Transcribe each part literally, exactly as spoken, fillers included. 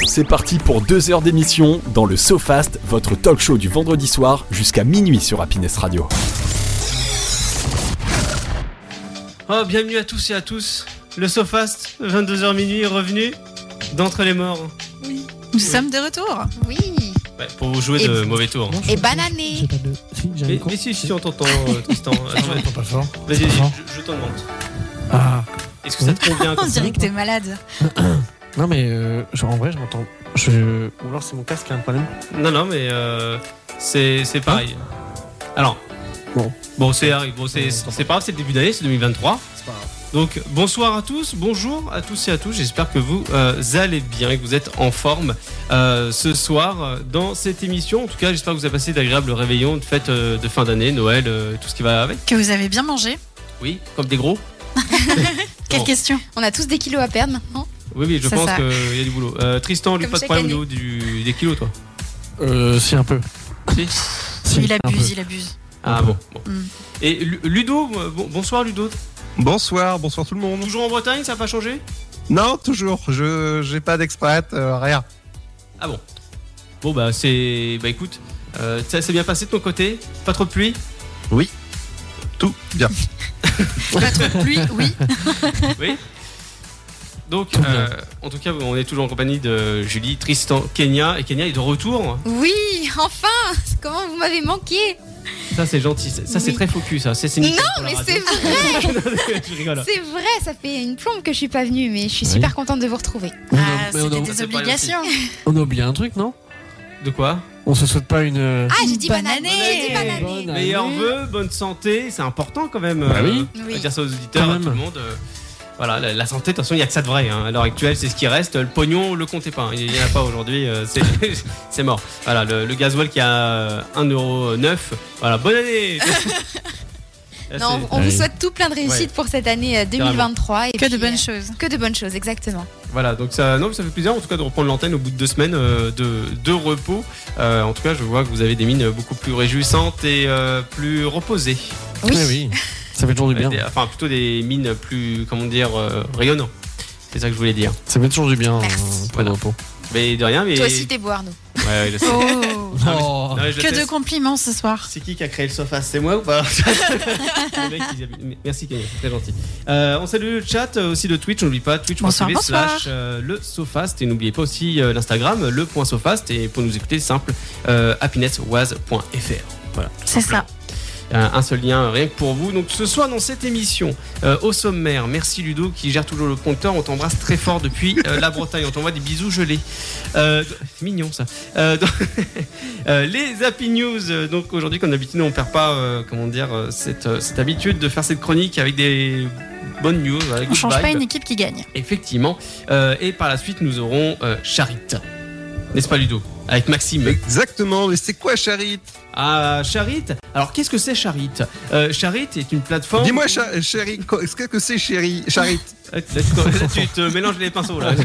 C'est parti pour deux heures d'émission dans le SoFast, votre talk show du vendredi soir jusqu'à minuit sur Happiness Radio. Oh, bienvenue à tous et à tous. Le SoFast, vingt-deux heures minuit, est revenu d'entre les morts. Oui. Nous oui. sommes de retour. Oui. Ouais, pour vous jouer et de b- mauvais tours. Non, et banané. J'ai pas de... Si, j'ai mais, mais si, si, on t'entend, euh, Tristan. Attends, j'entends pas fort. Vas-y, vas-y, je, je t'en demande. Ah. Est-ce que ça te convient? On dirait que t'es malade. Non, mais euh, genre, en vrai, je m'entends. Je... Ou alors c'est mon casque qui a un problème. Non, non, mais euh, c'est, c'est pareil. Alors, bon, bon, c'est, bon, c'est, c'est pas grave, c'est le début d'année, c'est deux mille vingt-trois. C'est pas grave. Donc, bonsoir à tous, bonjour à tous et à tous. J'espère que vous euh, allez bien et que vous êtes en forme euh, ce soir dans cette émission. En tout cas, j'espère que vous avez passé d'agréables réveillons de fête euh, de fin d'année, Noël, euh, tout ce qui va avec. Que vous avez bien mangé. Oui, comme des gros. Quelle bon. question? On a tous des kilos à perdre maintenant. Oui, oui, je c'est pense ça. qu'il y a du boulot. Euh, Tristan, lui, Comme pas de chaque problème au année. niveau du, des kilos, toi? Euh, si, un peu. Si. Si, Il un abuse, peu. il abuse. Ah bon. bon. Mm. Et Lu- Ludo, euh, bon, bonsoir Ludo. Bonsoir, bonsoir tout le monde. Toujours en Bretagne, ça n'a pas changé? Non, toujours. Je j'ai pas d'expat, euh, rien. Ah bon. Bon bah c'est, bah écoute, euh, ça s'est bien passé de ton côté? Pas trop de pluie? Oui. Tout bien. Pas trop de pluie, oui. Oui. Donc, Tout bien. euh, en tout cas, on est toujours en compagnie de Julie, Tristan, Kenya. Et Kenya est de retour. Oui, enfin. Comment vous m'avez manqué. Ça, c'est gentil. Ça, ça, c'est Oui. très faux cul, ça. C'est, c'est nickel Non, pour la mais radio. c'est vrai. Je rigole. C'est vrai, ça fait une plombe que je suis pas venue, mais je suis Oui. super contente de vous retrouver. On a- Ah, mais on c'était a- des c'est pas obligations. On a oublié un truc, non? De quoi? On se souhaite pas une. euh, Ah, j'ai dit Bonne banane. année. J'ai dit banane. Bonne Meilleurs année. vœux, bonne santé, c'est important quand même. Bah oui. euh, Oui. à dire ça aux auditeurs, Quand à tout même. le monde. euh, voilà, la, la santé, de toute façon, il n'y a que ça de vrai. Hein. À l'heure actuelle, c'est ce qui reste. Le pognon, le comptez pas. Il n'y en a pas aujourd'hui. euh, c'est, c'est mort. Voilà, le, le gasoil qui a un euro neuf. Voilà, bonne année. Là, Non, c'est- on vous Oui. souhaite tout plein de réussite Ouais. pour cette année euh, deux mille vingt-trois. Et Que de puis, bonnes euh, choses. Que de bonnes choses, exactement. Voilà, donc ça, non, ça fait plaisir en tout cas de reprendre l'antenne au bout de deux semaines euh, de, de repos. Euh, en tout cas, je vois que vous avez des mines beaucoup plus réjouissantes et euh, plus reposées. Oui. Oui, oui. Ça fait toujours du bien. Des- enfin, plutôt des mines plus, comment dire, euh, rayonnantes. C'est ça que je voulais dire. Ça fait toujours du bien. Merci. euh, pour Voilà. le repos. Mais de rien, mais. Toi aussi, t'es beau, Arnaud. Ouais, ouais, je le sais. Oh. Oh. Non, mais je le Que sais. de compliments ce soir. C'est qui qui a créé le SoFast? C'est moi ou pas? Le mec, il- Merci Kenya, c'est très gentil. Euh, on salue le chat, euh, aussi le Twitch, n'oublie pas twitch point t v Bonsoir, bonsoir. slash euh, le SoFast et n'oubliez pas aussi euh, l'Instagram, le point SoFast et pour nous écouter, simple, euh, happinesswaz point f r. Voilà. C'est ça. Un, un seul lien rien que pour vous. Donc ce soir dans cette émission, euh, au sommaire, merci Ludo qui gère toujours le compteur. On t'embrasse très fort depuis euh, la Bretagne. On t'envoie des bisous gelés. Euh, c'est mignon ça. Euh, donc, euh, les Happy News. euh, Donc aujourd'hui, comme d'habitude, on perd pas, euh, comment dire, euh, cette, euh, cette habitude de faire cette chronique avec des bonnes news. Avec On good change pas vibes. une équipe qui gagne. Effectivement. Euh, et par la suite, nous aurons euh, Charit. N'est-ce pas Ludo? Avec Maxime. Exactement. Mais c'est quoi, Charit? Ah, Charit. Alors, qu'est-ce que c'est Charit? euh, Charit est une plateforme. Dis-moi, cha- chérie, co- qu'est-ce que c'est, chérie? Charit. Là, tu- là, tu te mélanges les pinceaux là.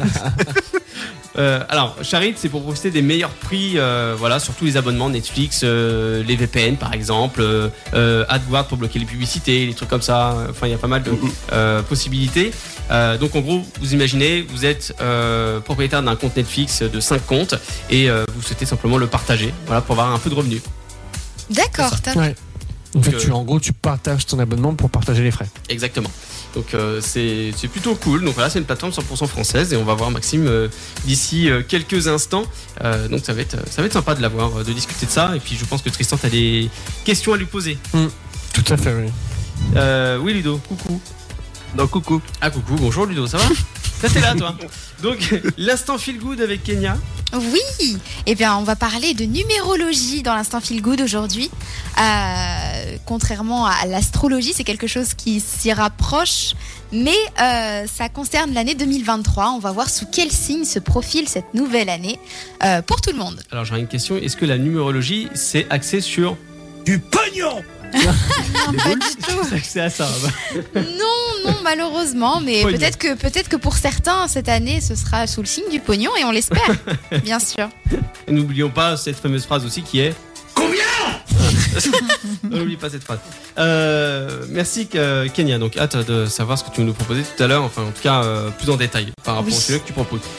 Euh, alors, Charit, c'est pour profiter des meilleurs prix, euh, voilà, sur tous les abonnements Netflix, euh, les V P N par exemple, euh, euh, AdWords pour bloquer les publicités, les trucs comme ça. Enfin, il y a pas mal de euh, possibilités. Euh, donc, en gros, vous imaginez, vous êtes euh, propriétaire d'un compte Netflix de cinq comptes et euh, vous souhaitez simplement le partager, voilà, pour avoir un peu de revenus. D'accord, top. Ouais. En fait, Donc, tu, en gros, tu partages ton abonnement pour partager les frais. Exactement. Donc euh, c'est, c'est plutôt cool. Donc voilà, c'est une plateforme cent pour cent française et on va voir Maxime euh, d'ici euh, quelques instants. Euh, donc ça va être ça va être sympa de l'avoir, euh, de discuter de ça. Et puis je pense que Tristan, t'as des questions à lui poser. Tout à fait, oui. Euh, oui Ludo, coucou. Non, coucou. Ah coucou, bonjour Ludo, ça va? Ça t'es là toi. Donc l'instant feel good avec Kenya. Oui, eh bien, on va parler de numérologie dans l'instant feel good aujourd'hui. Euh, contrairement à l'astrologie, c'est quelque chose qui s'y rapproche, mais euh, ça concerne l'année deux mille vingt-trois. On va voir sous quel signe se profile cette nouvelle année euh, pour tout le monde. Alors j'ai une question, est-ce que la numérologie c'est axé sur Du pognon. Non, pas du tout. c'est axé à ça? Bah. Non, non, malheureusement, mais Pognon. peut-être que, peut-être que pour certains, cette année, ce sera sous le signe du pognon et on l'espère, bien sûr. Et n'oublions pas cette fameuse phrase aussi qui est combien? N'oublie pas cette phrase. Euh, merci euh, Kenya. Donc hâte de savoir ce que tu veux nous proposer tout à l'heure. Enfin en tout cas euh, plus en détail par rapport Oui. au sujet que tu proposes.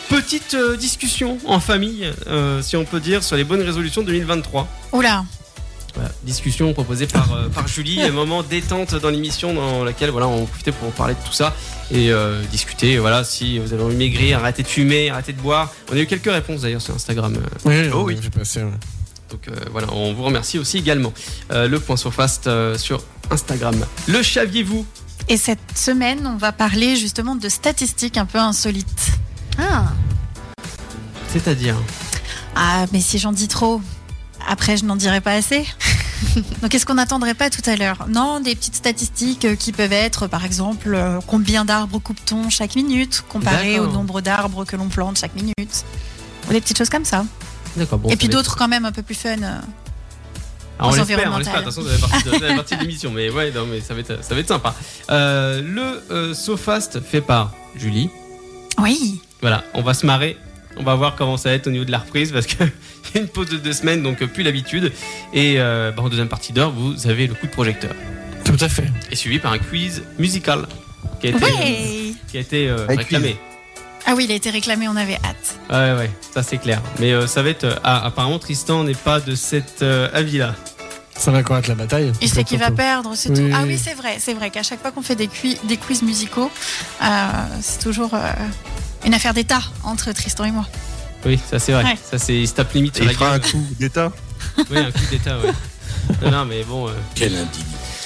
petite euh, discussion en famille, euh, si on peut dire, sur les bonnes résolutions deux mille vingt-trois. Oula. Voilà, discussion proposée par, euh, par Julie, un moment détente dans l'émission dans laquelle voilà, on profitait pour parler de tout ça et euh, discuter. Voilà, si vous avez envie de maigrir, arrêtez de fumer, arrêtez de boire. On a eu quelques réponses d'ailleurs sur Instagram. Oui, Oh oui. j'ai passé. Ouais. Donc euh, voilà, on vous remercie aussi également. Euh, le point SoFast euh, sur Instagram. Le saviez-vous? Et cette semaine, on va parler justement de statistiques un peu insolites. Ah, C'est-à-dire Ah, mais si j'en dis trop, après je n'en dirai pas assez. Donc est-ce qu'on n'attendrait pas tout à l'heure? Non, des petites statistiques euh, qui peuvent être, par exemple, euh, combien d'arbres coupe-t-on chaque minute, comparé au D'accord. nombre d'arbres que l'on plante chaque minute. Ou des petites choses comme ça. D'accord, bon. Et ça puis va être- d'autres quand même un peu plus fun. euh. Ah, on Aux l'espère, on l'espère. De environnementales. toute façon, ça fait partie de, ça fait partie de l'émission. Mais ouais, non, mais ça va être, ça va être sympa. Euh, le euh, SoFast fait par Julie. Oui. Voilà, on va se marrer. On va voir comment ça va être au niveau de la reprise parce qu'il y a une pause de deux semaines, donc euh, plus l'habitude. Et euh, bah, en deuxième partie d'heure, vous avez le coup de projecteur. Tout à fait. Et suivi par un quiz musical qui a été, Ouais. qui a été euh, Avec réclamé. Ah oui, il a été réclamé, on avait hâte. Ouais, ouais, ça c'est clair. Mais euh, ça va être. euh, ah, apparemment, Tristan n'est pas de cet euh, avis-là. Ça va connaître la bataille. Il sait qu'il va Surtout. perdre, c'est Oui, tout. oui, Ah oui. oui, c'est vrai, c'est vrai qu'à chaque fois qu'on fait des, cui- des quiz musicaux, euh, c'est toujours euh, une affaire d'État entre Tristan et moi. Oui, ça c'est vrai. Ouais. Ça c'est. Il se tape limite sur Il la fera gueule. un coup d'état. Oui, un coup d'état, ouais. Non, non, mais bon. euh, Quel indigne.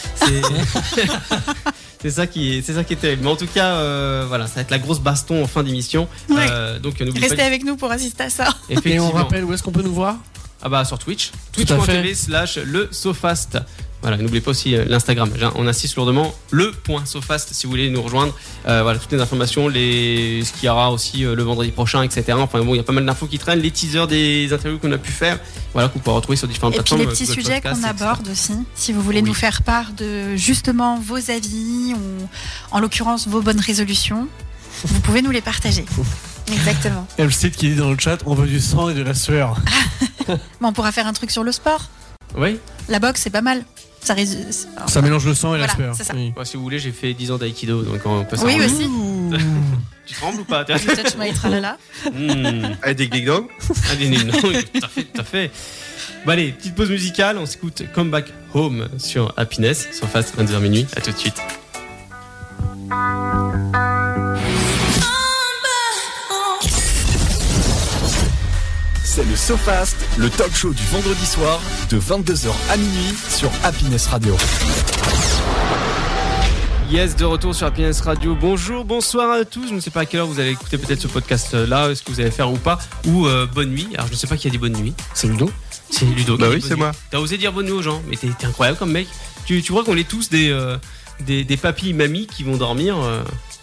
c'est. C'est ça qui est, c'est ça qui est terrible. Mais en tout cas, euh, voilà, ça va être la grosse baston en fin d'émission. Ouais. Euh, donc euh, n'oubliez Restez pas. avec nous pour assister à ça. Et Effectivement. on rappelle où est-ce qu'on peut nous voir? Ah bah sur Twitch, Tout à twitch.tv slash le SoFast. Voilà, n'oubliez pas aussi euh, l'Instagram. J'ai- On insiste lourdement, le point SoFast si vous voulez nous rejoindre. Euh, voilà, toutes les informations, les... ce qu'il y aura aussi euh, le vendredi prochain, et cetera. Enfin bon, il y a pas mal d'infos qui traînent, les teasers des interviews qu'on a pu faire, voilà, qu'on pourra retrouver sur différentes Et puis plateformes. les petits Google sujets Podcast, qu'on et cetera. aborde aussi, si vous voulez Oui. nous faire part de justement vos avis, ou en l'occurrence vos bonnes résolutions, vous pouvés nous les partager. exactement. Il y a le site qui dit dans le chat on veut du sang et de la sueur. Bon, on pourra faire un truc sur le sport. Oui, La boxe, c'est pas mal. Ça résu- Ça mélange le sang et Voilà, la sueur. c'est ça. Oui. ouais, si vous voulez, j'ai fait dix ans d'aïkido, donc on peut Oui, s'arranger. aussi. Tu trembles ou pas? Du touch my tralala. Mmh. Allez, Dig Dig Dog. Ah, des non, oui, tout à fait, tout à fait. Bon allez, petite pause musicale, on s'écoute Come Back Home sur Happiness, sur Fast vingt-deux heures minuit, à tout de suite. C'est le SoFast, le talk show du vendredi soir de vingt-deux heures à minuit sur Happiness Radio. Yes, de retour sur Happiness Radio. Bonjour, bonsoir à tous. Je ne sais pas à quelle heure vous allez écouter peut-être ce podcast-là, est-ce que vous allez faire ou pas, ou euh, bonne nuit. Alors je ne sais pas qui a dit bonne nuit. C'est Ludo. C'est Ludo. Bah qui a oui, dit bonne c'est nuit. moi. T'as osé dire bonne nuit aux gens, mais t'es, t'es incroyable comme mec. Tu, tu vois qu'on est tous des, euh, des, des papis mamies qui vont dormir. euh.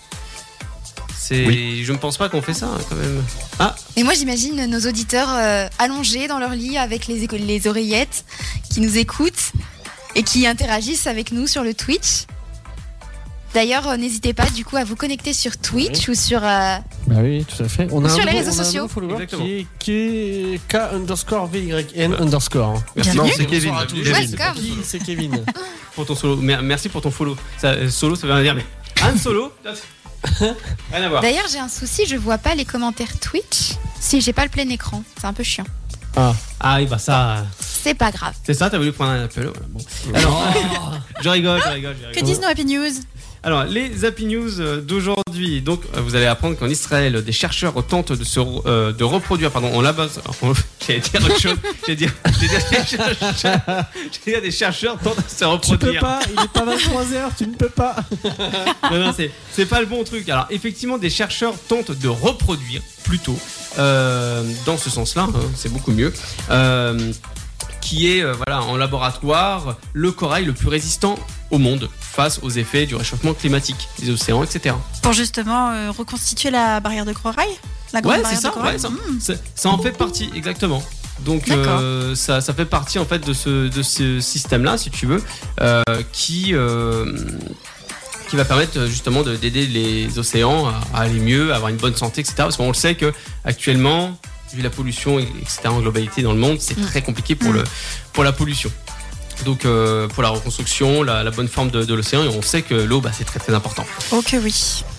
C'est, Oui. je ne pense pas qu'on fait ça hein, quand même. Ah, Et moi, j'imagine nos auditeurs euh, allongés dans leur lit avec les, éco- les oreillettes, qui nous écoutent et qui interagissent avec nous sur le Twitch. D'ailleurs, euh, n'hésitez pas du coup à vous connecter sur Twitch ou sur... euh, Bah oui, tout à fait. On a Sur un les nouveau- réseaux on a un sociaux. nouveau follower Exactement. qui est, qui est K underscore V Y N underscore. merci. Non, Bienvenue. c'est Kevin. Bonsoir à tous. Kevin. Ouais, c'est pas Welcome. ton solo. C'est Kevin. Pour ton solo. Mer- Merci pour ton follow. Ça, euh, solo, ça veut rien dire, mais un solo, rien à voir. D'ailleurs, j'ai un souci, je vois pas les commentaires Twitch si j'ai pas le plein écran. C'est un peu chiant. Ah oui, bah ça, C'est pas grave. c'est ça, t'as voulu prendre un appel. Voilà, bon. Alors, je rigole, je rigole, je Que rigole. disent nos happy news? Alors, les Happy News euh, d'aujourd'hui. Donc, euh, vous allez apprendre qu'en Israël, des chercheurs tentent de se re- euh, de reproduire, pardon, on l'abat. J'allais dire autre chose. J'allais dire, j'allais dire des chercheurs, j'allais dire des chercheurs tentent de se Tu peux reproduire. pas, il est pas vingt-trois heures, tu ne peux pas. Non, non, c'est, c'est pas le bon truc. Alors, effectivement, des chercheurs tentent de reproduire, plutôt, euh, dans ce sens-là, hein, c'est beaucoup mieux, euh, qui est, euh, voilà, en laboratoire, le corail le plus résistant au monde face aux effets du réchauffement climatique, des océans, et cetera. Pour justement euh, reconstituer la barrière de corail? La grande Ouais, barrière c'est ça, de corail. ouais, ça, Mmh. ça, ça en fait partie, exactement. Donc D'accord. euh, ça, ça fait partie en fait de ce, de ce système-là, si tu veux, euh, qui, euh, qui va permettre justement de, d'aider les océans à, à aller mieux, à avoir une bonne santé, et cetera. Parce qu'on le sait que actuellement, vu la pollution, et cetera, en globalité dans le monde, c'est Mm. très compliqué pour, Mm. le, pour la pollution. Donc euh, pour la reconstruction, la, la bonne forme de, de l'océan, et on sait que l'eau, bah, c'est très très important. Oh que oui.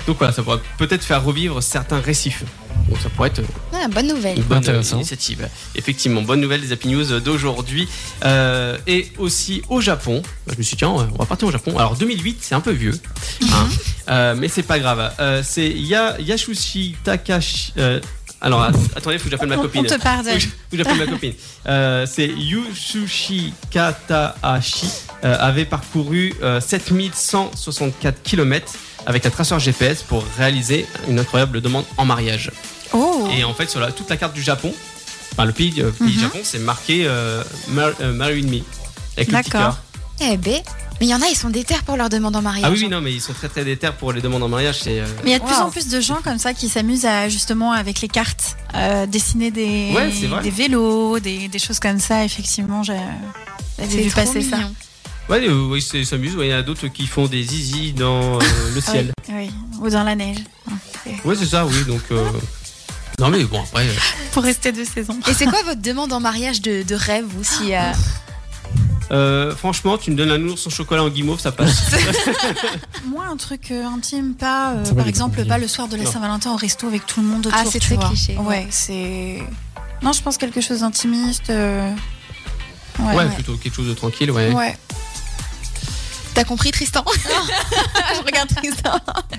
Donc voilà, ça pourrait peut-être faire revivre certains récifs. Donc ça pourrait être Ah, bonne nouvelle. une bonne Intéressant. initiative. Effectivement, bonne nouvelle des Happy News d'aujourd'hui. Euh, et aussi au Japon. Bah, je me suis dit, tiens, on va partir au Japon. Alors deux mille huit, c'est un peu vieux, hein, euh, mais c'est pas grave. Euh, c'est Ya- Yasushi Takashi. euh, alors att- attendez, faut que j'appelle ma On, copine. on te pardonne. Faut que je- faut que j'appelle ma copine. Euh, c'est Yasushi Katahashi euh, avait parcouru euh, sept mille cent soixante-quatre kilomètres avec un traceur G P S pour réaliser une incroyable demande en mariage. Oh. Et en fait, sur la- toute la carte du Japon, enfin le pays, euh, pays Mhm. Japon, c'est marqué euh, Mar- euh, Marry Me avec le petit D'accord. cœur. Eh ben, mais il y en a, ils sont déter pour leur demande en mariage. Ah oui, oui, non, mais ils sont très très déter pour les demandes en mariage. C'est euh, Mais il y a de plus Wow. en plus de gens comme ça qui s'amusent à justement avec les cartes euh, dessiner des, Ouais, c'est vrai. des vélos, des, des choses comme ça. Effectivement, j'ai j'avais C'est vu trop passer ça. mignon. ouais, euh, oui, c'est- ils s'amusent. Ouais, il y en a d'autres qui font des zizi dans euh, le ciel. Oui, ou dans la neige. Ouais, c'est ça, oui. Donc euh, non, mais bon après. euh, Pour rester de saison. Et c'est quoi votre demande en mariage de, de rêve ou si euh, euh, franchement, tu me donnes un ours en chocolat en guimauve, ça passe. Moi, un truc euh, intime, pas euh, Ça va, par les exemple, compagnies. pas le soir de la Non. Saint-Valentin au resto avec tout le monde autour. Ah, c'est tu très vois. cliché, ouais. Ouais, c'est. Non, je pense quelque chose d'intimiste. euh, Ouais. Ouais, ouais. plutôt quelque chose de tranquille, ouais. Ouais. t'as compris Tristan? Je regarde Tristan.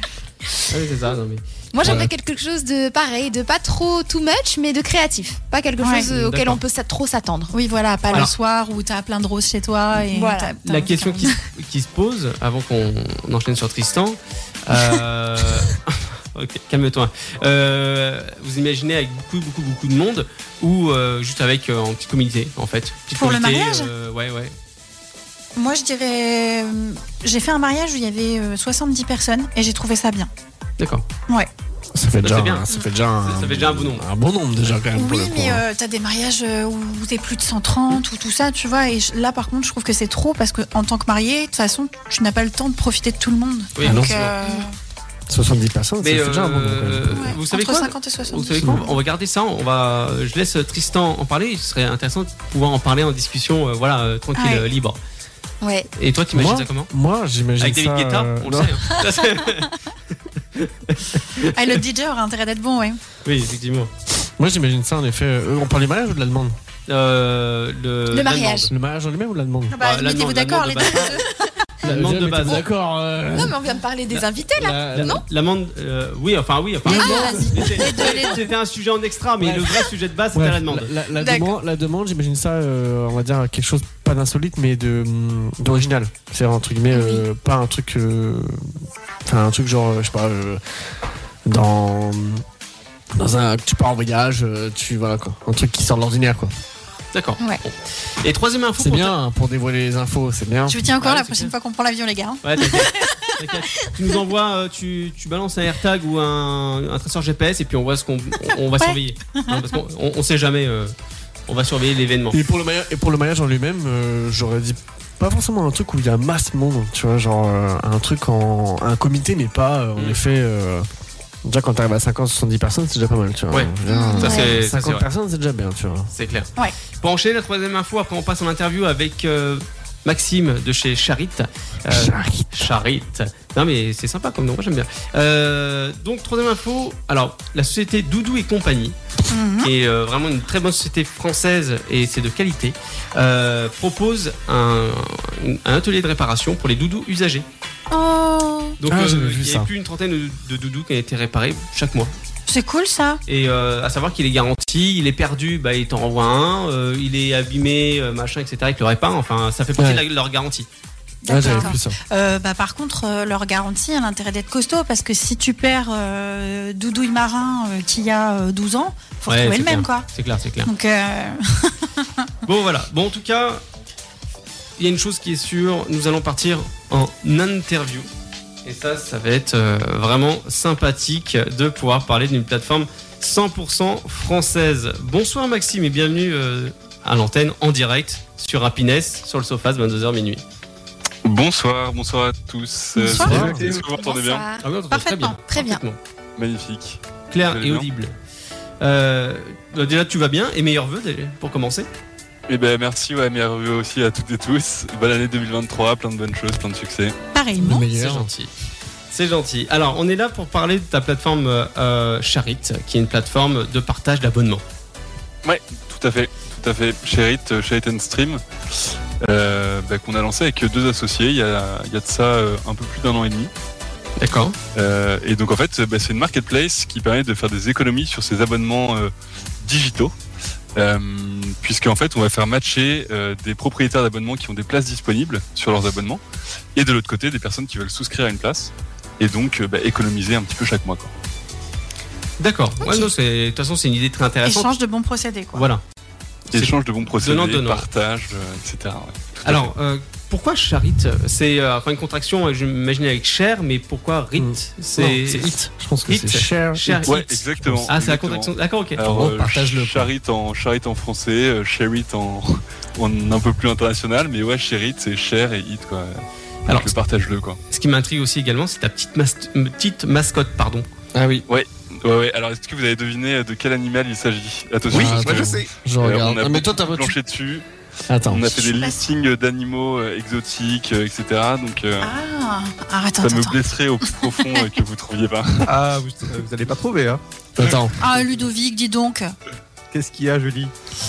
Ah oui, c'est ça. Non, mais... Moi j'aimerais Ouais. quelque chose de pareil, de pas trop too much, mais de créatif. Pas quelque Ouais, chose euh, auquel d'accord. on peut sa- trop s'attendre. Oui, voilà, pas Alors- le soir où t'as plein de roses chez toi. Et Voilà. t'as- t'as- La question qui, se- qui se pose avant qu'on enchaîne sur Tristan. euh, ok, calme-toi. Euh, vous imaginez avec beaucoup, beaucoup, beaucoup de monde ou euh, juste avec euh, en petite communauté en fait. Petite Pour le communauté, mariage euh, Ouais, ouais. Moi, je dirais. euh, J'ai fait un mariage où il y avait euh, soixante-dix personnes et j'ai trouvé ça bien. D'accord. Ça fait Bah, déjà, c'est bien. un- ça fait déjà un, Ça- ça fait déjà un bon nombre. Un bon nombre déjà quand même pour Oui, le coup. mais hein. euh, t'as des mariages euh, où t'es plus de cent trente ou tout ça, tu vois. Et je- là, par contre, je trouve que c'est trop parce que en tant que marié, de toute façon, tu n'as pas le temps de profiter de tout le monde. Oui, Ah non, Donc, c'est euh, soixante-dix personnes, Mais ça fait déjà un bon nombre quand même. euh, ouais, vous savez entre quoi cinquante et soixante. Vous savez quoi On va garder ça. On va. Je laisse Tristan en parler. Ce serait intéressant de pouvoir en parler en discussion, euh, voilà, euh, tranquille, Ouais. euh, libre. Ouais. Et toi, t'imagines Moi, ça comment Moi, j'imagine Avec David ça, Guetta, euh, on le non. sait. hein. Ça, c'est- Ah, le D J aura intérêt d'être bon, ouais. oui, effectivement. Moi, j'imagine ça en effet. euh, on parle du mariage ou de la demande Euh, le, Le mariage. Le mariage en lui-même ou de la demande Bah, Ah, la mettez-vous demande, la d'accord, les demande deux. de La demande de Mettez-vous base. D'accord. euh, Non, mais on vient de parler des invités là. La- Non L'amende, euh, oui, enfin oui, enfin. Ah, vas-y. C'était- C'était un sujet en extra, mais Bref. le vrai sujet de base, c'était Bref, la demande. La, la- la D'accord. demande, la demande, j'imagine ça, euh, on va dire quelque chose pas d'insolite, mais de hum, d'original. C'est entre guillemets euh, pas un truc, euh, enfin un truc genre, euh, je sais pas, euh, dans dans un, tu pars en voyage, euh, tu voilà quoi, un truc qui sort de l'ordinaire quoi. D'accord. Ouais. Bon. Et troisième info. C'est pour bien hein, pour dévoiler les infos, c'est bien. Je vous tiens encore Ouais, la c'est prochaine clair. fois qu'on prend l'avion, les gars. hein. ta- Ouais, t'inquiète. T'inquiète. Tu nous envoies, euh, tu, tu balances un AirTag ou un, un traceur G P S et puis on voit ce qu'on on, on va Ouais. surveiller. Hein, parce qu'on on, on sait jamais. euh, on va surveiller l'événement. Et pour le mariage, et pour le mariage en lui-même, euh, j'aurais dit pas forcément un truc où il y a masse de monde, tu vois, genre euh, un truc en un comité, mais pas euh, en Mm. effet. euh, Déjà quand t'arrives à cinquante soixante-dix personnes, c'est déjà pas mal, tu vois. Ouais. Je veux dire, Ça, euh, c'est- ça, c'est cinquante vrai. personnes, c'est déjà bien, tu vois. C'est clair. Ouais. Pour enchaîner la troisième info, après on passe en interview avec euh, Maxime de chez Charit. Euh, Charit. Charit. Non mais c'est sympa comme nom, moi j'aime bien. Euh, donc troisième info, alors la société Doudou et compagnie, Mhm. qui est euh, vraiment une très bonne société française et c'est de qualité, euh, propose un, un atelier de réparation pour les doudous usagés. Oh, Donc Ah, euh, j'avais vu il y ça. a plus d'une trentaine de, de doudous qui ont été réparés chaque mois. c'est cool ça. Et euh, à savoir qu'il est garanti, il est perdu, bah, il t'en renvoie un, euh, il est abîmé, euh, machin, et cetera, il te le répare, enfin ça fait partie Ouais. de la- leur garantie. Ouais, j'avais D'accord. vu ça. Euh, bah, par contre, euh, leur garantie a l'intérêt d'être costaud parce que si tu perds euh, Doudouille Marin euh, qui a euh, douze ans, faut Ouais, retrouver c'est le même clair. quoi. C'est clair, c'est clair. Donc, euh, Bon voilà, bon en tout cas, il y a une chose qui est sûre, nous allons partir en interview. Et ça, ça va être euh, vraiment sympathique de pouvoir parler d'une plateforme cent pour cent française. Bonsoir Maxime et bienvenue euh, à l'antenne en direct sur Happiness, sur le Sofast, vingt-deux heures minuit. Bonsoir, bonsoir à tous. Euh, Bonsoir. c'est connecté, est-ce que vous m'entendez bien Bonsoir. Ah oui, on t'entend Parfaitement, très bien. parfaitement. Magnifique. Clair Très et bien. audible. Euh, bah, déjà, tu vas bien et meilleurs vœux déjà, pour commencer. Et ben merci, ouais, meilleurs vœux aussi à toutes et tous. Bonne année deux mille vingt-trois, plein de bonnes choses, plein de succès. pareillement. Le C'est meilleur. gentil. C'est gentil. Alors, on est là pour parler de ta plateforme euh, Sharit, qui est une plateforme de partage d'abonnements. Ouais, tout à fait, tout à fait. Sharit, Sharit and Stream, euh, bah, qu'on a lancé avec deux associés il y a, il y a de ça euh, un peu plus d'un an et demi. D'accord. Euh, et donc en fait, bah, c'est une marketplace qui permet de faire des économies sur ces abonnements euh, digitaux. Euh, puisqu'en fait on va faire matcher euh, des propriétaires d'abonnements qui ont des places disponibles sur leurs abonnements et de l'autre côté des personnes qui veulent souscrire à une place et donc euh, bah, économiser un petit peu chaque mois quoi. D'accord. Ok. Ouais, non, c'est, de toute façon c'est une idée très intéressante. Échange de bons procédés, quoi. Voilà. Échange de bons procédés, donnant, donnant. partage, euh, et cetera. Ouais, tout à Alors, euh, pourquoi Sharit? C'est euh, enfin, une contraction, euh, je m'imagine avec share, mais pourquoi Rit? Mm. C'est... Non, c'est hit. Je pense que Hit. c'est share. Share. hit. fait. Ouais, Hit. exactement. Ah, c'est la exactement. contraction. D'accord, ok. Alors, Bon, euh, partage-le, quoi. Sharit en, Sharit en français, euh, Sharit en, en un peu plus international, mais ouais, Sharit c'est share et hit quoi. Donc, Alors, le partage-le quoi. Ce qui m'intrigue aussi également, c'est ta petite, mas- petite mascotte, pardon. Ah oui. Ouais, ouais. Alors, est-ce que vous avez deviné de quel animal il s'agit? Attention, Oui, parce moi que, je sais. Je euh, regarde. on a Ah, mais toi, t'as beaucoup pas. planché dessus. Attends. On a fait je des suis pas listings d'animaux euh, exotiques, euh, et cetera. Donc, euh, Ah, ah, attends, ça attends, me attends. blesserait au plus profond euh, que vous trouviez pas. Ah, vous, vous allez pas trouver, hein. Attends. Ah, Ludovic, dis donc. Qu'est-ce qu'il y a, Julie?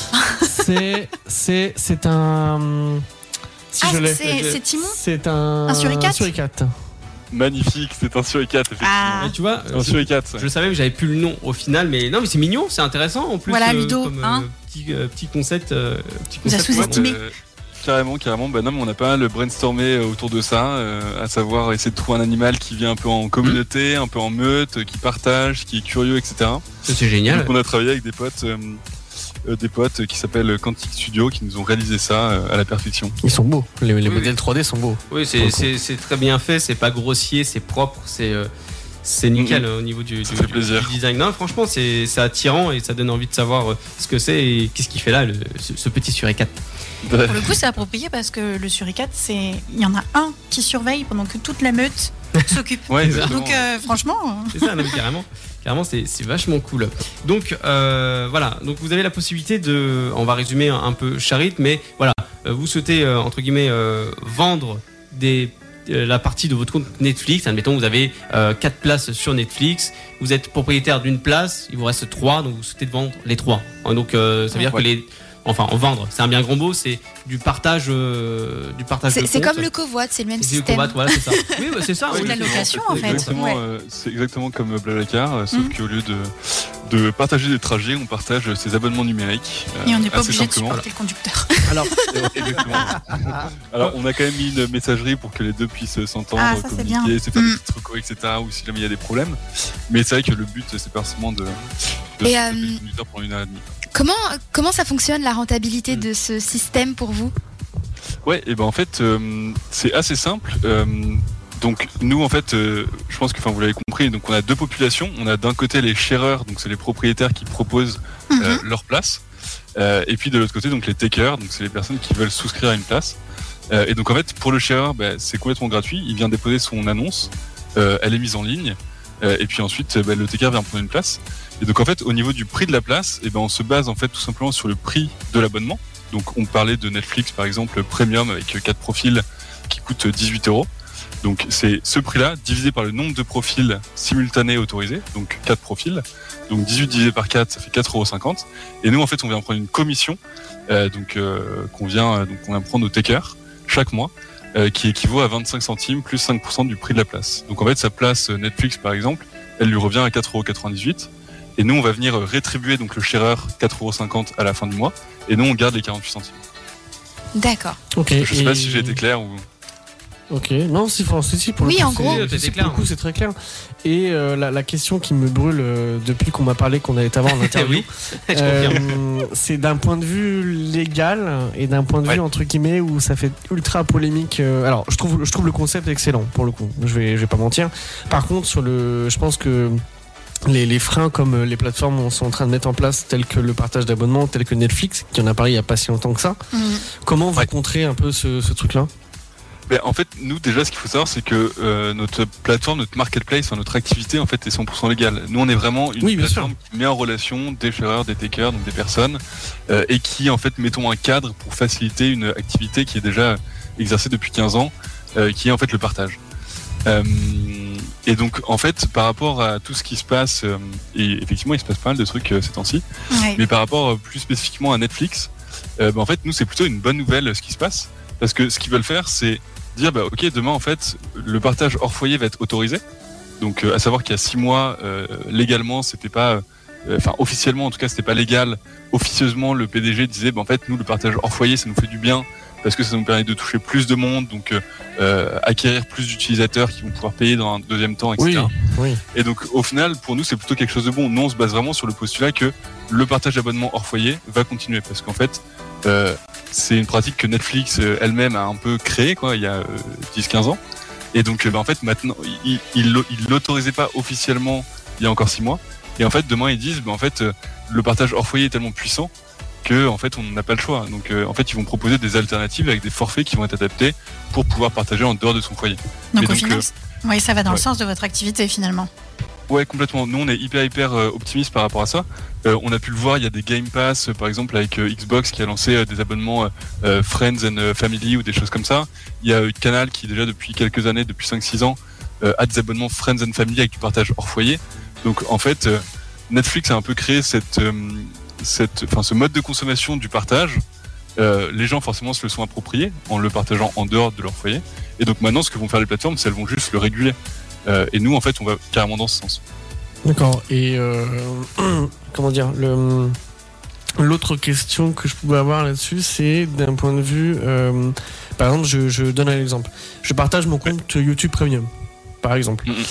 C'est c'est c'est un. Si Ah, je l'ai. c'est c'est Timon. C'est un. Un suricate suricate. Magnifique, c'est un suricate, effectivement. Ah, Et tu vois, Un euh, suricate. je le savais, mais j'avais plus le nom au final. Mais non, mais c'est mignon, c'est intéressant en plus. Voilà, Ludo, comme, hein. petit, euh, petit concept. euh, petit Vous a concept. sous-estimé. Euh, Carrément, carrément. Bah non, mais on a pas mal brainstormé autour de ça, euh, à savoir essayer de trouver un animal qui vit un peu en communauté, un peu en meute, qui partage, qui est curieux, et cetera. Ça, c'est génial. Donc on a travaillé avec des potes, euh, euh, des potes qui s'appellent Quantic Studio, qui nous ont réalisé ça euh, à la perfection. Ils sont beaux. Les, les Oui, modèles oui. trois D sont beaux. Oui, Pour c'est, le coup. c'est, c'est très bien fait, c'est pas grossier, c'est propre, c'est, euh, c'est nickel Mhm. euh, au niveau du, Ça du- fait du- plaisir. du design. Non, franchement, c'est, c'est attirant et ça donne envie de savoir euh, ce que c'est et qu'est-ce qu'il fait là, le- ce, ce petit suricate. pour le coup, c'est approprié parce que le suricate, c'est il y en a un qui surveille pendant que toute la meute s'occupe. Ouais, exactement. Donc, euh, franchement, C'est ça, non, mais carrément. Carrément, c'est, c'est vachement cool. Donc, euh, voilà. Donc, vous avez la possibilité de. On va résumer un, un peu Sharit, mais voilà. euh, Vous souhaitez, euh, entre guillemets, euh, vendre des, euh, la partie de votre compte Netflix. Admettons, vous avez euh, quatre places sur Netflix. Vous êtes propriétaire d'une place. Il vous reste trois. Donc, vous souhaitez vendre les trois. Donc, euh, ça veut dire Ouais. que les. Enfin, en vendre, c'est un bien grand mot, c'est du partage, euh, du partage C'est de c'est compte. comme le covoit, c'est le même C'est le système. combat, voilà, c'est ça. Oui, bah, c'est ça. C'est oui, de la c'est- location, c'est en fait. Exactement, Ouais. euh, c'est exactement comme Blablacar, euh, sauf Mhm. qu'au lieu de, de partager des trajets, on partage ses abonnements numériques. euh, et on n'est pas assez obligé de simplement. supporter le conducteur. Alors, Exactement. Alors, on a quand même mis une messagerie pour que les deux puissent s'entendre, Ah, ça, c'est communiquer, bien. se faire Mm. des petits recos, et cetera. Ou si jamais il y a des problèmes. Mais c'est vrai que le but, c'est pas forcément de, de Et, se euh, taper le conducteur pendant une heure et demie. Comment, comment ça fonctionne la rentabilité Mm. de ce système pour vous? Ouais, et ben en fait, euh, c'est assez simple. Euh, donc nous, en fait, euh, je pense que, enfin, vous l'avez compris. Donc on a deux populations. On a d'un côté les sharers, donc c'est les propriétaires qui proposent euh, leur place, euh, et puis de l'autre côté, donc les takers, donc c'est les personnes qui veulent souscrire à une place. Euh, et donc en fait, pour le sharer, bah, c'est complètement gratuit. Il vient déposer son annonce, euh, elle est mise en ligne, euh, et puis ensuite, bah, le taker vient prendre une place. Et donc en fait, au niveau du prix de la place, et ben on se base en fait tout simplement sur le prix de l'abonnement. Donc on parlait de Netflix par exemple Premium avec quatre profils qui coûtent dix-huit euros. Donc c'est ce prix-là divisé par le nombre de profils simultanés autorisés, donc quatre profils. Donc dix-huit divisé par quatre, ça fait quatre euros cinquante. Et nous en fait on vient prendre une commission, euh, donc euh, qu'on vient euh, donc on vient prendre au taker chaque mois, euh, qui équivaut à vingt-cinq centimes plus cinq pour cent du prix de la place. Donc en fait sa place Netflix par exemple, elle lui revient à quatre euros quatre-vingt-dix-huit. Et nous, on va venir rétribuer donc le sharer quatre euros cinquante à la fin du mois. Et nous, on garde les quarante-huit centimes. D'accord. Ok. Je sais et- pas si j'ai été clair ou. Ok, non, si, enfin, si, si, pour Oui, le coup, en c'est- gros. si, C'était si, clair. pour le coup, c'est très clair. Et euh, la, la question qui me brûle euh, depuis qu'on m'a parlé qu'on allait t'avoir en interview, oui, je confirme. euh, c'est d'un point de vue légal et d'un point de vue Ouais. entre guillemets où ça fait ultra polémique. euh, alors, je trouve, je trouve le concept excellent pour le coup. Je vais, je vais pas mentir. Par contre, sur le, je pense que les, les freins comme les plateformes sont en train de mettre en place, tels que le partage d'abonnements, tels que Netflix, qui en a parlé il y a pas si longtemps que ça. Mhm. Comment vous Ouais. contrez un peu ce, ce truc-là? Ben, en fait, nous, déjà, ce qu'il faut savoir, c'est que euh, notre plateforme, notre marketplace, enfin, notre activité, en fait, est cent pour cent légale. Nous, on est vraiment une Oui, bien plateforme qui met en relation des sharers, des takers, donc des personnes, euh, et qui, en fait, mettons un cadre pour faciliter une activité qui est déjà exercée depuis quinze ans, euh, qui est en fait le partage. Euh, Et donc, en fait, par rapport à tout ce qui se passe, euh, et effectivement, il se passe pas mal de trucs euh, ces temps-ci, Ouais. mais par rapport euh, plus spécifiquement à Netflix, euh, bah, en fait, nous, c'est plutôt une bonne nouvelle euh, ce qui se passe, parce que ce qu'ils veulent faire, c'est dire, bah, ok, demain, en fait, le partage hors foyer va être autorisé. Donc, euh, à savoir qu'il y a six mois, euh, légalement, c'était pas, enfin, euh, officiellement, en tout cas, c'était pas légal. Officieusement, le P D G disait, bah, en fait, nous, le partage hors foyer, ça nous fait du bien. Parce que ça nous permet de toucher plus de monde, donc euh, acquérir plus d'utilisateurs qui vont pouvoir payer dans un deuxième temps, et cetera. Oui, oui. Et donc au final, pour nous, c'est plutôt quelque chose de bon. Nous, on se base vraiment sur le postulat que le partage d'abonnements hors foyer va continuer, parce qu'en fait, euh, c'est une pratique que Netflix euh, elle-même a un peu créée, quoi, il y a euh, dix quinze ans. Et donc, euh, bah, en fait, maintenant, ils il, il l'autorisaient pas officiellement il y a encore six mois. Et en fait, demain, ils disent, bah, en fait, euh, le partage hors foyer est tellement puissant que en fait on n'a pas le choix. Donc euh, en fait ils vont proposer des alternatives avec des forfaits qui vont être adaptés pour pouvoir partager en dehors de son foyer. Donc Et au donc, final, euh, oui, ça va dans ouais. le sens de votre activité finalement. Ouais, complètement. Nous on est hyper hyper euh, optimiste par rapport à ça. Euh, on a pu le voir, il y a des Game Pass euh, par exemple avec euh, Xbox qui a lancé euh, des abonnements euh, Friends and euh, Family ou des choses comme ça. Il y a euh, Canal qui déjà depuis quelques années, depuis cinq six ans, euh, a des abonnements Friends and Family avec du partage hors foyer. Donc en fait euh, Netflix a un peu créé cette euh, Cette, enfin, ce mode de consommation du partage, euh, les gens forcément se le sont appropriés en le partageant en dehors de leur foyer. Et donc maintenant, ce que vont faire les plateformes, c'est qu'elles vont juste le réguler. Euh, et nous, en fait, on va carrément dans ce sens. D'accord. Et euh, comment dire, le, l'autre question que je pouvais avoir là-dessus, c'est d'un point de vue, euh, par exemple, je, je donne un exemple. Je partage mon compte YouTube Premium, par exemple. Mm-hmm.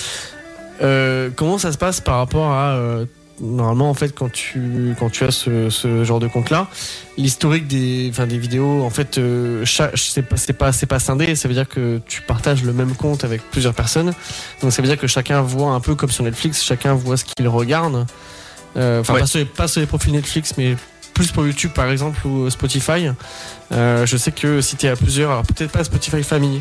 Euh, comment ça se passe par rapport à euh, normalement en fait quand tu quand tu as ce, ce genre de compte là, l'historique des enfin des vidéos en fait euh, chaque, c'est pas c'est pas c'est pas scindé, ça veut dire que tu partages le même compte avec plusieurs personnes, donc ça veut dire que chacun voit un peu comme sur Netflix, chacun voit ce qu'il regarde, euh, enfin ouais. pas sur les, pas sur les profils Netflix mais plus pour YouTube par exemple ou Spotify. Euh, je sais que si t'es à plusieurs, alors peut-être pas Spotify Family.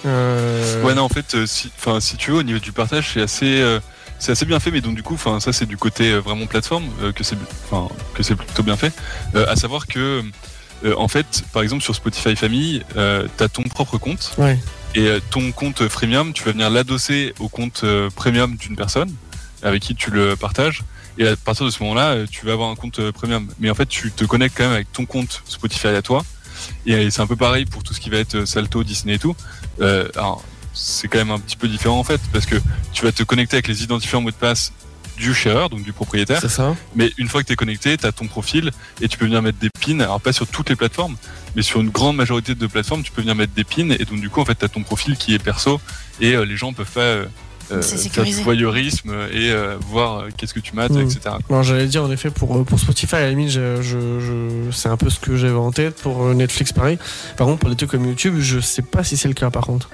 Euh... Ouais non en fait euh, si enfin si tu veux au niveau du partage c'est assez euh, c'est assez bien fait, mais donc du coup, enfin ça c'est du côté euh, vraiment plateforme euh, que c'est, enfin que c'est plutôt bien fait. Euh, à savoir que, euh, en fait, par exemple sur Spotify Family, euh, t'as ton propre compte Ouais. et euh, ton compte freemium, tu vas venir l'adosser au compte euh, premium d'une personne avec qui tu le partages. Et à partir de ce moment-là, euh, tu vas avoir un compte euh, premium. Mais en fait, tu te connectes quand même avec ton compte Spotify à toi. Et, et c'est un peu pareil pour tout ce qui va être Salto, Disney et tout. Euh, alors, c'est quand même un petit peu différent en fait, parce que tu vas te connecter avec les identifiants mots de passe du sharer, donc du propriétaire. C'est ça. Mais une fois que tu es connecté, tu as ton profil et tu peux venir mettre des pins, alors pas sur toutes les plateformes, mais sur une grande majorité de plateformes, tu peux venir mettre des pins et donc du coup en fait tu as ton profil qui est perso et euh, les gens peuvent pas euh, faire du voyeurisme et euh, voir euh, qu'est-ce que tu mates, mmh. et cetera. Alors j'allais dire en effet pour, pour Spotify à la limite je, je, je, c'est un peu ce que j'avais en tête, pour Netflix pareil. Par contre pour des trucs comme YouTube je sais pas si c'est le cas par contre.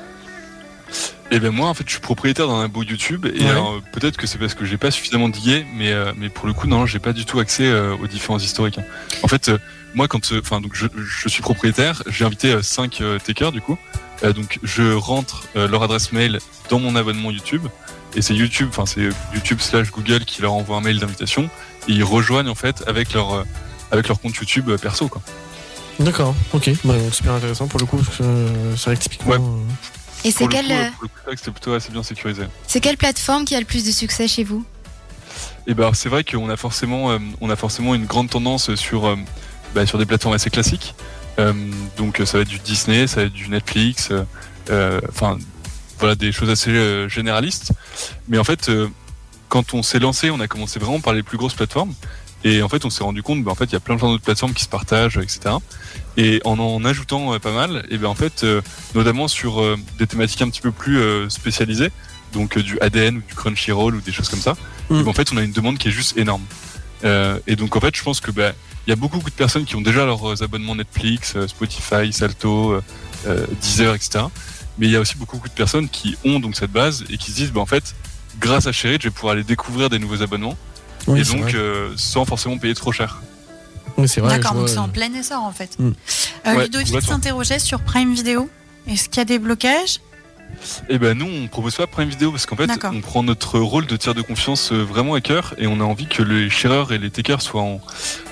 Et ben moi en fait je suis propriétaire d'un abo YouTube et ouais. alors, peut-être que c'est parce que j'ai pas suffisamment digué, mais euh, mais pour le coup non j'ai pas du tout accès euh, aux différents historiques. Hein. En fait euh, moi quand enfin euh, donc je, je suis propriétaire, j'ai invité euh, cinq euh, takers du coup, euh, donc je rentre euh, leur adresse mail dans mon abonnement YouTube et c'est YouTube, enfin c'est YouTube slash Google qui leur envoie un mail d'invitation et ils rejoignent en fait avec leur euh, avec leur compte YouTube euh, perso quoi. D'accord, ok, bah, super intéressant pour le coup parce que euh, c'est vrai que typiquement. Ouais. Euh... Et c'est pour quelle, le coup, pour le coup, c'était plutôt assez bien sécurisé. C'est quelle plateforme qui a le plus de succès chez vous? Et ben c'est vrai qu'on a forcément, euh, on a forcément une grande tendance sur, euh, bah, sur des plateformes assez classiques. Euh, donc ça va être du Disney, ça va être du Netflix, enfin euh, voilà des choses assez euh, généralistes. Mais en fait, euh, quand on s'est lancé, on a commencé vraiment par les plus grosses plateformes. Et en fait, on s'est rendu compte, bah, en fait, il y a plein plein d'autres plateformes qui se partagent, et cetera. Et en en ajoutant euh, pas mal, et ben en fait, euh, notamment sur euh, des thématiques un petit peu plus euh, spécialisées, donc euh, du A D N ou du Crunchyroll ou des choses comme ça. Mm. Et ben, en fait, on a une demande qui est juste énorme. Euh, et donc en fait, je pense que bah, il y a beaucoup, beaucoup de personnes qui ont déjà leurs abonnements Netflix, euh, Spotify, Salto, euh, euh, Deezer, et cetera. Mais il y a aussi beaucoup, beaucoup de personnes qui ont donc cette base et qui se disent, bah, en fait, grâce à Share It, je vais pouvoir aller découvrir des nouveaux abonnements. Oui, et donc euh, sans forcément payer trop cher. Oui, c'est vrai. D'accord, donc vois... c'est en plein essor en fait. Mm. Euh, ouais, Ludovic s'interrogeait sur Prime Video. Est-ce qu'il y a des blocages? Eh ben nous, on propose pas Prime Video parce qu'en fait, D'accord. on prend notre rôle de tiers de confiance vraiment à cœur et on a envie que les sharers et les takers soient en,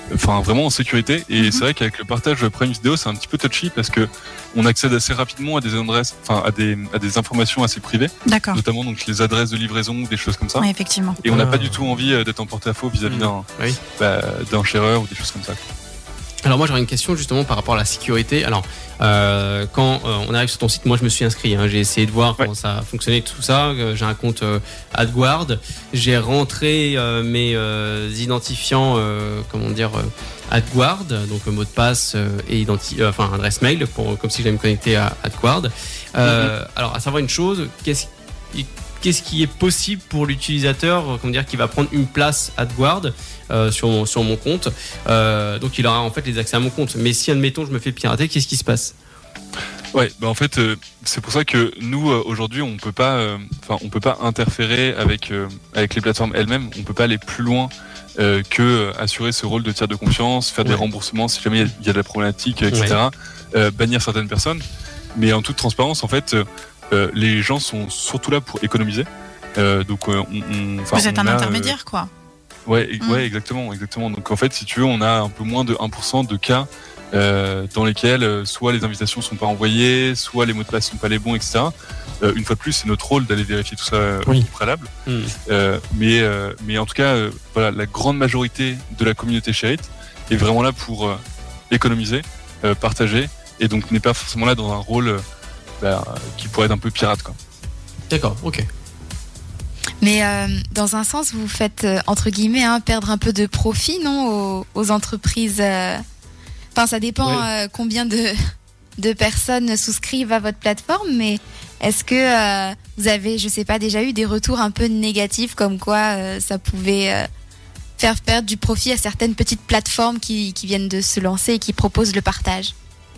enfin vraiment en sécurité. Et Mhm. c'est vrai qu'avec le partage Prime Video, c'est un petit peu touchy parce que on accède assez rapidement à des adresses, enfin à des à des informations assez privées, D'accord. notamment donc les adresses de livraison ou des choses comme ça. Oui, effectivement. Et on n'a Ah. pas du tout envie euh, d'être en porte-à-faux vis-à-vis Mhm. d'un Oui. bah, d'un shareur ou des choses comme ça. Alors moi j'aurais une question justement par rapport à la sécurité. Alors euh, quand euh, on arrive sur ton site, moi je me suis inscrit, hein, j'ai essayé de voir Ouais. comment ça fonctionnait tout ça. Euh, j'ai un compte euh, AdGuard, j'ai rentré euh, mes euh, identifiants, euh, comment dire, euh, AdGuard, donc euh, mot de passe euh, et identi- euh, enfin adresse mail pour comme si j'allais me connecter à AdGuard. Euh, Mm-hmm. Alors à savoir une chose, qu'est-ce Qu'est-ce qui est possible pour l'utilisateur, euh, comment dire, qui va prendre une place AdGuard euh, sur, mon, sur mon compte. Euh, donc il aura en fait les accès à mon compte. Mais si admettons je me fais pirater, qu'est-ce qui se passe? Ouais, bah en fait, euh, c'est pour ça que nous euh, aujourd'hui, on peut pas, euh, enfin, on peut pas interférer avec euh, avec les plateformes elles-mêmes. On peut pas aller plus loin euh, que euh, assurer ce rôle de tiers de confiance, faire des Ouais. remboursements si jamais il y a- il y, a de la problématique, euh, et cetera. Euh, bannir certaines personnes. Mais en toute transparence, en fait, euh, euh, les gens sont surtout là pour économiser. Euh, donc, euh, on, on, enfin, Vous êtes on un a, euh, intermédiaire, quoi. Ouais, e- Mm. ouais, exactement, exactement. Donc en fait, si tu veux, on a un peu moins de un pour cent de cas euh, dans lesquels euh, soit les invitations sont pas envoyées, soit les mots de passe sont pas les bons, et cetera. Euh, une fois de plus, c'est notre rôle d'aller vérifier tout ça euh, Oui. au préalable. Hmm. Euh, mais, euh, mais en tout cas, euh, voilà, la grande majorité de la communauté Shareit est vraiment là pour euh, économiser, euh, partager, et donc n'est pas forcément là dans un rôle euh, bah, qui pourrait être un peu pirate, quoi. D'accord, ok. Mais euh, dans un sens, vous faites, euh, entre guillemets, hein, perdre un peu de profit, non, aux, aux entreprises. euh, Enfin, ça dépend Oui. euh, combien de, de personnes souscrivent à votre plateforme, mais est-ce que euh, vous avez, je sais pas, déjà eu des retours un peu négatifs comme quoi euh, ça pouvait euh, faire perdre du profit à certaines petites plateformes qui, qui viennent de se lancer et qui proposent le partage?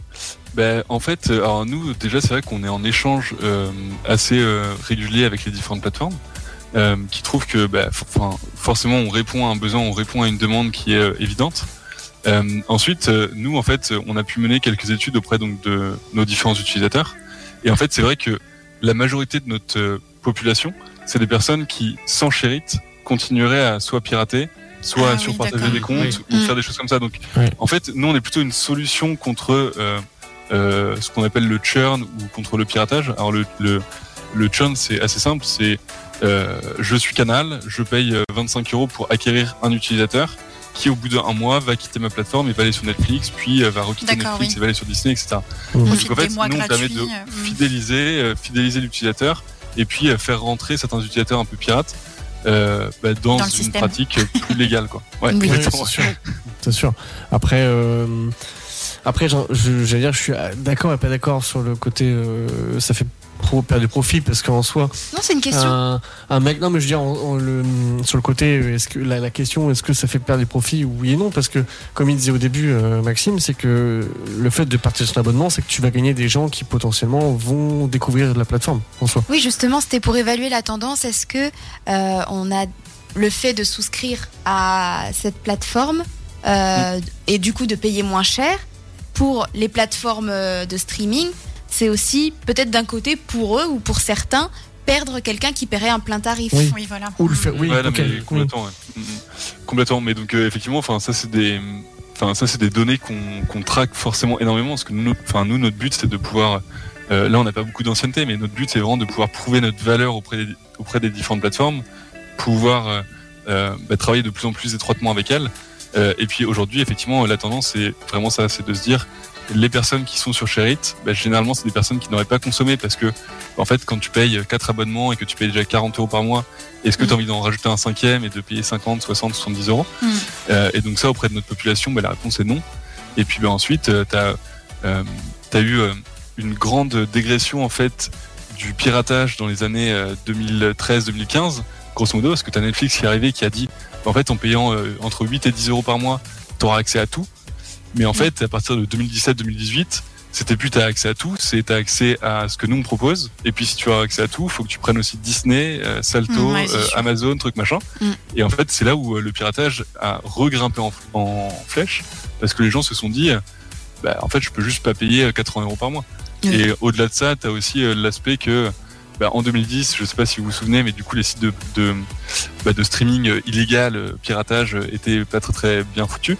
Ben, en fait, euh, alors nous, déjà, c'est vrai qu'on est en échange euh, assez euh, régulier avec les différentes plateformes, euh, qui trouvent que, bah, for- enfin, forcément, on répond à un besoin, on répond à une demande qui est euh, évidente. Euh, ensuite, euh, nous, en fait, on a pu mener quelques études auprès donc de nos différents utilisateurs, et en fait, c'est vrai que la majorité de notre euh, population, c'est des personnes qui, sans Shareit, continueraient à soit pirater, soit Ah à oui, surpartager d'accord. des comptes Oui. ou Mm. faire des choses comme ça. Donc, Oui. en fait, nous, on est plutôt une solution contre euh, euh, ce qu'on appelle le churn ou contre le piratage. Alors, le, le, le churn, c'est assez simple. C'est euh, je suis Canal, je paye euh, vingt-cinq euros pour acquérir un utilisateur qui, au bout d'un mois, va quitter ma plateforme et va aller sur Netflix, puis euh, va requitter D'accord, Netflix oui. et va aller sur Disney, et cetera. Mmh. Donc, Profite en fait, des mois nous, on permet gratuits. de euh, mm. fidéliser, euh, fidéliser l'utilisateur et puis euh, faire rentrer certains utilisateurs un peu pirates euh, bah, dans, Dans le une système. pratique euh, plus légale, quoi. Ouais, Oui. Oui, exactement. c'est sûr. C'est sûr. Après, euh, après, j'en- je, j'allais dire, je suis d'accord et pas d'accord sur le côté, euh, ça fait pro, perdre du profit parce qu'en soi, Non, c'est une question. un, un mec, non, mais je veux dire, on- on le, sur le côté, est-ce que la, la question, est-ce que ça fait perdre du profit, oui et non, parce que comme il disait au début, euh, Maxime, c'est que le fait de partir sur l'abonnement, c'est que tu vas gagner des gens qui potentiellement vont découvrir la plateforme en soi. Oui, justement, c'était pour évaluer la tendance. Est-ce que euh, on a le fait de souscrire à cette plateforme euh, et du coup de payer moins cher pour les plateformes euh, de streaming, c'est aussi peut-être d'un côté pour eux ou pour certains perdre quelqu'un qui paierait un plein tarif. Oui. Oui, voilà. Ou le faire, oui, Ouais, non, ok, mais oui. complètement, ouais. Mm, mm. Complètement. Mais donc euh, effectivement, enfin ça c'est des, enfin ça c'est des données qu'on qu'on traque forcément énormément parce que nous, enfin nous notre but c'est de pouvoir, euh, là on n'a pas beaucoup d'ancienneté, mais notre but c'est vraiment de pouvoir prouver notre valeur auprès des, auprès des différentes plateformes, pouvoir euh, euh, bah, travailler de plus en plus étroitement avec elles. Euh, et puis aujourd'hui effectivement la tendance c'est vraiment ça, c'est de se dire les personnes qui sont sur Shareit, bah, généralement c'est des personnes qui n'auraient pas consommé parce que en fait quand tu payes quatre abonnements et que tu payes déjà quarante euros par mois, est-ce que tu as Mm. envie d'en rajouter un cinquième et de payer cinquante, soixante, soixante-dix euros Mm. euh, Et donc ça auprès de notre population, bah, la réponse est non. Et puis bah, ensuite tu as euh, t'as eu euh, une grande dégression en fait du piratage dans les années euh, deux mille treize deux mille quinze, grosso modo, parce que tu as Netflix qui est arrivé qui a dit en fait en payant euh, entre huit et dix euros par mois, tu auras accès à tout. Mais en fait, à partir de deux mille dix-sept deux mille dix-huit, c'était plus t'as accès à tout, c'est t'as accès à ce que nous on propose. Et puis si tu as accès à tout, faut que tu prennes aussi Disney, euh, Salto, Mm, ouais, c'est euh, sûr. Amazon, truc machin. Mm. Et en fait, c'est là où euh, le piratage a regrimpé en, en flèche, parce que les gens se sont dit, euh, bah en fait, je peux juste pas payer quatre-vingts euros par mois. Oui. Et au-delà de ça, t'as aussi euh, l'aspect que bah, en deux mille dix, je sais pas si vous vous souvenez, mais du coup les sites de de, bah, de streaming euh, illégal, euh, piratage, euh, étaient pas très très bien foutus.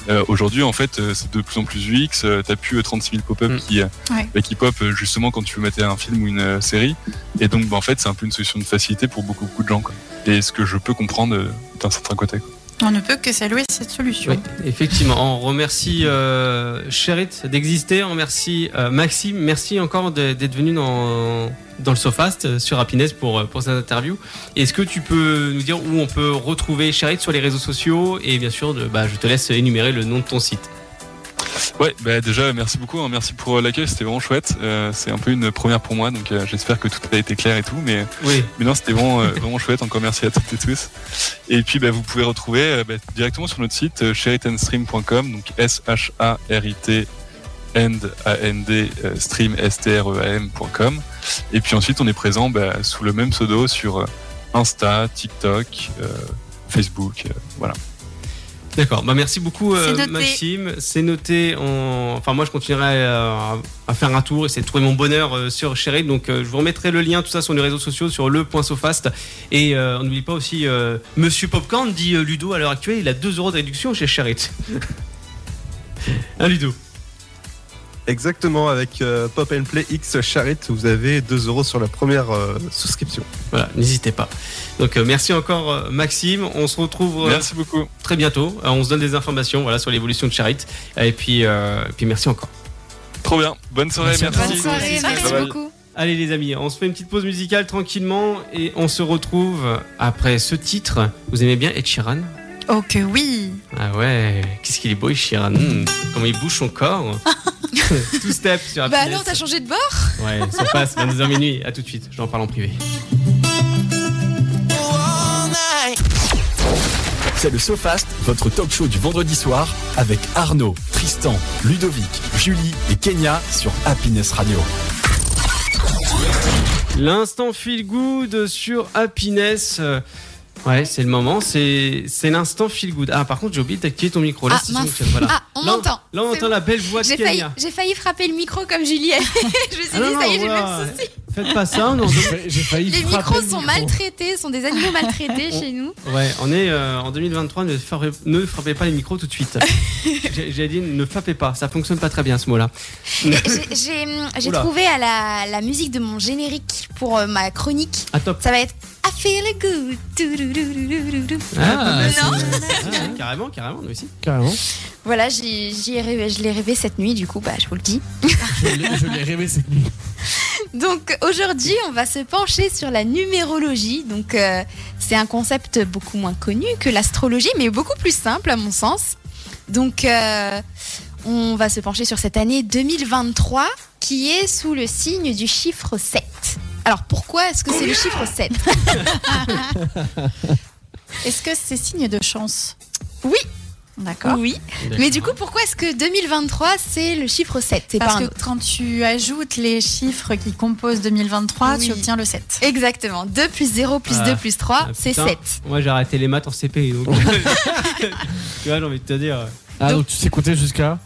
Euh, aujourd'hui, en fait, euh, c'est de plus en plus U X. Euh, t'as plus euh, trente-six mille pop-up Mm. qui, euh, Ouais. bah, qui pop euh, justement quand tu veux mettre un film ou une euh, série. Et donc, bah, en fait, c'est un peu une solution de facilité pour beaucoup, beaucoup de gens, quoi. Et ce que je peux comprendre euh, d'un certain côté, quoi. On ne peut que saluer cette solution. Oui, effectivement. On remercie euh, Sherit d'exister. On remercie euh, Maxime. Merci encore de- d'être venu dans, dans le SoFast euh, sur Happiness pour, pour cette interview. Est-ce que tu peux nous dire où on peut retrouver Sherit sur les réseaux sociaux? Et bien sûr, de, bah, je te laisse énumérer le nom de ton site. Ouais, bah déjà merci beaucoup, hein, merci pour l'accueil, c'était vraiment chouette. Euh, c'est un peu une première pour moi, donc euh, j'espère que tout a été clair et tout, mais, Oui. mais non, c'était vraiment, euh, vraiment chouette. Encore merci à toutes et tous. Et puis bah, vous pouvez retrouver euh, bah, directement sur notre site euh, sheritandstream point com, donc S H A R I T and A N D euh, stream S T R E A M point com. Et puis ensuite on est présent bah, sous le même pseudo sur euh, Insta, TikTok, euh, Facebook, euh, voilà. D'accord, bah merci beaucoup euh, C'est noté. Maxime, c'est noté. On... Enfin moi je continuerai euh, à faire un tour, essayer de trouver mon bonheur euh, sur Sherit. Donc euh, je vous remettrai le lien tout ça sur les réseaux sociaux, sur le point Sofast. Et euh, on n'oublie pas aussi euh, Monsieur Popcorn, dit euh, Ludo à l'heure actuelle, il a deux euros de réduction chez Sherit. Hein Ludo? Exactement, avec euh, Pop and Play X Charit, vous avez deux euros sur la première euh, souscription. Voilà, n'hésitez pas. Donc euh, merci encore euh, Maxime, on se retrouve euh, Merci beaucoup. très bientôt. Euh, on se donne des informations voilà, sur l'évolution de Sherit. Et puis, euh, et puis merci encore. Trop bien, bonne soirée, Merci. merci. Bonne soirée, Merci. merci Bye bye. beaucoup. Allez les amis, on se fait une petite pause musicale tranquillement et on se retrouve après ce titre. Vous aimez bien Ed Sheeran? Oh que oui. Ah ouais, qu'est-ce qu'il est beau Ed Sheeran. Mmh, comment il bouge son corps. Two step sur Bah Happiness. alors, t'as changé de bord? Ouais, ça passe, vingt-deux heures minuit. À tout de suite, j'en parle en privé. C'est le SoFast, votre talk show du vendredi soir avec Arnaud, Tristan, Ludovic, Julie et Kenya sur Happiness Radio. L'instant feel good sur Happiness. Euh, Ouais, c'est le moment, c'est c'est l'instant feel good. Ah, par contre, j'ai oublié d'activer ton micro. Là, Ah, si mince. tu- voilà. Ah, on Là, m'entend. Là, on C'est entend bon. la belle voix de J'ai failli, Kenya. j'ai failli frapper le micro comme Juliette. Je me suis Ah non, dit, non, ça y est, j'ai voilà. le même souci. Faites pas ça, non. J'ai failli- j'ai failli Les frapper micros le sont micro. maltraités, sont des animaux maltraités chez nous. Ouais, on est euh, en deux mille vingt-trois, ne frappez, ne frappez pas les micros tout de suite. J'ai j'ai dit ne frappez pas, ça fonctionne pas très bien ce mot-là. Et J'ai j'ai- j'ai Oula. trouvé à la, la musique de mon générique pour euh, ma chronique. Ah top. Ça va être I feel good. Toudoudoudoudoudoudou. Ah, Non. ah, carrément, carrément, nous aussi. Carrément. Voilà, j'y j'y ai rêvé, je l'ai rêvé cette nuit, du coup, bah, je vous le dis. Je l'ai- je l'ai rêvé cette nuit. Donc aujourd'hui, on va se pencher sur la numérologie. Donc euh, c'est un concept beaucoup moins connu que l'astrologie, mais beaucoup plus simple à mon sens. Donc euh, on va se pencher sur cette année deux mille vingt-trois qui est sous le signe du chiffre sept. Alors pourquoi est-ce que c'est le chiffre sept? Est-ce que c'est signe de chance? Oui. D'accord. Oui. Mais du coup, pourquoi est-ce que deux mille vingt-trois c'est le chiffre sept? C'est Parce pas un que autre. quand tu ajoutes les chiffres qui composent deux mille vingt-trois, Oui. tu obtiens le sept. Exactement. deux plus zéro plus Ah. deux plus trois, Ah, c'est putain. sept. Moi, j'ai arrêté les maths en C P, donc. Tu vois, j'ai envie de te dire. Ah, Donc- donc tu sais compter jusqu'à.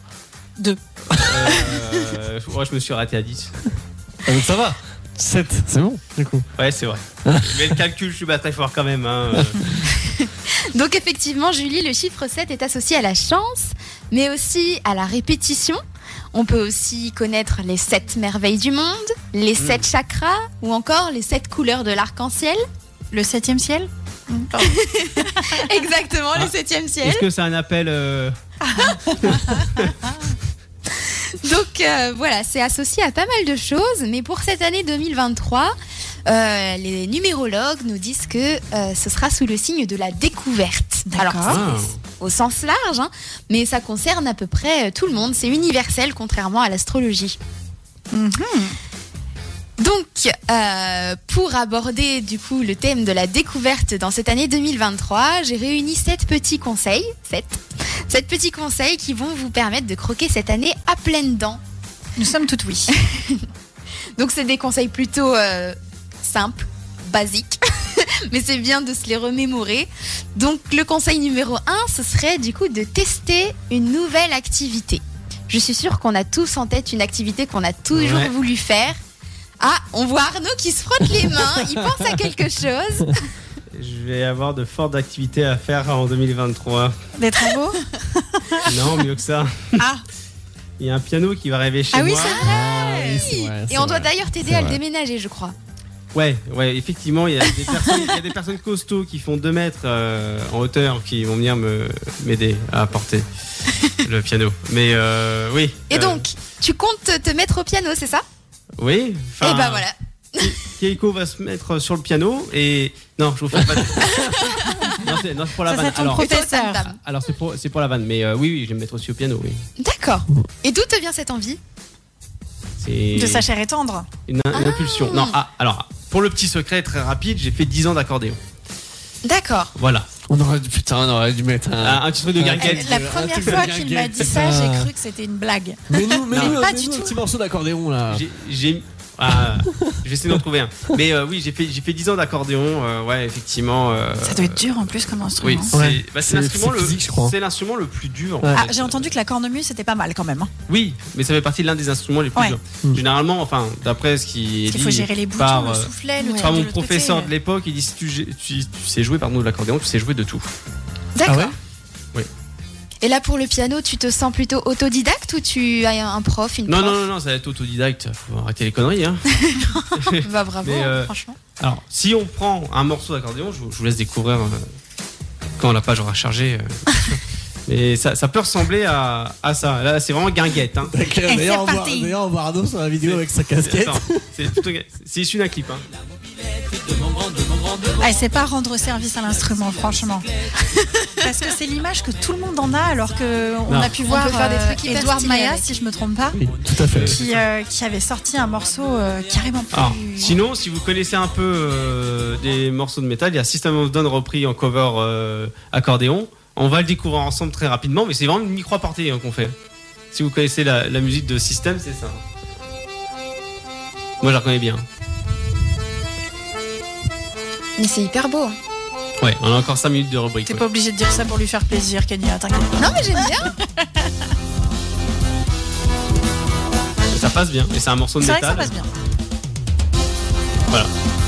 Euh, moi, je me suis arrêté à dix. Ah, donc ça va. sept, c'est bon, du coup. Ouais, c'est vrai. Mais le calcul, je suis pas très fort quand même. Hein. Donc effectivement, Julie, le chiffre sept est associé à la chance, mais aussi à la répétition. On peut aussi connaître les sept merveilles du monde, les sept chakras ou encore les sept couleurs de l'arc-en-ciel. Le septième ciel? Exactement, Ah. le septième ciel. Est-ce que c'est un appel euh, Donc euh, voilà, c'est associé à pas mal de choses, mais pour cette année deux mille vingt-trois, euh, les numérologues nous disent que euh, ce sera sous le signe de la découverte. D'accord. Alors, c'est- au sens large, hein, mais ça concerne à peu près euh, tout le monde, c'est universel contrairement à l'astrologie. Mhm. Donc, euh, pour aborder du coup le thème de la découverte dans cette année deux mille vingt-trois, j'ai réuni sept petits conseils, sept, sept petits conseils qui vont vous permettre de croquer cette année à pleines dents. Nous sommes toutes oui. Donc, c'est des conseils plutôt euh, simples, basiques, mais c'est bien de se les remémorer. Donc, le conseil numéro un, ce serait du coup de tester une nouvelle activité. Je suis sûre qu'on a tous en tête une activité qu'on a toujours Ouais. voulu faire. Ah, on voit Arnaud qui se frotte les mains, il pense à quelque chose. je vais avoir de fortes activités à faire en deux mille vingt-trois. Des travaux? Non, mieux que ça. Ah. Il y a un piano qui va arriver chez Ah oui, moi. c'est vrai. Ah oui, c'est vrai, c'est Et on doit vrai. d'ailleurs t'aider C'est à le vrai. déménager, je crois. Ouais, ouais, effectivement, il y a des personnes, il y a des personnes costauds qui font deux mètres euh, en hauteur qui vont venir me m'aider à apporter le piano. Mais euh, oui. Et euh, donc, tu comptes te te mettre au piano, c'est ça? Oui. Et bah voilà. Keiko va se mettre sur le piano et non, je vous fais pas. De... non, c'est non, c'est pour la Ça, vanne. c'est ton Alors, professeur. Tam-tam. alors c'est pour c'est pour la vanne, mais euh, oui, oui, je vais me mettre aussi au piano. Oui. D'accord. Et d'où te vient cette envie? C'est De sa chair et tendre. une, une impulsion. Non, ah, alors pour le petit secret très rapide, j'ai fait dix ans d'accordéon. D'accord. Voilà. On aurait dû, putain, on aurait dû mettre un. Un, un petit truc de Ah, garguette. La un première truc de fois qu'il m'a guinguette, dit ça, c'est j'ai ça. cru que c'était une blague. Mais nous, mais Non. nous, Pas mais du nous, un tout. petit morceau d'accordéon là. J'ai- J'ai ah, je vais essayer d'en trouver un. Mais euh, oui, j'ai fait j'ai fait dix ans d'accordéon. euh, ouais, effectivement. euh, Ça doit être dur en plus comme instrument. Oui, c'est Ouais. bah, c'est C'est- l'instrument c'est le physique, je crois. c'est l'instrument le plus dur. en Ouais. Ah, fait. j'ai entendu que la cornemuse c'était pas mal quand même. hein. Oui, mais ça fait partie de l'un des instruments les plus Ouais. durs. Mm. Généralement, enfin, d'après ce qui est Parce qu'il dit faut gérer les boutons, par, le euh, soufflet, le ouais. truc par de mon l'autre professeur côté. de l'époque, il dit si tu, tu, tu sais jouer pardon de l'accordéon, tu sais jouer de tout. D'accord. Ah ouais Oui. Et là, pour le piano, tu te sens plutôt autodidacte ou tu as un prof, une Non, prof non, non, non, ça va être autodidacte. Faut arrêter les conneries. Hein. Bah bravo, Mais, euh, franchement. Alors, si on prend un morceau d'accordéon, je, vous- je vous laisse découvrir euh, quand la page aura chargé. euh, Mais ça, ça peut ressembler à, à ça. Là, c'est vraiment guinguette. Hein. D'ailleurs, on voit- parti. d'ailleurs, on voit Arnaud sur la vidéo avec sa casquette. Attends, c'est plutôt- c'est issu d'un clip. Hein. Ah, c'est pas rendre service à l'instrument, franchement. Parce que c'est l'image que tout le monde en a, alors que on Non. a pu On voir peut faire des euh, trucs hyper Edouard stylés Maya, avec. si je me trompe pas, Oui, tout à fait. qui, euh, qui avait sorti un morceau euh, carrément plus. Alors, sinon, si vous connaissez un peu euh, des morceaux de métal, il y a System of a Down repris en cover euh, accordéon. On va le découvrir ensemble très rapidement, mais c'est vraiment une micro-aparté hein, qu'on fait. Si vous connaissez la, la musique de System, c'est ça. Moi, je la reconnais bien. Mais c'est hyper beau. Ouais, on a encore cinq minutes de rubrique. T'es ouais. pas obligé de dire ça pour lui faire plaisir, Kenya, t'inquiète pas. Non, mais j'aime bien. Ça passe bien, et c'est un morceau de C'est vrai que métal. ça passe bien. Voilà.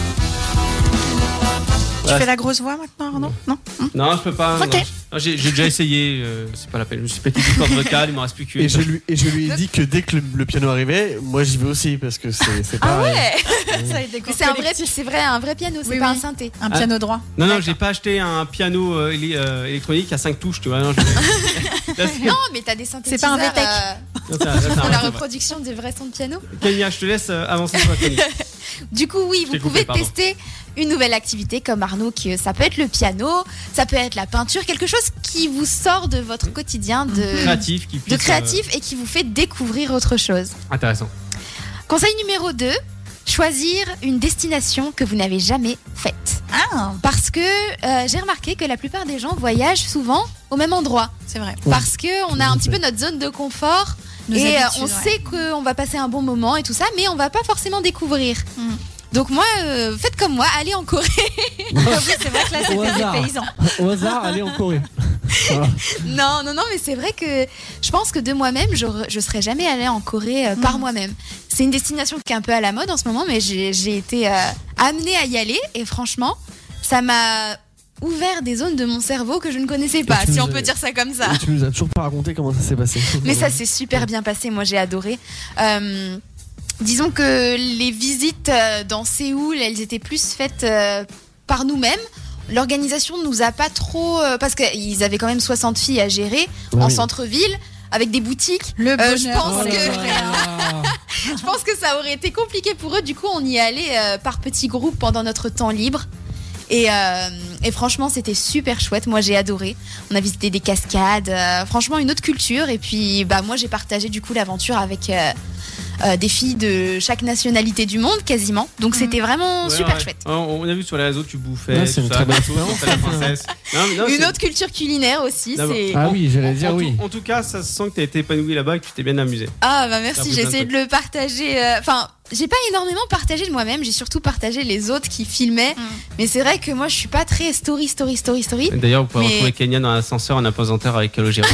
Tu Voilà. fais la grosse voix maintenant, Arnaud? Non? Non, je peux pas. Ok. non. Non, J'ai j'ai déjà essayé, euh, c'est pas la peine. Je me suis pété du corde vocale, il m'en reste plus qu'une. Et je, lui, et je lui ai dit que dès que le, le piano arrivait, moi j'y vais aussi parce que c'est c'est Ah pareil. ouais. Ça a été Mais c'est un vrai, c'est vrai, un vrai piano, c'est Oui, pas oui. un synthé. Un piano droit. Non, non, j'ai pas acheté un piano euh, éli- euh, électronique à cinq touches, tu vois. Non, je- Là, c'est- Non, mais t'as des synthétiseurs. pas un V T E C. euh, non, ça- là, c'est un pour la vrai. reproduction des vrais sons de piano. Kenya, je te laisse euh, avancer sur la chronique. Du coup, oui, vous t'ai pouvez coupé, pardon. tester une nouvelle activité comme Arnaud, qui, ça peut être le piano, ça peut être la peinture, quelque chose qui vous sort de votre quotidien de, Créatif qui de puisse, créatif et qui vous fait découvrir autre chose. euh, intéressant. Conseil numéro deux, choisir une destination que vous n'avez jamais faite. Ah, Parce que euh, j'ai remarqué que la plupart des gens voyagent souvent au même endroit. c'est vrai. Ouais. Parce qu'on a un petit peu notre zone de confort. Nos et euh, habitudes, on ouais. sait qu'on va passer un bon moment et tout ça, mais on va pas forcément découvrir. Mm. Donc moi, euh, faites comme moi, allez en Corée. Ah oui, c'est vrai que là, Au c'était hasard. des paysans. Au hasard, allez en Corée. Voilà. Non, non, non, mais c'est vrai que je pense que de moi-même, je, je serais jamais allée en Corée euh, par Mm. moi-même. C'est une destination qui est un peu à la mode en ce moment, mais j'ai j'ai été euh, amenée à y aller et franchement, ça m'a ouvert des zones de mon cerveau que je ne connaissais pas, Et tu si nous on as- peut dire ça comme ça. Et tu nous as toujours pas raconté comment ça s'est passé. Mais ça s'est super bien passé, moi j'ai adoré. Euh, disons que les visites euh, dans Séoul, elles étaient plus faites euh, par nous-mêmes. L'organisation nous a pas trop... euh, parce qu'ils avaient quand même soixante filles à gérer Ouais, en oui. centre-ville, avec des boutiques. Le Euh, bonheur. je pense Oh là que- là. Je pense que ça aurait été compliqué pour eux. Du coup, on y allait euh, par petits groupes pendant notre temps libre. Et, euh, et franchement, c'était super chouette. Moi, j'ai adoré. On a visité des cascades. euh, franchement, une autre culture. Et puis, bah, moi, j'ai partagé du coup l'aventure avec euh, euh, des filles de chaque nationalité du monde, quasiment. Donc, c'était vraiment Ouais, super ouais. chouette. On on a vu sur les réseaux, tu bouffais. Ouais, c'est tout une ça, très bonne tout, expérience. t'as la princesse. Non, mais non, Une c'est- autre culture culinaire aussi. D'abord. C'est... Ah oui, j'allais dire en, oui. tout, en tout cas, ça se sent que t'as été épanoui là-bas et que tu t'es bien amusé. Ah bah T'as merci, appris j'ai plein de essayé de le partager. euh, Enfin, j'ai pas énormément partagé de moi-même, j'ai surtout partagé les autres qui filmaient. Mm. Mais c'est vrai que moi je suis pas très story, story, story, story. D'ailleurs, vous pouvez Mais- retrouver Kenya dans l'ascenseur en apesanteur avec Calogero.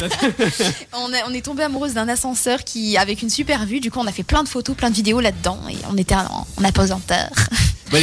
On, est- on est tombé amoureuse d'un ascenseur qui avec une super vue. Du coup, on a fait plein de photos, plein de vidéos là-dedans et on était en, en apesanteur. Bon, allez,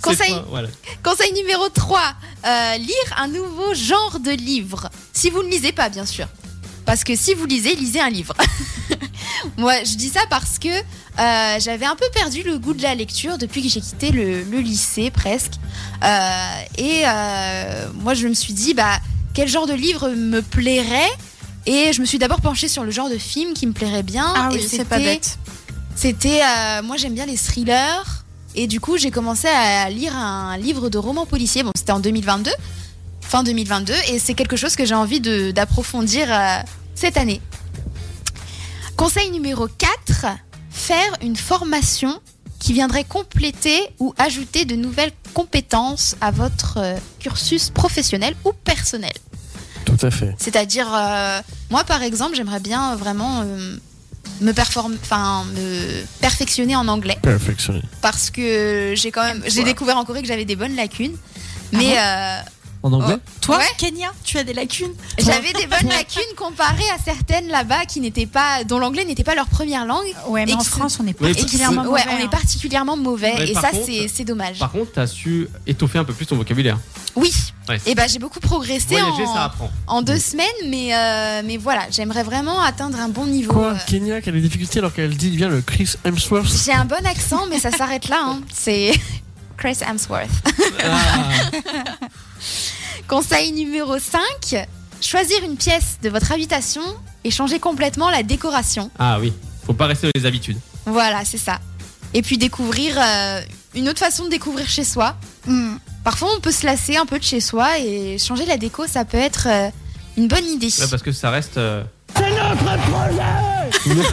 Conseil, pas- voilà. conseil numéro trois, euh, lire un nouveau genre de livre. Si vous ne lisez pas, bien sûr. Parce que si vous lisez, lisez un livre. Moi, je dis ça parce que euh, j'avais un peu perdu le goût de la lecture depuis que j'ai quitté le, le lycée, presque. Euh, et euh, moi, je me suis dit, bah, quel genre de livre me plairait ? Et je me suis d'abord penchée sur le genre de film qui me plairait bien. Ah et oui, c'est pas bête. C'était, euh, moi j'aime bien les thrillers et du coup j'ai commencé à lire un livre de roman policier. Bon, c'était en deux mille vingt-deux, fin deux mille vingt-deux, et c'est quelque chose que j'ai envie de, d'approfondir euh, cette année. Conseil numéro quatre, faire une formation qui viendrait compléter ou ajouter de nouvelles compétences à votre euh, cursus professionnel ou personnel. Tout à fait. C'est-à-dire, euh, moi par exemple, j'aimerais bien vraiment euh, me, perform- enfin, me perfectionner en anglais Perfectionné. parce que j'ai quand même, j'ai découvert en Corée que j'avais des bonnes lacunes, mais euh, En anglais Toi, Ouais. Kenya, tu as des lacunes. j'avais des bonnes lacunes comparées à certaines là-bas qui n'étaient pas, dont l'anglais n'était pas leur première langue. Ouais, mais Et en qui se- France, on est Oui, particulièrement ouais, mauvais, on est hein. particulièrement mauvais Ouais, et par ça contre- c'est, c'est dommage. Par contre, t'as su étoffer un peu plus ton vocabulaire. Oui. Ouais. Et ben j'ai beaucoup progressé Voyager, en, ça apprend. en deux semaines, mais euh, mais voilà, j'aimerais vraiment atteindre un bon niveau. Quoi euh. Kenya qui a des difficultés alors qu'elle dit bien le Chris Hemsworth. J'ai un bon accent, mais ça s'arrête là. Hein. C'est Chris Hemsworth. Ah, Conseil numéro cinq, choisir une pièce de votre habitation et changer complètement la décoration. ah oui, faut pas rester dans les habitudes. Voilà, c'est ça. Et puis découvrir euh, une autre façon de découvrir chez soi. Hmm. Parfois, on peut se lasser un peu de chez soi et changer la déco, ça peut être euh, une bonne idée. Ouais, parce que ça reste. euh, C'est notre projet.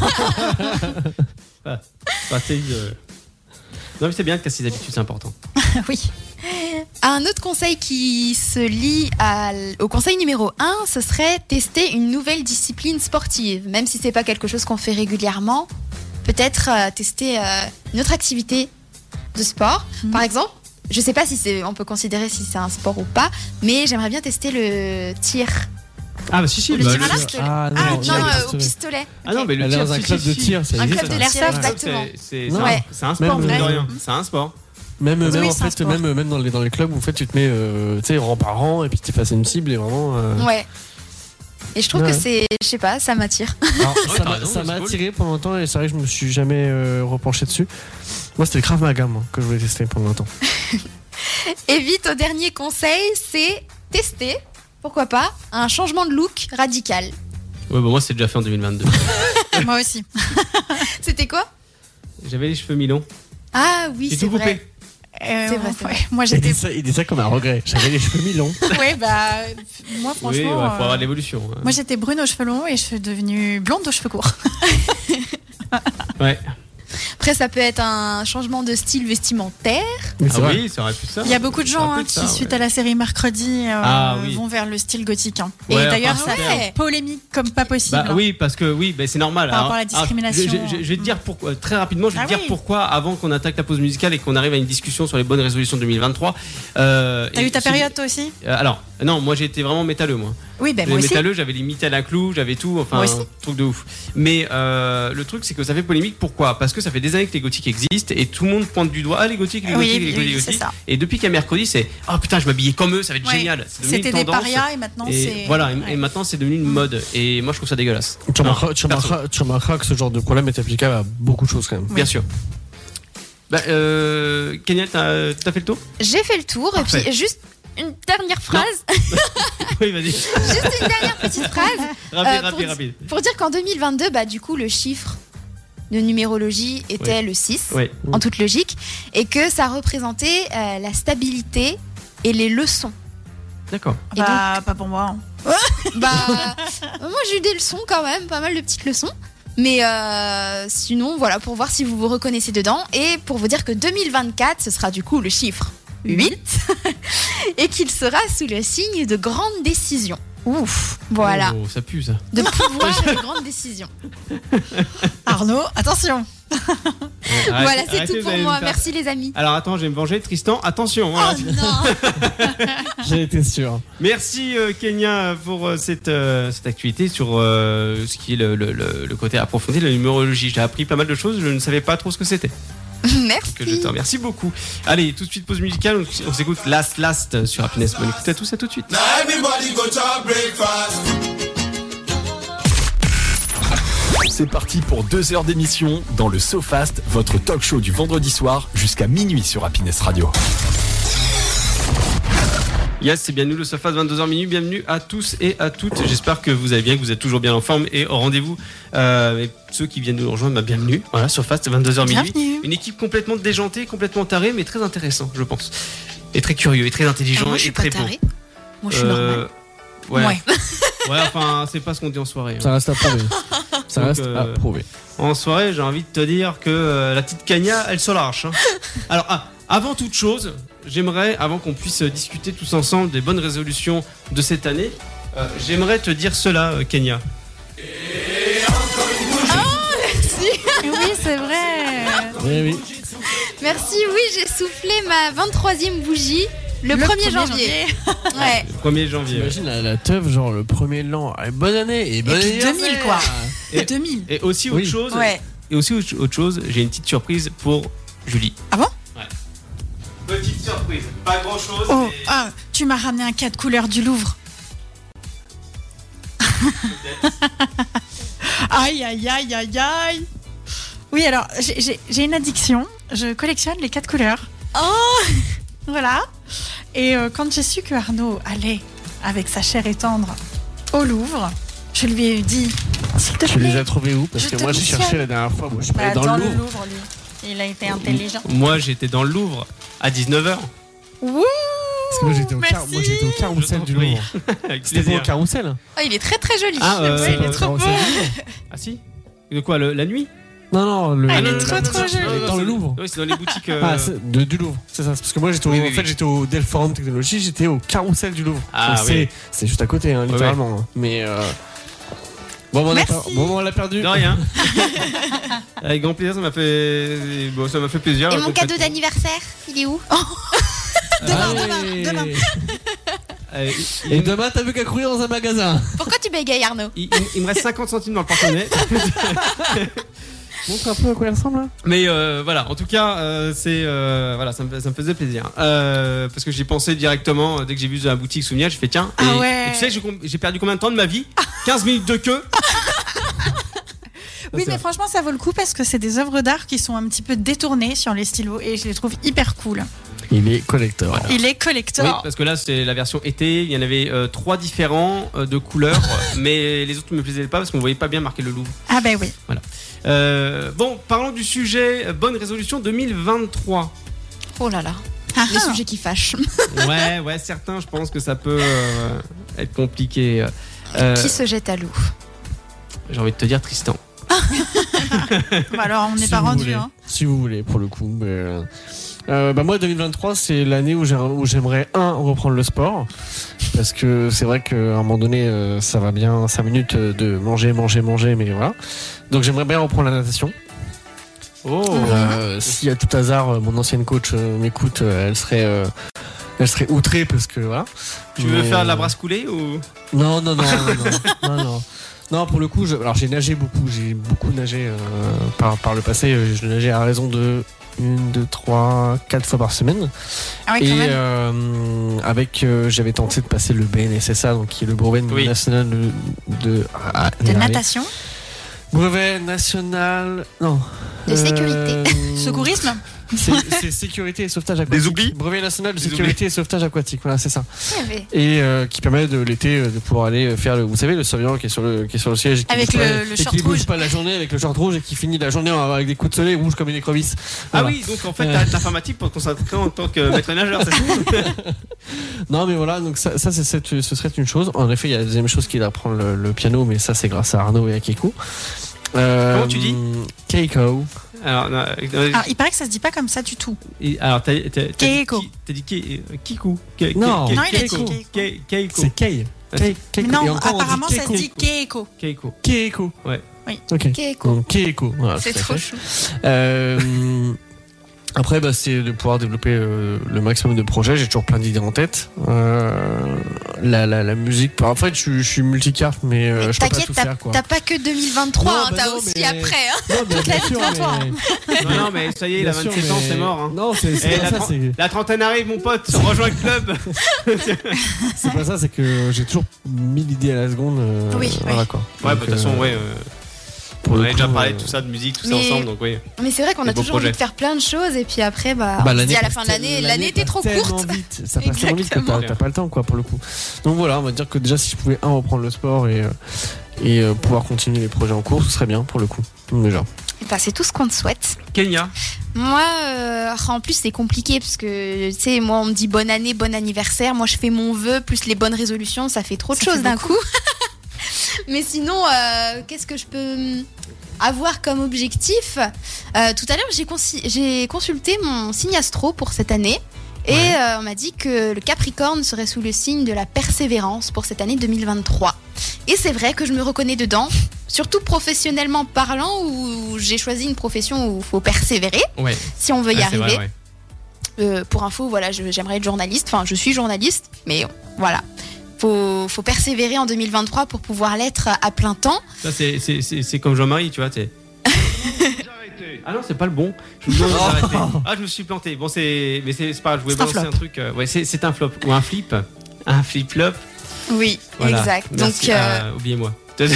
Bah, c'est, euh, Non mais c'est bien de casser ses habitudes, c'est important. Oui. Un autre conseil qui se lie à l- au conseil numéro un, ce serait tester une nouvelle discipline sportive. Même si c'est pas quelque chose qu'on fait régulièrement, peut-être euh, tester euh, une autre activité de sport. Mhm. Par exemple, je sais pas si c'est, on peut considérer si c'est un sport ou pas, mais j'aimerais bien tester le tir. Ah bah si si. Le bah, tir le- à l'arc. Ah Ah, non, non, tir euh, au au pistolet. pistolet. Ah non mais le Elle est tir, dans un si, club si, de si. tir, ça Un existe. club de ça. l'airsoft, Je crois que exactement. c'est- C'est Non. c'est un- Ouais. c'est un sport, Même, mine de euh, rien. C'est un sport. Même, Oui, même oui, en c'est un fait, sport. même, même dans les, dans les clubs où en fait, tu te mets euh, tu sais, rang par rang et puis tu fasses une cible et vraiment. euh, Ouais. Et je trouve Ouais. que c'est, je sais pas, ça m'attire. Alors, Ouais, ça t'as m'a raison, ça c'est m'a cool. attiré pendant longtemps et c'est vrai que je me suis jamais euh, repenché dessus. Moi, c'était le Krav Maga moi, que je voulais tester pendant longtemps. Et vite, au dernier conseil, c'est tester, pourquoi pas, un changement de look radical. Ouais bah moi c'est déjà fait en deux mille vingt-deux. Moi aussi. C'était quoi? J'avais les cheveux mi-longs. Ah oui, J'ai c'est tout vrai. coupé. Euh, C'est vrai, c'est ouais, vrai. Moi, Il j'étais. dit, ça, il dit ça comme un regret. J'avais les cheveux mi-longs. Ouais, bah. Moi, franchement. Oui, ouais, faut euh, avoir de l'évolution. hein. Moi, j'étais brune aux cheveux longs et je suis devenue blonde aux cheveux courts. Ouais. Après, ça peut être un changement de style vestimentaire. Mais Ah c'est vrai. oui, ça aurait pu ça. Il y a beaucoup de gens Ça aurait hein, pu qui, ça, suite ouais. à la série Mercredi, euh, Ah, oui. vont vers le style gothique. hein. Ouais, et d'ailleurs, enfin, ça ouais. fait polémique comme pas possible. Bah hein. oui, parce que oui, bah, c'est normal. Par Alors, rapport à la discrimination. alors, je, je- je vais te dire pourquoi, très rapidement, je vais Ah te dire oui. pourquoi, avant qu'on attaque la pause musicale et qu'on arrive à une discussion sur les bonnes résolutions deux mille vingt-trois. Euh, T'as et eu ta celui- période toi aussi Euh, Alors, non, moi j'ai été vraiment métalleux, moi. Oui, ben Les moi aussi. métalleux, j'avais les mitelles à clous, j'avais tout, enfin, Moi aussi. un truc de ouf. Mais euh, le truc, c'est que ça fait polémique. Pourquoi? Parce que ça fait des années que les gothiques existent et tout le monde pointe du doigt, ah, les gothiques, les Oui, gothiques, les oui, gothiques, les c'est gothiques. ça. Et depuis qu'à mercredi, c'est, ah putain, je m'habillais comme eux, ça va être Ouais. génial. C'est devenu C'était une des tendance. parias et maintenant Et c'est. voilà, et- Ouais. et maintenant c'est devenu une mode. Et moi je trouve ça dégueulasse. Tu Non, remarqueras, tu, perso. remarqueras, tu remarqueras que ce genre de problème est applicable à beaucoup de choses quand même. Bien sûr. Bah, euh, Kenya, t'as t'as fait le tour? J'ai fait le tour. Parfait. Et puis, juste une dernière phrase. Oui, vas-y. Juste une dernière petite phrase. Rapide, Euh, pour rapide, di- rapide. Pour dire qu'en deux mille vingt-deux, bah, du coup, le chiffre de numérologie était le six, Oui. en toute logique, et que ça représentait euh, la stabilité et les leçons. D'accord. Et Bah, pas pour moi. hein. Bah, moi j'ai eu des leçons quand même, pas mal de petites leçons. Mais euh, sinon, voilà, pour voir si vous vous reconnaissez dedans. Et pour vous dire que deux mille vingt-quatre, ce sera du coup le chiffre huit. Et qu'il sera sous le signe de grandes décisions. Ouf, voilà. Oh, ça pue ça. De pouvoir et de grandes décisions. Arnaud, attention. Voilà, c'est tout pour moi. Merci les amis. Alors attends, je vais me venger. Tristan, attention. Oh hein. non. J'ai été sûr. Merci euh, Kenya pour euh, cette, euh, cette activité sur euh, ce qui est le, le- le- le côté approfondi de la numérologie. J'ai appris pas mal de choses, je ne savais pas trop ce que c'était. Merci. Que je te remercie beaucoup. Allez, tout de suite pause musicale, on, on s'écoute Last Last sur Happiness. Bonne écoute à tous, à tout de suite. Now everybody go to breakfast. C'est parti pour deux heures d'émission dans le SoFast, votre talk show du vendredi soir jusqu'à minuit sur Happiness Radio. Yes, c'est bien nous le SoFast, vingt-deux heures minuit. Bienvenue à tous et à toutes. J'espère que vous allez bien, que vous êtes toujours bien en forme et au rendez-vous. Euh, et ceux qui viennent de nous rejoindre, bah, bienvenue. Voilà, SoFast, vingt-deux heures minuit. Bienvenue. Une équipe complètement déjantée, complètement tarée, mais très intéressant, je pense. Et très curieux, et très intelligent, Alors moi, je et suis pas très beau. tarée. Moi, je suis normale. Ouais. Ouais. Ouais, enfin, c'est pas ce qu'on dit en soirée. hein. Ça reste à prouver. Ça Donc, reste euh, à prouver. En soirée, j'ai envie de te dire que euh, la petite Cagna, elle se lâche. Hein. Alors, ah, avant toute chose, j'aimerais, avant qu'on puisse discuter tous ensemble des bonnes résolutions de cette année, euh, j'aimerais te dire cela, euh, Kenya. Oui, c'est vrai. Oui, oui. Merci, oui, j'ai soufflé ma vingt-troisième bougie le, premier janvier. Ouais. Le premier janvier. ouais. T'imagines la, la teuf, genre le premier de l'an. Allez, bonne année et bonne puis anniversaire. deux mille, quoi. Et- deux mille. Et aussi autre Oui. chose, Ouais. et aussi autre autre chose, j'ai une petite surprise pour Julie. Ah bon? Petite surprise, pas grand chose. Oh, ah, tu m'as ramené un quatre couleurs du Louvre. Aïe, aïe, aïe, aïe, aïe. Oui, alors, j'ai- j'ai j'ai une addiction. Je collectionne les quatre couleurs. Oh. Voilà. Et euh, quand j'ai su que Arnaud allait avec sa chair et tendre au Louvre, je lui ai dit, s'il te Tu les plaît, as trouvés où? Parce Je que te moi j'ai missionne. cherché la dernière fois. Moi je suis pas bah, allé dans, dans le le Louvre. Louvre, lui. Il a été intelligent. Moi, j'étais dans le Louvre à dix-neuf heures. Wouh. Parce que moi j'étais au, car... Merci. moi, j'étais au carrousel Je du t'en prie. Louvre. Avec C'était pas au plaisir. carrousel? Oh, il est très très joli. Ah, euh, Ouais, il est trop beau. Carrousel du Louvre. Ah si. De quoi, le- la nuit? Non, non, le... Ah, il est le- trop, le- trop le- joli. Dans le c'est- Louvre. Oui, c'est dans les boutiques. euh, Ah, c'est de, du Louvre, c'est ça. C'est parce que moi j'étais au, Oui, oui, en fait, oui. j'étais au Dell Forum Technologies, j'étais au carrousel du Louvre. Ah, Donc, oui. c'est, c'est juste à côté, hein, littéralement. hein. Mais euh... bon, bon, on a Merci. per- bon, on l'a perdu. De rien. Avec grand plaisir, ça m'a fait. Bon, ça m'a fait plaisir. Et mon concrètement. cadeau d'anniversaire, il est où? Demain, Allez. demain, demain. Euh, il- Et il- demain, t'as vu qu'à courir dans un magasin. Pourquoi tu bégayes, Arnaud? il, il- il me reste cinquante centimes dans le porte-monnaie. Montre un peu à quoi il ressemble là. Mais euh, voilà, en tout cas, euh, c'est euh, voilà, ça me, ça me faisait plaisir. Euh, parce que j'y pensé directement euh, dès que j'ai vu dans la boutique Souvenir, j'ai fait tiens. Et, Ah ouais. et tu sais, j'ai, com- j'ai perdu combien de temps de ma vie? quinze minutes de queue. Oui, c'est mais vrai. franchement, ça vaut le coup parce que c'est des œuvres d'art qui sont un petit peu détournées sur les stylos et je les trouve hyper cool. Il est collector. Il est Oui, collector. parce que là, c'est la version été. Il y en avait euh, trois différents euh, de couleurs, mais les autres ne me plaisaient pas parce qu'on voyait pas bien marquer le Louvre. Ah ben oui. Euh, bon, parlons du sujet euh, bonne résolution deux mille vingt-trois. Oh là là. Ah, Les ah. sujets qui fâchent. Ouais, ouais, certains, je pense que ça peut euh, être compliqué. Euh, Qui se jette à l'eau? J'ai envie de te dire Tristan. Bah alors, on n'est Si pas vous rendu. voulez. Hein. Si vous voulez, pour le coup. Mais, euh, euh, bah moi, deux mille vingt-trois, c'est l'année où, j'ai- où j'aimerais, un, reprendre le sport. Parce que c'est vrai qu'à un moment donné, euh, ça va bien cinq minutes de manger, manger, manger, mais voilà. Donc j'aimerais bien reprendre la natation. Oh, Euh, si à tout hasard, euh, mon ancienne coach euh, m'écoute, euh, elle serait... euh, elle serait outrée parce que voilà. tu veux Mais, faire de la euh, brasse coulée ou Non, non, non, non, non, non, non. Non, pour le coup, je, alors j'ai nagé beaucoup, j'ai beaucoup nagé euh, par, par le passé. euh, Je nageais à raison de une, deux, trois, quatre fois par semaine. Ah oui, quand Et même. euh, avec, euh, j'avais tenté de passer le B N S S A, donc qui est le brevet Oui. national de, de, ah, De j'y arrive. natation. Brevet national, non. De sécurité. Euh, Secourisme. C'est c'est sécurité et sauvetage aquatique. Des oublis Brevet national de Des sécurité et sauvetage aquatique, voilà, c'est ça. Il y avait- Et euh, qui permet de l'été euh, de pouvoir aller faire le, vous savez, le surveillant qui est sur le qui est sur le siège et qui Avec bouge pas- le- le et short qui bouge rouge. pas la journée avec le short rouge et qui finit la journée en- avec des coups de soleil rouges comme une écrevisse. Ah Voilà. oui, donc en fait, Euh. t'as de l'informatique pour te concentrer en tant que maître nageur, c'est ça? Non mais voilà, donc ça, ça c'est cette- ce serait une chose. En effet, il y a la deuxième chose qui est d'apprendre le, le piano, mais ça c'est grâce à Arnaud et à Keiko. Euh, Comment tu dis Keiko. Alors, non, euh, Alors, il paraît que ça se dit pas comme ça du tout. et- alors t'as, t'as, t'as dit Keiko. qui- T'as dit qui- euh, Kikou. Ke- Non. Ke- Non, il a Keiko. dit Keiko. Ke- Keiko. C'est Kei. Kei- Keiko. Non, Et encore, on dit apparemment, ça se Keiko. dit Keiko. Keiko. Keiko. Ouais. Oui. Ok. Keiko. Donc, Keiko. Voilà, C'est tout à trop fait. chou. Euh, Après, bah, c'est de pouvoir développer euh, le maximum de projets. J'ai toujours plein d'idées en tête. Euh, la, la, la musique. En fait, je, suis- je suis multicarte, mais euh, Mais je peux pas t'inquiète, tout t'as, faire, quoi. t'as pas que deux mille vingt-trois, Non, hein, bah t'as non, aussi mais- après. Hein. Non, mais bien sûr, devant toi. mais- Non, non, mais ça y est, il a bien sûr, vingt-sept ans, mais- c'est mort. Hein. Non, c'est c'est Eh, pas la, ça. tren- C'est la trentaine arrive, mon pote, rejoins le club. c'est pas ça. C'est que j'ai toujours mille idées à la seconde. euh, Oui, voilà, oui. quoi. Ouais, bah, Donc, de toute façon, euh, ouais. euh, pour on le avait déjà coup, parlé euh, de tout ça, de musique, tout ça Mais- ensemble, donc oui. Mais c'est vrai qu'on Des a beaux toujours envie projets. de faire plein de choses et puis après, bah, Bah, on se dit à la passe fin de l'année, tel- l'année était passe trop tellement courte. vite. Ça passe tellement vite que t'as Exactement. t'as pas le temps, quoi, pour le coup. Donc voilà, on va dire que déjà, si je pouvais un reprendre le sport et euh, et euh, pouvoir continuer les projets en cours, ce serait bien pour le coup. Déjà. Et bah, c'est tout ce qu'on te souhaite. Kenya. Moi, euh, en plus, c'est compliqué parce que, tu sais, moi, on me dit bonne année, bon anniversaire. Moi, je fais mon vœu, plus les bonnes résolutions, ça fait trop de Ça choses fait d'un beaucoup. coup. Mais sinon, euh, qu'est-ce que je peux hum, avoir comme objectif Euh, Tout à l'heure, j'ai, consi- j'ai consulté mon signe astro pour cette année. Et Ouais. euh, on m'a dit que le Capricorne serait sous le signe de la persévérance pour cette année deux mille vingt-trois. Et c'est vrai que je me reconnais dedans, surtout professionnellement parlant, où j'ai choisi une profession où il faut persévérer Ouais. si on veut y Ouais, c'est arriver. vrai, ouais. Euh, pour info, voilà, je- j'aimerais être journaliste. Enfin, je suis journaliste, mais voilà. Faut, faut persévérer en deux mille vingt-trois pour pouvoir l'être à plein temps. Ça, c'est, c'est, c'est, c'est comme Jean-Marie, tu vois. T'es... Ah non, c'est pas le bon. Je vous demande d'arrêter. Ah, je me suis planté. Bon, c'est, mais c'est, c'est pas grave. Je voulais C'est un balancer un, flop. truc. euh, Ouais, c'est, c'est un flop ou un flip, un flip-flop. Oui, Voilà. exact. Merci. Donc, euh, Ah, oubliez-moi.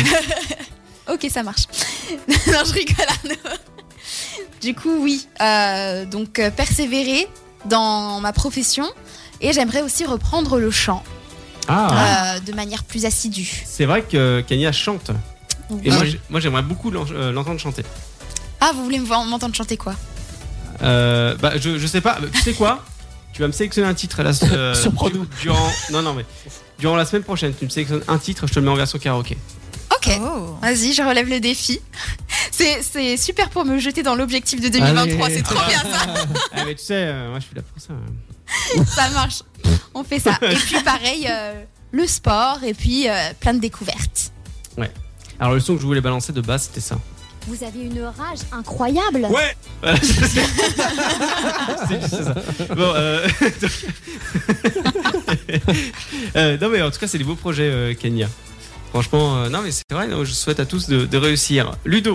ok, ça marche. non, je rigole, Arnaud. Du coup, oui. euh, donc, euh, persévérer dans ma profession. Et j'aimerais aussi reprendre le chant Ah. euh, de manière plus assidue. C'est vrai que Kenya chante. Et Oui. moi, j'ai- moi, j'aimerais beaucoup l'en- euh, l'entendre chanter. Ah, vous voulez me voir- m'entendre chanter quoi? Euh, bah, je, je sais pas. Tu sais quoi? Tu vas me sélectionner un titre là, euh, Surprends-nous. du- durant. Non, non, mais durant la semaine prochaine, tu me sélectionnes un titre, je te le mets en version karaoké. Ok. Oh. Vas-y, je relève le défi. C'est, c'est super pour me jeter dans l'objectif de deux mille vingt-trois. Allez. C'est trop bien ça. Ah, mais tu sais, euh, moi, je suis là pour ça. Ça marche. On fait ça. Et puis pareil, euh, le sport et puis euh, plein de découvertes. Alors, le son que je voulais balancer de base, c'était ça. Vous avez une rage incroyable. Ouais. Voilà, c'est c'est juste ça. Bon, euh... euh, non mais en tout cas c'est des beaux projets, euh, Kenya. Franchement, euh, non mais c'est vrai. Non, je souhaite à tous de, de réussir. Ludo,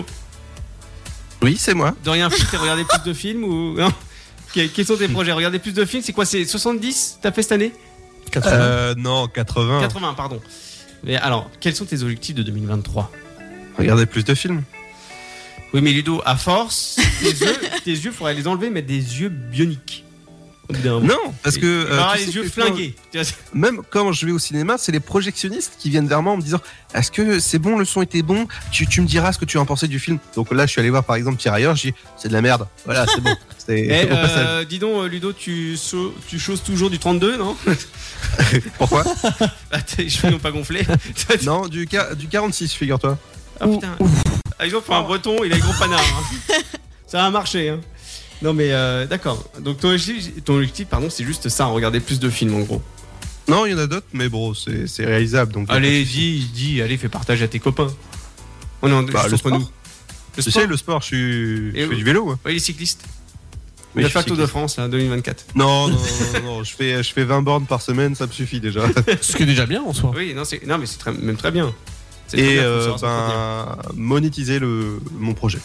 Oui, c'est moi. de rien foutre et regarder plus de films ou non? Que- Quels sont tes projets? Regarder plus de films, c'est quoi? C'est soixante-dix t'as fait cette année? quatre-vingts. Euh, non, quatre-vingts. quatre-vingts, pardon. Mais alors, quels sont tes objectifs de deux mille vingt-trois? Regardez plus de films. Oui, mais Ludo, à force, tes yeux, tes yeux, faudrait les enlever, mettre des yeux bioniques. Au bout d'un moment. Non, parce que. Il va euh, avoir tu les sais yeux que flingués. Tu vois, quand- Même quand je vais au cinéma, c'est les projectionnistes qui viennent vers moi en me disant est-ce que c'est bon, le son était bon, tu, tu me diras ce que tu en pensais du film. Donc là, je suis allé voir par exemple Tirailleurs, j'ai dit c'est de la merde. Voilà, c'est bon. C'est Eh, au passage. euh, dis donc, euh, Ludo, tu, sau- tu choses toujours du trente-deux, non? Pourquoi Ah, tes cheveux n'ont pas gonflé. Non, du, ca- du quarante-six, figure-toi. Ah putain. Par exemple, pour un breton, il a les gros panards. hein. Ça a marché. Hein. Non, mais euh, d'accord. Donc, ton objectif, ton objectif, pardon, c'est juste ça, regarder plus de films en gros. Non, il y en a d'autres, mais bon, c'est c'est réalisable. Donc Allez, dis, dis, allez, fais partage à tes copains. On est en Bah, juste le entre sport. nous. Le Tu sport. sais, le sport, je suis, je Et fais où du vélo. Moi. Oui, les cyclistes. Oui, On a je fait le suis Tour de cycliste. France, là, deux mille vingt-quatre. Non, non, non, non, non, je fais, je fais vingt bornes par semaine, ça me suffit déjà. Ce qui est déjà bien en soi. Oui, non, c'est, non mais c'est très, même très bien. C'est très Et bien, faut euh, savoir s'entretenir. ben, monétiser le, mon projet.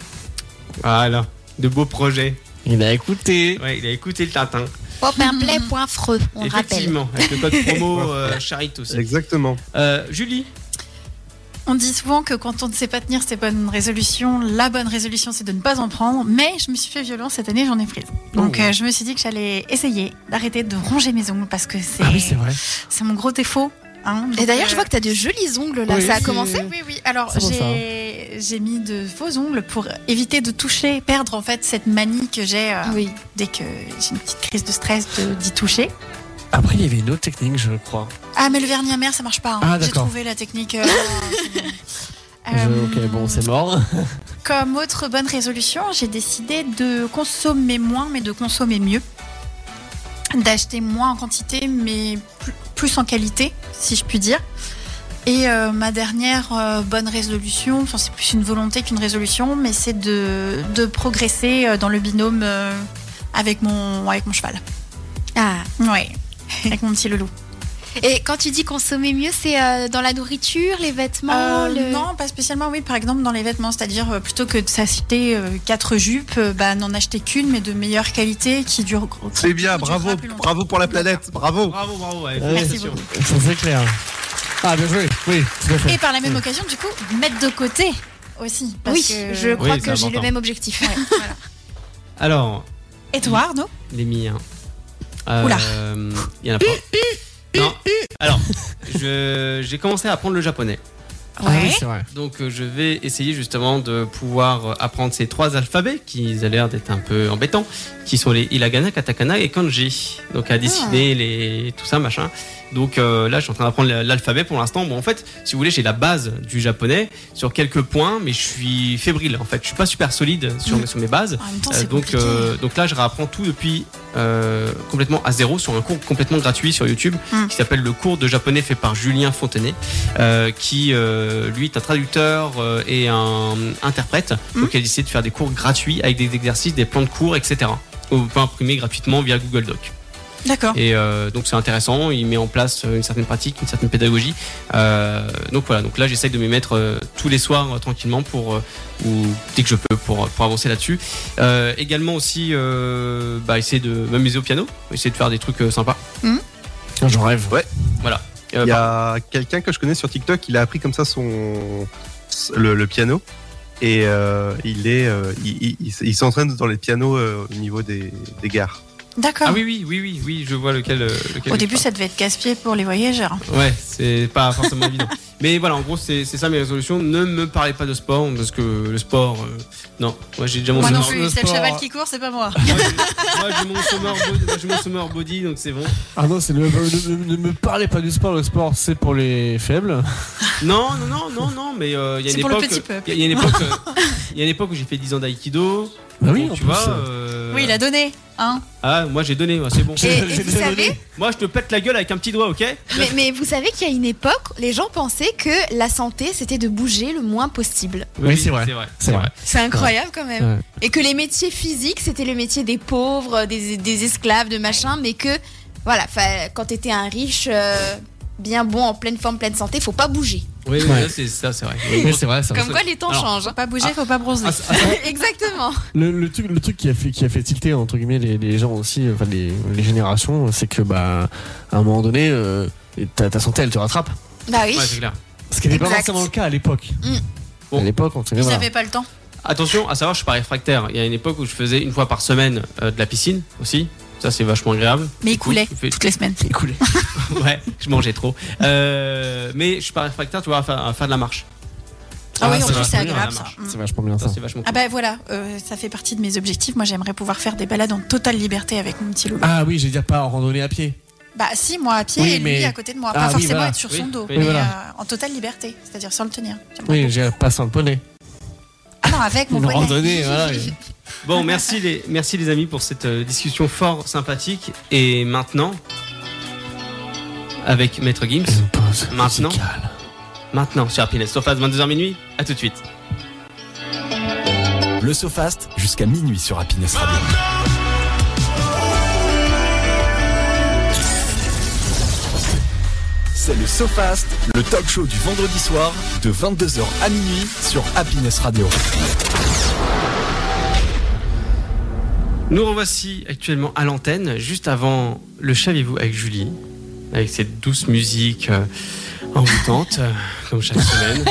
Voilà, de beaux projets. Il a écouté. Ouais, il a écouté le Tintin. popinplay.freux, on rappelle. Effectivement, avec le code promo euh, Charit aussi. Exactement. Euh, Julie, On dit souvent que quand on ne sait pas tenir ses bonnes résolutions, la bonne résolution c'est de ne pas en prendre. Mais je me suis fait violence cette année, j'en ai prise. Donc Oh. euh, je me suis dit que j'allais essayer d'arrêter de ronger mes ongles parce que c'est Ah oui, c'est vrai. c'est mon gros défaut. hein. Et Donc, d'ailleurs, euh, je vois que tu as de jolis ongles là. oui, ça a c'est- commencé? Oui, oui. Alors, C'est bon, ça. j'ai j'ai mis de faux ongles pour éviter de toucher, perdre en fait cette manie que j'ai euh, Oui. dès que j'ai une petite crise de stress de- d'y toucher. Après, il y avait une autre technique, je crois. Ah, mais le vernis amer, ça marche pas. hein. Ah, j'ai d'accord. trouvé la technique. euh, c'est bon. Je- Euh, ok, bon, c'est mort. Comme autre bonne résolution, j'ai décidé de consommer moins, mais de consommer mieux. D'acheter moins en quantité, mais plus, plus en qualité, si je puis dire. Et euh, ma dernière euh, bonne résolution, enfin, c'est plus une volonté qu'une résolution, mais c'est de, de progresser euh, dans le binôme euh, avec mon, avec mon cheval. Ah. Ouais, avec mon petit loulou. Et quand tu dis consommer mieux, c'est euh, dans la nourriture, les vêtements Euh, le... Non, pas spécialement. Oui, par exemple dans les vêtements, c'est-à-dire euh, plutôt que de s'acheter euh, quatre jupes, euh, bah, n'en acheter qu'une, mais de meilleure qualité, qui dure. C'est bien, qui durera bravo, plus longtemps. bravo pour la planète, bravo. Bravo, bravo. Ouais, Ouais. félicitations. C'est très clair. Ah, bien joué. Oui, tout à fait. Et par la même occasion, du coup, mettre de côté aussi. Parce Oui, que- je crois Oui, c'est que j'ai important. le même objectif. Ouais, voilà. Alors, Et toi, Arnaud? les miens. Euh, Oula. Il y en a pas. Non. Alors, je- j'ai commencé à apprendre le japonais. Ah oui, c'est vrai. Donc euh, je vais essayer justement de pouvoir euh, apprendre ces trois alphabets qui ont l'air d'être un peu embêtants, qui sont les hiragana, katakana et kanji. Donc à dessiner les tout ça machin. Donc euh, là je suis en train d'apprendre l'alphabet pour l'instant. Bon en fait, si vous voulez, j'ai la base du japonais sur quelques points, mais je suis fébrile en fait. Je suis pas super solide sur, Mm. sur mes bases. En même temps, Euh, c'est donc, compliqué. euh, donc là, je réapprends tout depuis euh, complètement à zéro sur un cours complètement gratuit sur YouTube Mm. qui s'appelle le cours de japonais fait par Julien Fontenay, euh, qui euh, lui est un traducteur euh, et un interprète. Mm. Donc il a décidé de faire des cours gratuits avec des exercices, des plans de cours, et cetera. On peut imprimer gratuitement via Google Doc. D'accord. Et euh, donc c'est intéressant, il met en place une certaine pratique, une certaine pédagogie. Euh, donc voilà, donc là j'essaye de m'y mettre euh, tous les soirs euh, tranquillement pour euh, ou dès que je peux pour, pour avancer là-dessus. Euh, également aussi euh, bah, essayer de m'amuser au piano, essayer de faire des trucs euh, sympas. J'en rêve. Voilà. Euh, Il y a quelqu'un que je connais sur TikTok, il a appris comme ça son le, le piano et euh, il est euh, il, il- il- il s'entraîne dans les pianos euh, au niveau des, des gares. D'accord. Ah oui oui oui oui oui, je vois lequel. euh, lequel Au je début, parle. ça devait être casse-pied pour les voyageurs. Ouais, c'est pas forcément évident. Mais voilà, en gros, c'est c'est ça mes résolutions. Ne me parlez pas de sport, parce que le sport, euh, non. Moi, j'ai déjà mon Moi non summer- plus, le c'est le sport. cheval qui court, c'est pas moi. Moi, j'ai- moi, j'ai mon summer body, moi, j'ai mon summer body, donc c'est bon. Ah non, c'est ne, ne- ne me parlez pas du sport. Le sport, c'est pour les faibles. Non, non, non, non, non, mais euh, il y a C'est une pour le époque. petit peuple. Il y a une époque. euh, Il y a une époque où j'ai fait dix ans d'aïkido. Bah oui, Donc, en tu plus, vois. euh, euh, Oui, il a donné. Hein. Ah, moi j'ai donné, ouais, c'est bon. Et, J'ai- et j'ai vous déjà savez, donné. Moi, je te pète la gueule avec un petit doigt, ok? mais, mais vous savez qu'il y a une époque, les gens pensaient que la santé c'était de bouger le moins possible. Oui, c'est vrai. C'est vrai. C'est vrai. C'est incroyable quand même. Ouais. Et que les métiers physiques c'était le métier des pauvres, des, des esclaves, de machin, mais que voilà, fa- quand t'étais un riche euh, bien bon, en pleine forme, pleine santé, faut pas bouger. Oui, oui, Ouais. là, c'est ça, c'est vrai. Oui, c'est vrai. c'est vrai. Comme quoi les temps Alors, changent. Faut pas bouger, faut pas bronzer. Ah, ça- ah, ça- Exactement. Le, le truc, le truc qui a fait, qui a fait tilter entre guillemets les, les gens aussi, enfin les, les générations, c'est que bah à un moment donné, euh, ta, ta santé elle te rattrape. Bah oui. ouais, c'est clair. Ce qui n'était pas Exact. forcément le cas à l'époque. Mm. Bon. À l'époque, on se Ils disait, voilà. n'avaient pas le temps. Attention, à savoir, je suis pas réfractaire. Il y a une époque où je faisais une fois par semaine euh, de la piscine aussi. Ça, c'est vachement agréable. Mais il Du coup, coulait je fais- toutes les semaines. Écoulé. Ouais, je mangeais trop. Euh, mais je suis pas réfractaire, tu vois, à faire, à faire de la marche. Ah oui, en c'est plus, c'est vachement agréable bien, ça. la marche. Mm. C'est vachement bien Ça, ça. c'est vachement Ah cool. bah voilà, euh, ça fait partie de mes objectifs. Moi, j'aimerais pouvoir faire des balades en totale liberté avec mon petit loulou. Ah oui, je veux dire pas en randonnée à pied. Bah si, moi à pied Oui, et lui mais- à côté de moi. Ah Pas oui, forcément voilà. être sur son Oui, dos, oui, mais voilà. euh, en totale liberté, c'est-à-dire sans le tenir. J'aimerais Oui, beaucoup. j'ai pas sans le poney. Ah non, avec mon Une poignet. randonnée, voilà. Bon, merci les, merci les amis pour cette euh, discussion fort sympathique. Et maintenant, avec Maître Gims, Une pause Maintenant. musicale. maintenant sur Happiness Sofast, vingt-deux heures minuit. À tout de suite. Le SoFast jusqu'à minuit sur Happiness Radio. C'est le SoFast, le talk show du vendredi soir de vingt-deux heures à minuit sur Happiness Radio. Nous revoici actuellement à l'antenne, juste avant le Saviez-vous avec Julie, avec cette douce musique euh, envoûtante, euh, comme chaque semaine.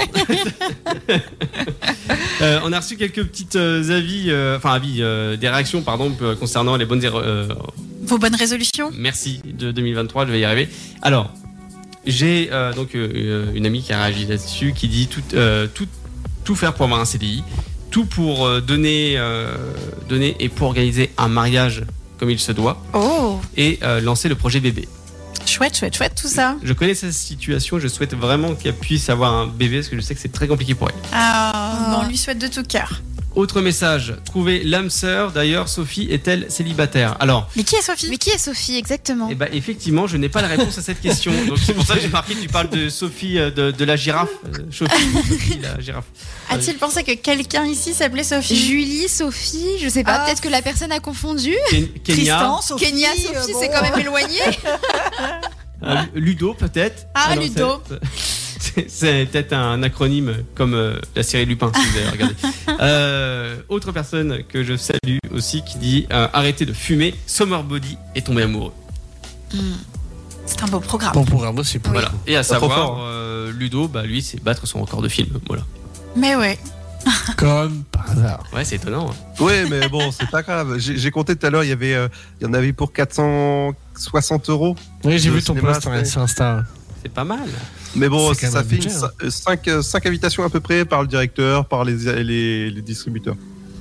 Euh, on a reçu quelques petites euh, avis, euh, enfin avis, euh, des réactions, pardon, euh, concernant les bonnes erreurs. euh, Vos bonnes résolutions. Merci de deux mille vingt-trois, je vais y arriver. Alors, j'ai euh, donc euh, une amie qui a réagi là-dessus, qui dit tout, euh, tout, tout faire pour avoir un C D I, tout pour euh, donner, euh, donner et pour organiser un mariage comme il se doit, Oh, et euh, lancer le projet bébé. chouette, chouette, chouette tout ça. Je connais sa situation, je souhaite vraiment qu'elle puisse avoir un bébé, parce que je sais que c'est très compliqué pour elle. Ah, Ah. bon, on lui souhaite de tout cœur. Autre message, trouver l'âme sœur. D'ailleurs, Sophie est-elle célibataire? Alors, Mais qui est Sophie? Mais qui est Sophie exactement? eh ben, effectivement, je n'ai pas la réponse à cette question. Donc c'est pour ça que j'ai marqué, tu parles de Sophie euh, de, de la girafe. Euh, Sophie, Sophie, la girafe. A-t-il pensé que quelqu'un ici s'appelait Sophie? Julie, Sophie, je sais pas, Ah. peut-être que la personne a confondu. Ken- Kenya, Tristan, Sophie. Kenya, euh, Sophie, bon. c'est quand même éloigné. euh, Ludo peut-être. Ah, non, Ludo. c'est- C'est, c'est peut-être un acronyme comme euh, la série Lupin, si vous avez regardé. Euh, autre personne que je salue aussi qui dit euh, arrêtez de fumer, Summer Body est tombé amoureux. C'est un beau programme. Bon programme aussi. Pour Voilà. Et à Pas trop savoir, fort, hein. euh, Ludo, bah, lui, c'est battre son record de film. Voilà. Mais ouais. Comme par hasard. Ouais, c'est étonnant. hein. Ouais, mais bon, c'est pas grave. J'ai j'ai compté tout à l'heure, il y avait, euh, il y en avait pour quatre cent soixante euros. Oui, j'ai Le vu ton cinéma, post ouais, c'est- sur Insta. C'est pas mal. Mais bon, C'est quand ça même fait un budget, une, cinq invitations à peu près par le directeur, par les, les, les distributeurs.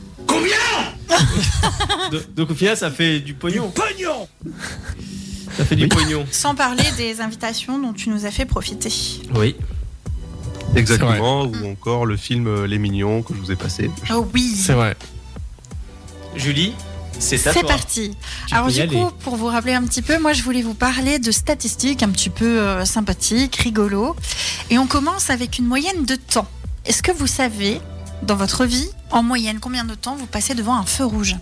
De- donc au final, ça fait du pognon. pognon Ça fait du Oui. pognon. Sans parler des invitations dont tu nous as fait profiter. Oui. Exactement, ou encore le film euh, Les Mignons que je vous ai passé. Oh oui. C'est vrai. Julie, c'est à C'est toi. parti. Tu Alors peux y du aller. coup, pour vous rappeler un petit peu, moi je voulais vous parler de statistiques un petit peu euh, sympathiques, rigolo. Et on commence avec une moyenne de temps. Est-ce que vous savez, dans votre vie, en moyenne, combien de temps vous passez devant un feu rouge?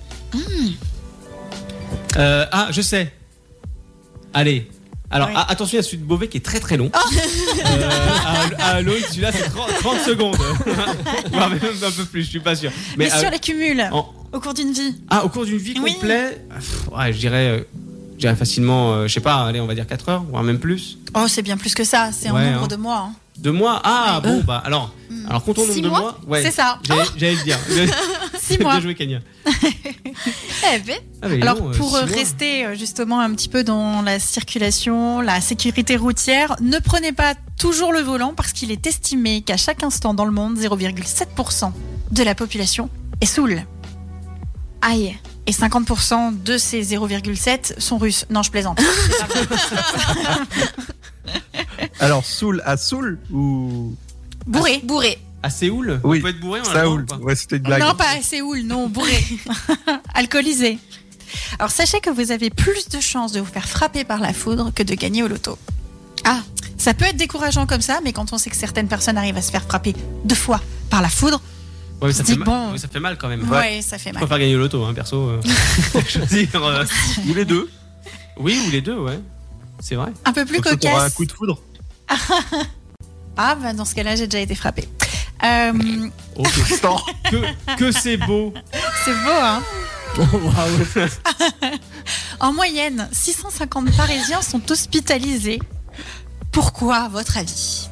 Euh, ah, je sais. Allez. Alors, Oui. ah, attention à celui de Beauvais qui est très très long. Euh, à, à l'autre, celui-là, c'est trente, trente secondes. Voire même un peu plus, je suis pas sûr. Mais, euh, sur les cumuls, en- au cours d'une vie. ah, au cours d'une vie Oui. complète, ah, pff, ouais, je dirais, euh, je dirais facilement, euh, je sais pas, allez, on va dire quatre heures, voire même plus. Oh, c'est bien plus que ça, c'est Ouais, en nombre hein. de mois. hein. Deux mois. Ah, bon, bah alors, Hmm. alors comptons le nombre Six de mois mois. Ouais, C'est ça. J'allais, j'allais le dire. Six mois. Bien joué, Kenya. Eh ben, Ah, mais Alors non, euh, pour six euh, mois. rester euh, justement un petit peu dans la circulation, la sécurité routière, ne prenez pas toujours le volant parce qu'il est estimé qu'à chaque instant dans le monde, zéro virgule sept pour cent de la population est saoule. aïe. Et cinquante pour cent de ces zéro virgule sept sont russes. Non, je plaisante. C'est pas vrai. Alors, Soul à Soul ou Bourré. Bourré. À Séoul, Oui, on peut être bourré en Saoul? allemand ou pas Ouais, c'était une blague. Non, pas à Séoul, non, bourré. Alcoolisé. Alors sachez que vous avez plus de chances de vous faire frapper par la foudre que de gagner au loto. Ah. Ça peut être décourageant comme ça, mais quand on sait que certaines personnes arrivent à se faire frapper deux fois par la foudre, Ouais, mais ça, on fait dit mal. bon. Ouais, ça fait mal quand même. ouais, ça fait Je mal. préfère gagner au loto, hein, perso. euh. Je veux dire, euh, Ou les deux. oui, ou les deux, ouais. C'est vrai. Un peu plus Pour ceux qui auront un cocasse. coup de foudre. Ah, bah dans ce cas-là, j'ai déjà été frappée. Euh, Ok. que, que c'est beau. c'est beau, hein. Oh, bravo. En moyenne, six cent cinquante Parisiens sont hospitalisés. Pourquoi, à votre avis?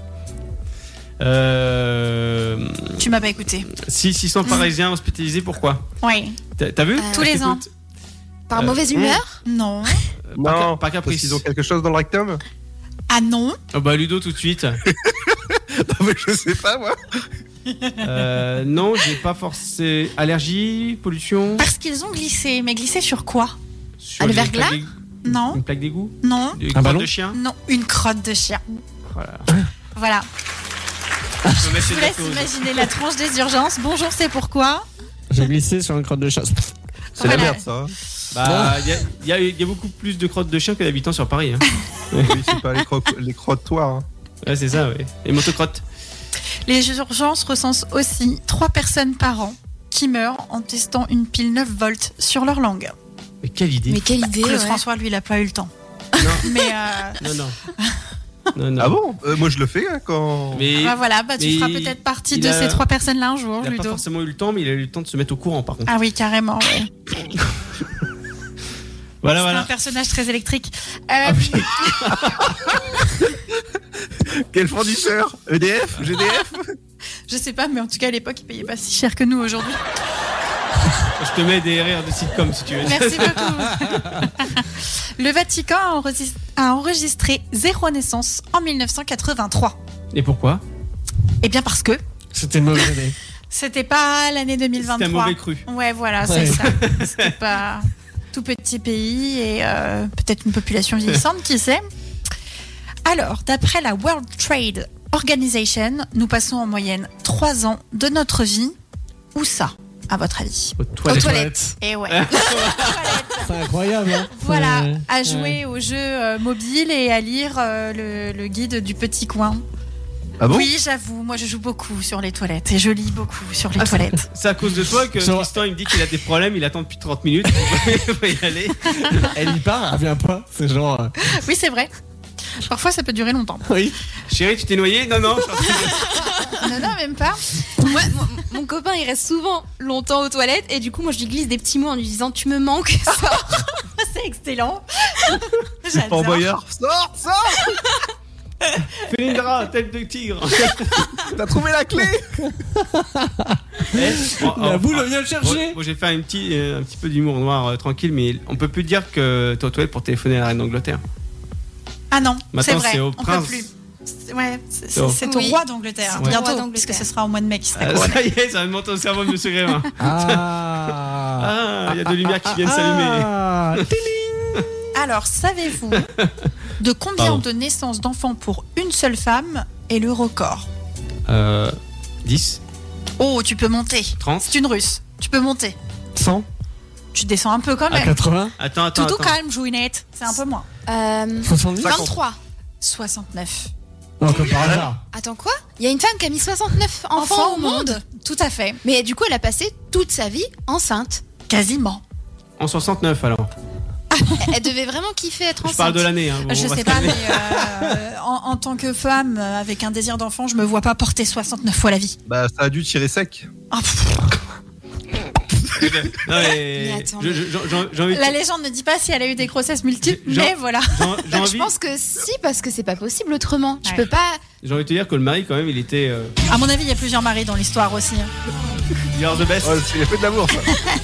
Euh, Tu m'as pas écouté. si six cents Parisiens hospitalisés, pourquoi? Oui. T'as, t'as vu? Euh, Tous les Écoute, ans. Par Euh, mauvaise humeur? Non. euh, par, ca- Non, par parce caprice. qu'ils ont quelque chose dans le rectum. Ah non. Oh bah Ludo tout de suite. Non, mais je sais pas, moi. Euh, non, j'ai pas forcé. Allergie, pollution. Parce qu'ils ont glissé. Mais glissé sur quoi? Sur Ah, le une verglas plaque d'égout- Non. Une plaque d'égout. Non. Une Un crotte ballon de chien. Non. Une crotte de chien. Voilà. Voilà. Je peux mettre Je vous les laisse doses. imaginer la tranche des urgences. Bonjour, c'est pourquoi. J'ai glissé sur une crotte de chasse. C'est Voilà. la merde, ça. hein. Bah, il y, a- y a- y a beaucoup plus de crottes de chiens que d'habitants sur Paris. Hein. Oui, c'est pas les, cro les crottoirs. hein. Ouais, c'est ça, ouais. Les motocrottes. Les urgences recensent aussi trois personnes par an qui meurent en testant une pile neuf volts sur leur langue. Mais quelle idée. Mais quelle idée. Claude ouais. François, lui, il a pas eu le temps. Non, Mais euh, non, non. Non, non. Ah bon Euh, Moi, je le fais hein, quand. Mais bah voilà, bah, tu mais feras peut-être partie il de a- ces trois personnes-là un jour, il a pas Ludo. forcément eu le temps, mais il a eu le temps de se mettre au courant, par contre. Ah oui, carrément. Ouais. Voilà, C'est un voilà. personnage très électrique. Euh, Ah oui. Quel fournisseur E D F G D F Je sais pas, mais en tout cas à l'époque, il payait pas si cher que nous aujourd'hui. Je te mets des rires de sitcom si tu veux. Merci beaucoup. Le Vatican a enregis- a enregistré zéro naissance en mille neuf cent quatre-vingt-trois. Et pourquoi? Eh bien parce que C'était une mauvaise année. c'était pas l'année deux mille vingt-trois. C'était un mauvais cru. Ouais, voilà, c'est Ouais. ça. C'était pas tout petit pays et euh, peut-être une population vieillissante, qui sait. Alors, d'après la World Trade Organization, nous passons en moyenne trois ans de notre vie Où ça, à votre avis? Aux toilettes. Aux toilettes. Et ouais. C'est incroyable. Hein. Voilà, Ouais. à jouer aux jeux euh, mobiles et à lire euh, le, le guide du petit coin. Ah bon? Oui, j'avoue, moi je joue beaucoup sur les toilettes et je lis beaucoup sur les Ah, toilettes. C'est à cause de toi que Sur- Tristan il me dit qu'il a des problèmes, il attend depuis trente minutes. Il faut y aller. Elle y part, elle revient pas. C'est genre. euh, Oui, c'est vrai. Parfois ça peut durer longtemps. Oui. Chérie, tu t'es noyé? Non, non. je suis en train de- Non, non, même pas. Moi, mon, mon copain, il reste souvent longtemps aux toilettes et du coup, moi, je lui glisse des petits mots en lui disant tu me manques. Sors. C'est excellent. C'est Fort Boyard. Sors, sors. Félindra, tête de tigre. T'as trouvé la clé? Eh, bon, La alors, boule ah, vient le bon, chercher. bon, j'ai fait un petit, euh, un petit peu d'humour noir euh, tranquille, mais on peut plus dire que t'es aux toilettes pour téléphoner à la reine d'Angleterre. Ah non, c'est Maintenant, vrai, c'est au on prince. peut plus. C'est- Ouais, c'est C'est au- c'est au Oui. roi d'Angleterre, C'est au bientôt, roi d'Angleterre. parce que ce sera au mois de mai qui sera Ah, couronné. ça y est, ça va me monter au cerveau de Monsieur Grévin. Ah. Ah, il y a de lumière qui viennent s'allumer. Ah. Alors, savez-vous de combien Pardon. de naissances d'enfants pour une seule femme est le record? Euh, dix, Oh, tu peux monter. trente. C'est une russe. Tu peux monter. cent Tu descends un peu quand à même. quatre-vingts, Attends, attends, Tout au attends. calme, Jouinette. C'est un peu moins. Euh, soixante-dix. vingt-trois. soixante-neuf. Non, comme par hasard. Attends, quoi? Il y a une femme qui a mis soixante-neuf enfants, au monde. Tout à fait. Mais du coup, elle a passé toute sa vie enceinte. Quasiment. En soixante-neuf alors. Elle, elle devait vraiment kiffer être Je enceinte. parle de l'année. Hein, bon, Je on va sais se pas, calmer. mais euh, en, en tant que femme euh, avec un désir d'enfant, je me vois pas porter soixante-neuf fois la vie. Bah, ça a dû tirer sec. Ah, pff. Non, mais Mais attends, je- je- j'ai- j'ai envie de- La légende ne dit pas si elle a eu des grossesses multiples, Genre- mais voilà. j'ai- j'ai Je envie, pense que si, parce que c'est pas possible autrement. Tu Ouais. peux pas. j'ai envie de te dire que le mari quand même il était euh, À mon avis, il y a plusieurs maris dans l'histoire aussi. you are the best. Oh, il a fait de l'amour, ça.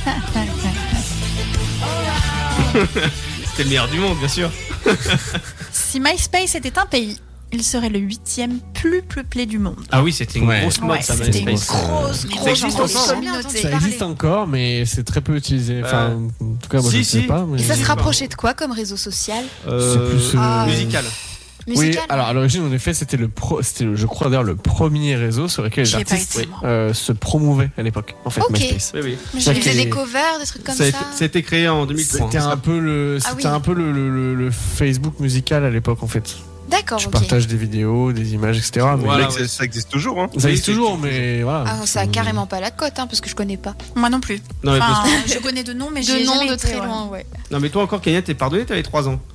C'était le meilleur du monde bien sûr. Si MySpace était un pays, il serait le huitième plus peuplé du monde. Ah oui, c'était une Ouais. grosse mode Ouais, ça. c'était une MySpace. grosse, Ça grosse existe grosse encore, hein. communauté. Ça existe encore, mais c'est très peu utilisé. Enfin, Euh, en tout cas, moi si, je sais si. pas. Mais... Et ça se sais rapprochait de quoi comme réseau social? Euh, C'est plus, euh, Ah. musical. Oui, Musical? alors à l'origine, en effet, c'était le pro, c'était, le- je crois d'ailleurs, le premier réseau sur lequel les J'y ai pas artistes été, moi. euh, se promouvaient à l'époque. En fait, Ok. MySpace. Oui, oui. Mais ça je faisais qui est- des covers, des trucs comme Ça a, ça. été, ça a été créé en deux mille trois. C'était un peu le, Ah c'était oui. un peu le, le- le- le Facebook musical à l'époque, en fait. D'accord, Tu ok. partages des vidéos, des images, et cetera. Mais Voilà, Mec, ouais. ça, ça existe toujours, hein. ça Oui, existe c'est- toujours, mais voilà. Ah, ça a carrément pas la cote, hein, parce que je connais pas. Moi non plus. Non, mais, Enfin, parce je connais de nom, mais De j'y ai nom jamais de été, très ouais. loin, ouais. que- non mais toi encore Kenya t'es pardonné, t'avais trois ans.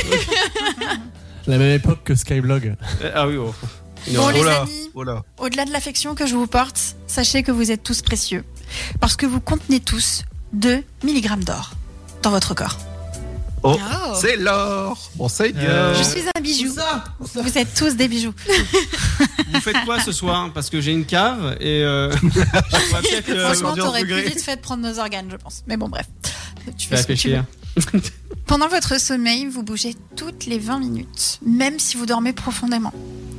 La même époque que Skyblog. Euh, ah oui. Oh. Bon, Non. les Oh là. amis, Oh là. au-delà de l'affection que je vous porte, sachez que vous êtes tous précieux. Parce que vous contenez tous deux milligrammes d'or dans votre corps. Oh, Oh. c'est l'or. Bon, c'est bien. Euh, Je suis un bijou. Vous êtes tous des bijoux. Vous faites quoi ce soir? Parce que j'ai une cave et euh, je vois bien que Franchement, ambiance t'aurais plus degré. vite fait de prendre nos organes, je pense. Mais bon, bref. Tu je vais fais ce que tu veux. réfléchir. Pendant votre sommeil, vous bougez toutes les vingt minutes, même si vous dormez profondément.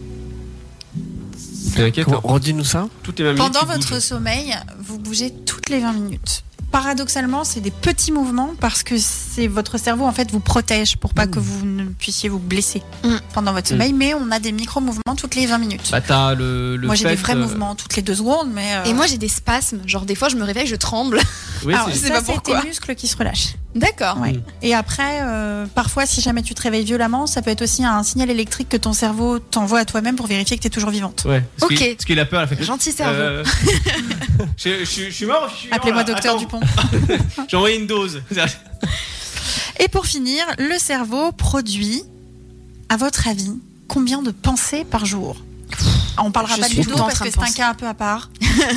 C'est inquiétant. Redis-nous ça. Toutes les vingt minutes, Pendant tu votre bouges. sommeil, vous bougez toutes les vingt minutes. Paradoxalement, c'est des petits mouvements parce que c'est votre cerveau en fait vous protège pour pas Mmh. que vous ne puissiez vous blesser Mmh. pendant votre sommeil, mais on a des micro-mouvements toutes les vingt minutes. Bah t'as le, le Moi j'ai fait, des vrais euh, mouvements toutes les deux secondes, mais euh, Et moi, j'ai des spasmes. Genre, des fois, je me réveille, je tremble. Oui, alors, c'est- je sais ça, pas c'est pourquoi. tes muscles qui se relâchent. D'accord. Ouais. Mm. Et après, euh, parfois, si jamais tu te réveilles violemment, ça peut être aussi un signal électrique que ton cerveau t'envoie à toi-même pour vérifier que tu es toujours vivante. Ouais. Parce Ok. qu'il- Parce qu'il a peur, elle fait. Gentil cerveau. Euh, je, je- je suis mort. je suis mort, Appelez-moi là. docteur Attends, Dupont. J'ai envoyé une dose. Et pour finir, le cerveau produit, à votre avis, combien de pensées par jour? Ah, on parlera Je pas de suis ludo tout le temps en parce train que de c'est un penser. cas un peu à part.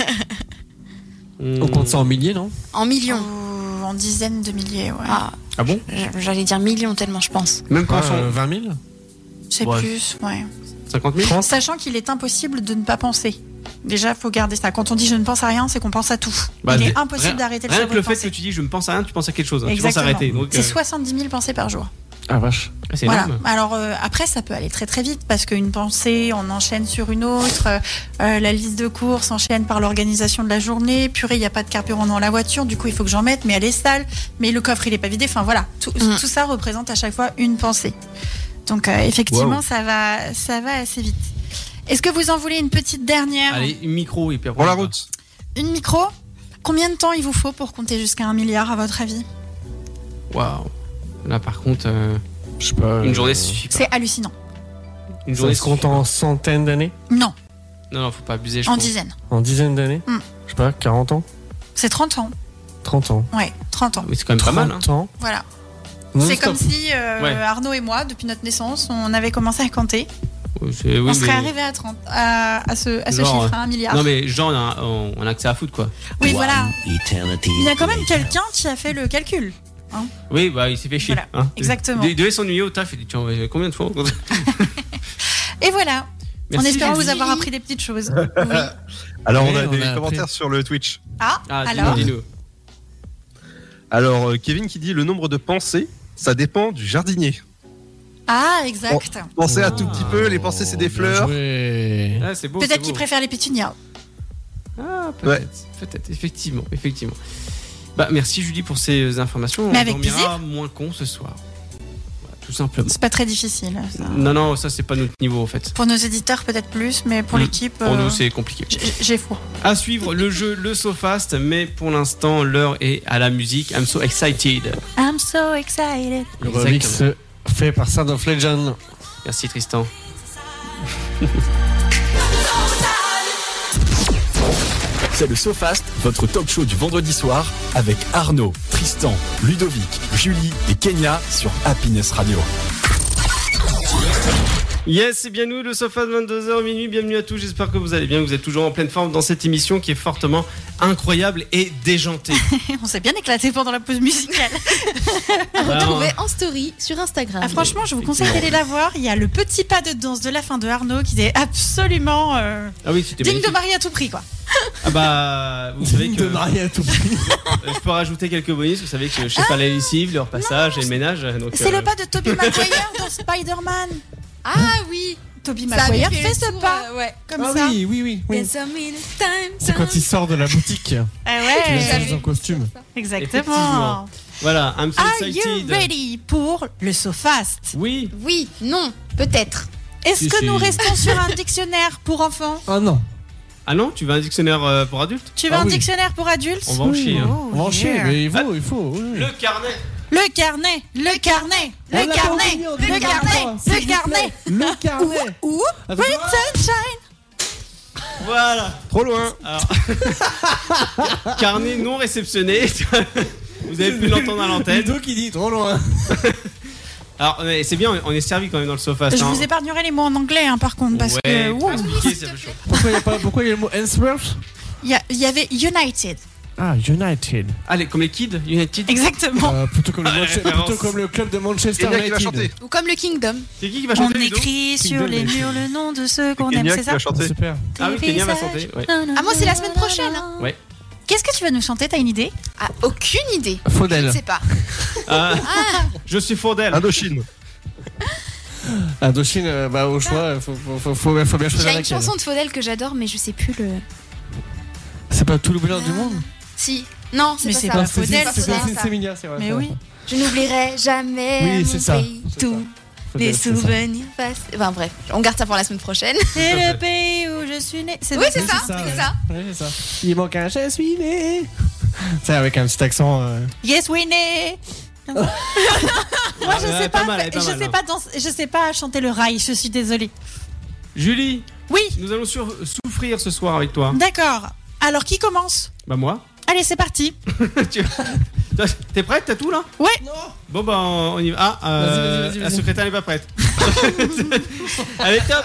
On compte ça en milliers, non? En millions. Ou en dizaines de milliers, ouais. Ah, Ah bon? j'allais dire millions tellement, je pense. Même quand Ah, on. euh, vingt mille? C'est Ouais. plus, ouais. cinquante mille? Sachant qu'il est impossible de ne pas penser. Déjà, faut garder ça. Quand on dit je ne pense à rien, c'est qu'on pense à tout. Bah, Il est des- impossible rien- d'arrêter le Rien cerveau que le de fait penser. que tu dis je me pense à rien, tu penses à quelque chose. hein. Tu penses Exactement. arrêter. Donc, C'est euh, soixante-dix mille pensées par jour. Ah vache. c'est Voilà. énorme. Alors euh, après, ça peut aller très très vite parce qu'une pensée, on enchaîne sur une autre. Euh, euh, la liste de courses enchaîne par l'organisation de la journée. Purée, il n'y a pas de carburant dans la voiture, du coup il faut que j'en mette, mais elle est sale. Mais le coffre il est pas vidé. Enfin voilà, tout, Mm. tout ça représente à chaque fois une pensée. Donc euh, effectivement, Wow. ça va, ça va assez vite. Est-ce que vous en voulez une petite dernière? Allez, une micro et puis après. Pour la on va. route. Une micro? Combien de temps il vous faut pour compter jusqu'à un milliard à votre avis? Waouh. Là, par contre, euh, Je sais pas. une euh, journée, ça suffit pas. C'est hallucinant. Une Ça journée, se compte suffit en pas. centaines d'années? Non, Non, non, faut pas abuser. Je en pense. dizaines. En dizaines d'années? Hmm. Je sais pas, quarante ans? C'est trente ans. trente ans. Ouais, trente ans. Mais c'est quand même pas mal. Hein. trente ans. Voilà. Non, C'est stop. comme si euh, Ouais. Arnaud et moi, depuis notre naissance, on avait commencé à compter. Ouais, c'est- oui, on serait mais- arrivé à, trente, à, à ce, à ce Genre, chiffre, à un milliard. Non, mais genre, on a, on on a accès à foot, quoi. Oui, voilà. Il y a quand même quelqu'un qui a fait le calcul. Oui, bah, il s'est fait chier. Voilà, hein. exactement. Il devait s'ennuyer au taf. Il dit, tiens, combien de fois on compte? Et voilà. Merci, en espérant Julie. vous avoir appris des petites choses. Oui. Alors, on Oui, a on des a commentaires appris. sur le Twitch. Ah, Ah, dis-nous, alors dis-nous. Alors, euh, Kevin qui dit le nombre de pensées, ça dépend du jardinier. Ah, exact. Pensez un Oh. tout petit peu, les pensées c'est des Bien fleurs. joué. Ah, c'est beau. c'est Peut-être beau. qu'il préfère les pétunias. Ah, peut-être. Peut-être, effectivement. effectivement. Bah, merci Julie pour ces informations. Mais on avec dormira moins con ce soir. Voilà, tout simplement. C'est pas très difficile. ça. Non, non, ça, c'est pas notre niveau en fait. Pour nos éditeurs, peut-être plus, mais pour Mm. l'équipe, Pour euh, nous, c'est compliqué. j- j'ai foi. À suivre le jeu Le SoFast, mais pour l'instant, l'heure est à la musique. I'm so excited. I'm so excited. Le remix fait par Sound of Legend. Merci Tristan. C'est le SoFast, votre talk show du vendredi soir avec Arnaud, Tristan, Ludovic, Julie et Kenya sur Happiness Radio. Yes, c'est bien nous, le SoFast, vingt-deux heures minuit. Bienvenue à tous, j'espère que vous allez bien. Vous êtes toujours en pleine forme dans cette émission qui est fortement incroyable et déjantée. On s'est bien éclaté pendant la pause musicale. À Alors, retrouver en story sur Instagram. Ah, franchement, je vous conseille d'aller la voir. Il y a le petit pas de danse de la fin de Arnaud qui est absolument euh, Ah oui, c'était digne de magnifique. mari à tout prix, quoi. Ah bah, vous savez que de Marie à tout prix. je peux rajouter quelques bonus. Vous savez que je sais pas la lessive, le repassage et le ménage. Donc, C'est euh, le pas de Tobey Maguire dans Spider-Man. Ah oui. Tobey Ça avait Maguire fait fait le ce tour, pas, euh, ouais. comme Ah ça. oui, oui, oui. oui. There's a minute time, C'est quand il sort de la boutique. Ah Il ouais, est dans un costume. exactement. Effectivement. Voilà, I'm so Are you excited. ready pour le SoFast? Oui. Oui, non, peut-être. Est-ce Si, que si. nous restons sur un dictionnaire pour enfants? Ah non. Ah non, tu veux un dictionnaire euh, pour adultes? Tu veux Ah un oui. dictionnaire pour adultes? On va en chier. hein. Oh, On va en chier, yeah. mais il faut, il faut. oui, oui. Le carnet. Le carnet, le carnet, On le l'a carnet, pas oublié, on dit le le carnet, carnet, s'il le vous carnet. Le carnet. Ou Attends. Print Sunshine. Voilà. Trop loin. Alors, carnet non réceptionné. Vous avez pu l'entendre à l'antenne. Ludo qui dit trop loin. Alors, mais c'est bien, on est servi quand même dans le SoFast. Je hein. vous épargnerai les mots en anglais, hein, par contre, parce Ouais, que faut ouh, expliquer, c'est un peu chaud. Pourquoi il y a pas, pourquoi il y a le mot Answorth? il y, a- il y avait United. Ah, United. Allez, comme les kids, United. Exactement. Euh, plutôt, comme le Ah, la Manche- référence. plutôt comme le club de Manchester Kenya qui va United. chanter. Ou comme le Kingdom. C'est qui qui va On chanter Ludo écrit sur les murs le nom de ceux qu'on aime, Kenya c'est qui ça? va chanter. Super. Ah oui, Kenya va chanter. Ouais. Ah, moi, c'est la semaine prochaine, hein. Ouais. Qu'est-ce que tu vas nous chanter? T'as une idée? Ah, aucune idée. Je Faudel. ne sais pas. Ah, je suis Faudel. Indochine. Indochine, euh, bah au choix, faut, faut, faut, faut, faut bien Il y choisir a une laquelle. chanson de Faudel que j'adore, mais je sais plus le. C'est pas tout le bonheur du monde. Si. Non, c'est Mais pas c'est ça. pas C'est Faudel, pas c'est Faudel, c'est ça. Séminia, c'est vrai. Mais c'est oui. vrai. Je n'oublierai jamais Oui, mon c'est ça. pays, C'est tous Faudel, les c'est ça. souvenirs passés. Enfin bref, on garde ça pour la semaine prochaine. C'est le pays où je suis né. Oui, c'est Oui, ça, c'est ça, c'est ouais. ça. Ouais, c'est ça. Il manque un je suis né. C'est avec un petit accent. euh, Yes, we né. Moi, je Ah, sais pas pas, mal, elle est pas je mal, sais hein. pas danser- je sais pas chanter le rail. Je suis désolée. Julie, Oui, nous allons sur- souffrir ce soir avec toi. d'accord. Alors, qui commence? Bah moi. Allez, c'est parti. Tu- Toi, T'es prête? T'as tout là? Ouais. Bon bah on y va. Ah, euh, Vas-y, vas-y, vas-y, la vas-y. secrétaire n'est pas prête. Allez, top.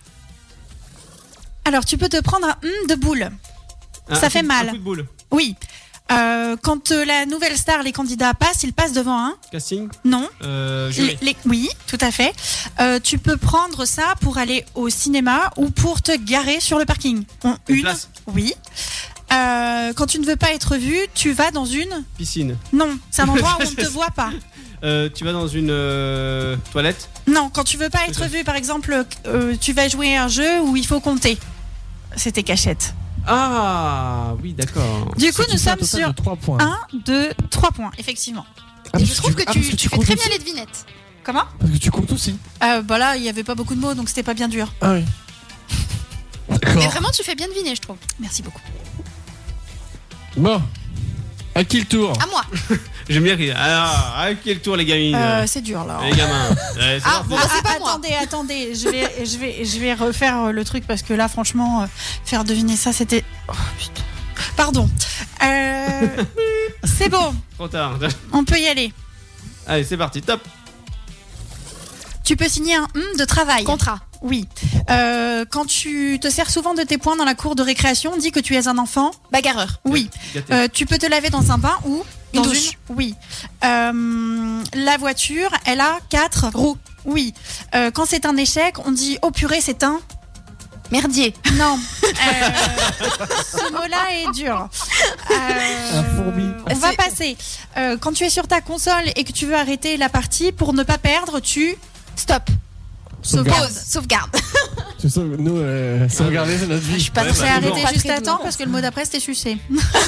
Alors, tu peux te prendre un hum de boule. Un- Ça un fait coup de- mal. Un coup de boule. Oui. Euh, quand euh, la nouvelle star, les candidats passent, ils passent devant un. Casting. Non. Euh, Les- jury. les- oui, tout à fait. Euh, tu peux prendre ça pour aller au cinéma ou pour te garer sur le parking. En Une une. place. Oui. Euh, quand tu ne veux pas être vu, tu vas dans une. Piscine. Non, c'est un endroit où on ne te voit pas. Euh, tu vas dans une euh, toilette. Non, quand tu veux pas être vu, par exemple, euh, tu vas jouer à un jeu où il faut compter. C'est tes cachettes. Ah oui, d'accord. Du coup, c'est nous tout ça, sommes total sur de trois points. un, deux, trois points, effectivement. Ah, Et parce je trouve que ah, tu, parce tu tu fais comptes très aussi. bien les devinettes. Comment? Parce que tu comptes aussi. euh, Bah là, il n'y avait pas beaucoup de mots, donc c'était pas bien dur. Ah oui. Mais D'accord. vraiment, tu fais bien deviner, je trouve. Merci beaucoup. Bon. À qui le tour? À moi. J'aime bien rire. Alors, à quel tour les gamines? Euh, c'est dur là. Les gamins. Ouais, c'est Ah, parti. bon, c'est pas moi. attendez, attendez, je vais, je vais, je vais refaire le truc parce que là, franchement, euh, faire deviner ça, c'était. Oh putain. Pardon. Euh, c'est bon, Trop tard. on peut y aller. Allez, c'est parti. Top. Tu peux signer un hum de travail. Contrat. Oui. Euh, quand tu te sers souvent de tes poings dans la cour de récréation, on dit que tu es un enfant. Bagarreur. Oui. Gâté. Euh, tu peux te laver dans un bain ou Une dans douche. une. Oui. Euh, la voiture, elle a quatre roues. Oui. Euh, quand c'est un échec, on dit oh purée, c'est un. Merdier. Non. Euh, ce mot-là est dur. Euh, Un fourbi. On va passer. Euh, quand tu es sur ta console et que tu veux arrêter la partie pour ne pas perdre, tu Stop. Sauvegarde. Pause. Sauvegarde. Tu sais, nous, euh, sauvegarder, c'est notre vie. Je suis pas Ouais, très bah, c'est toujours. arrêter pas juste très à temps douée. parce que le mot d'après c'était sucer.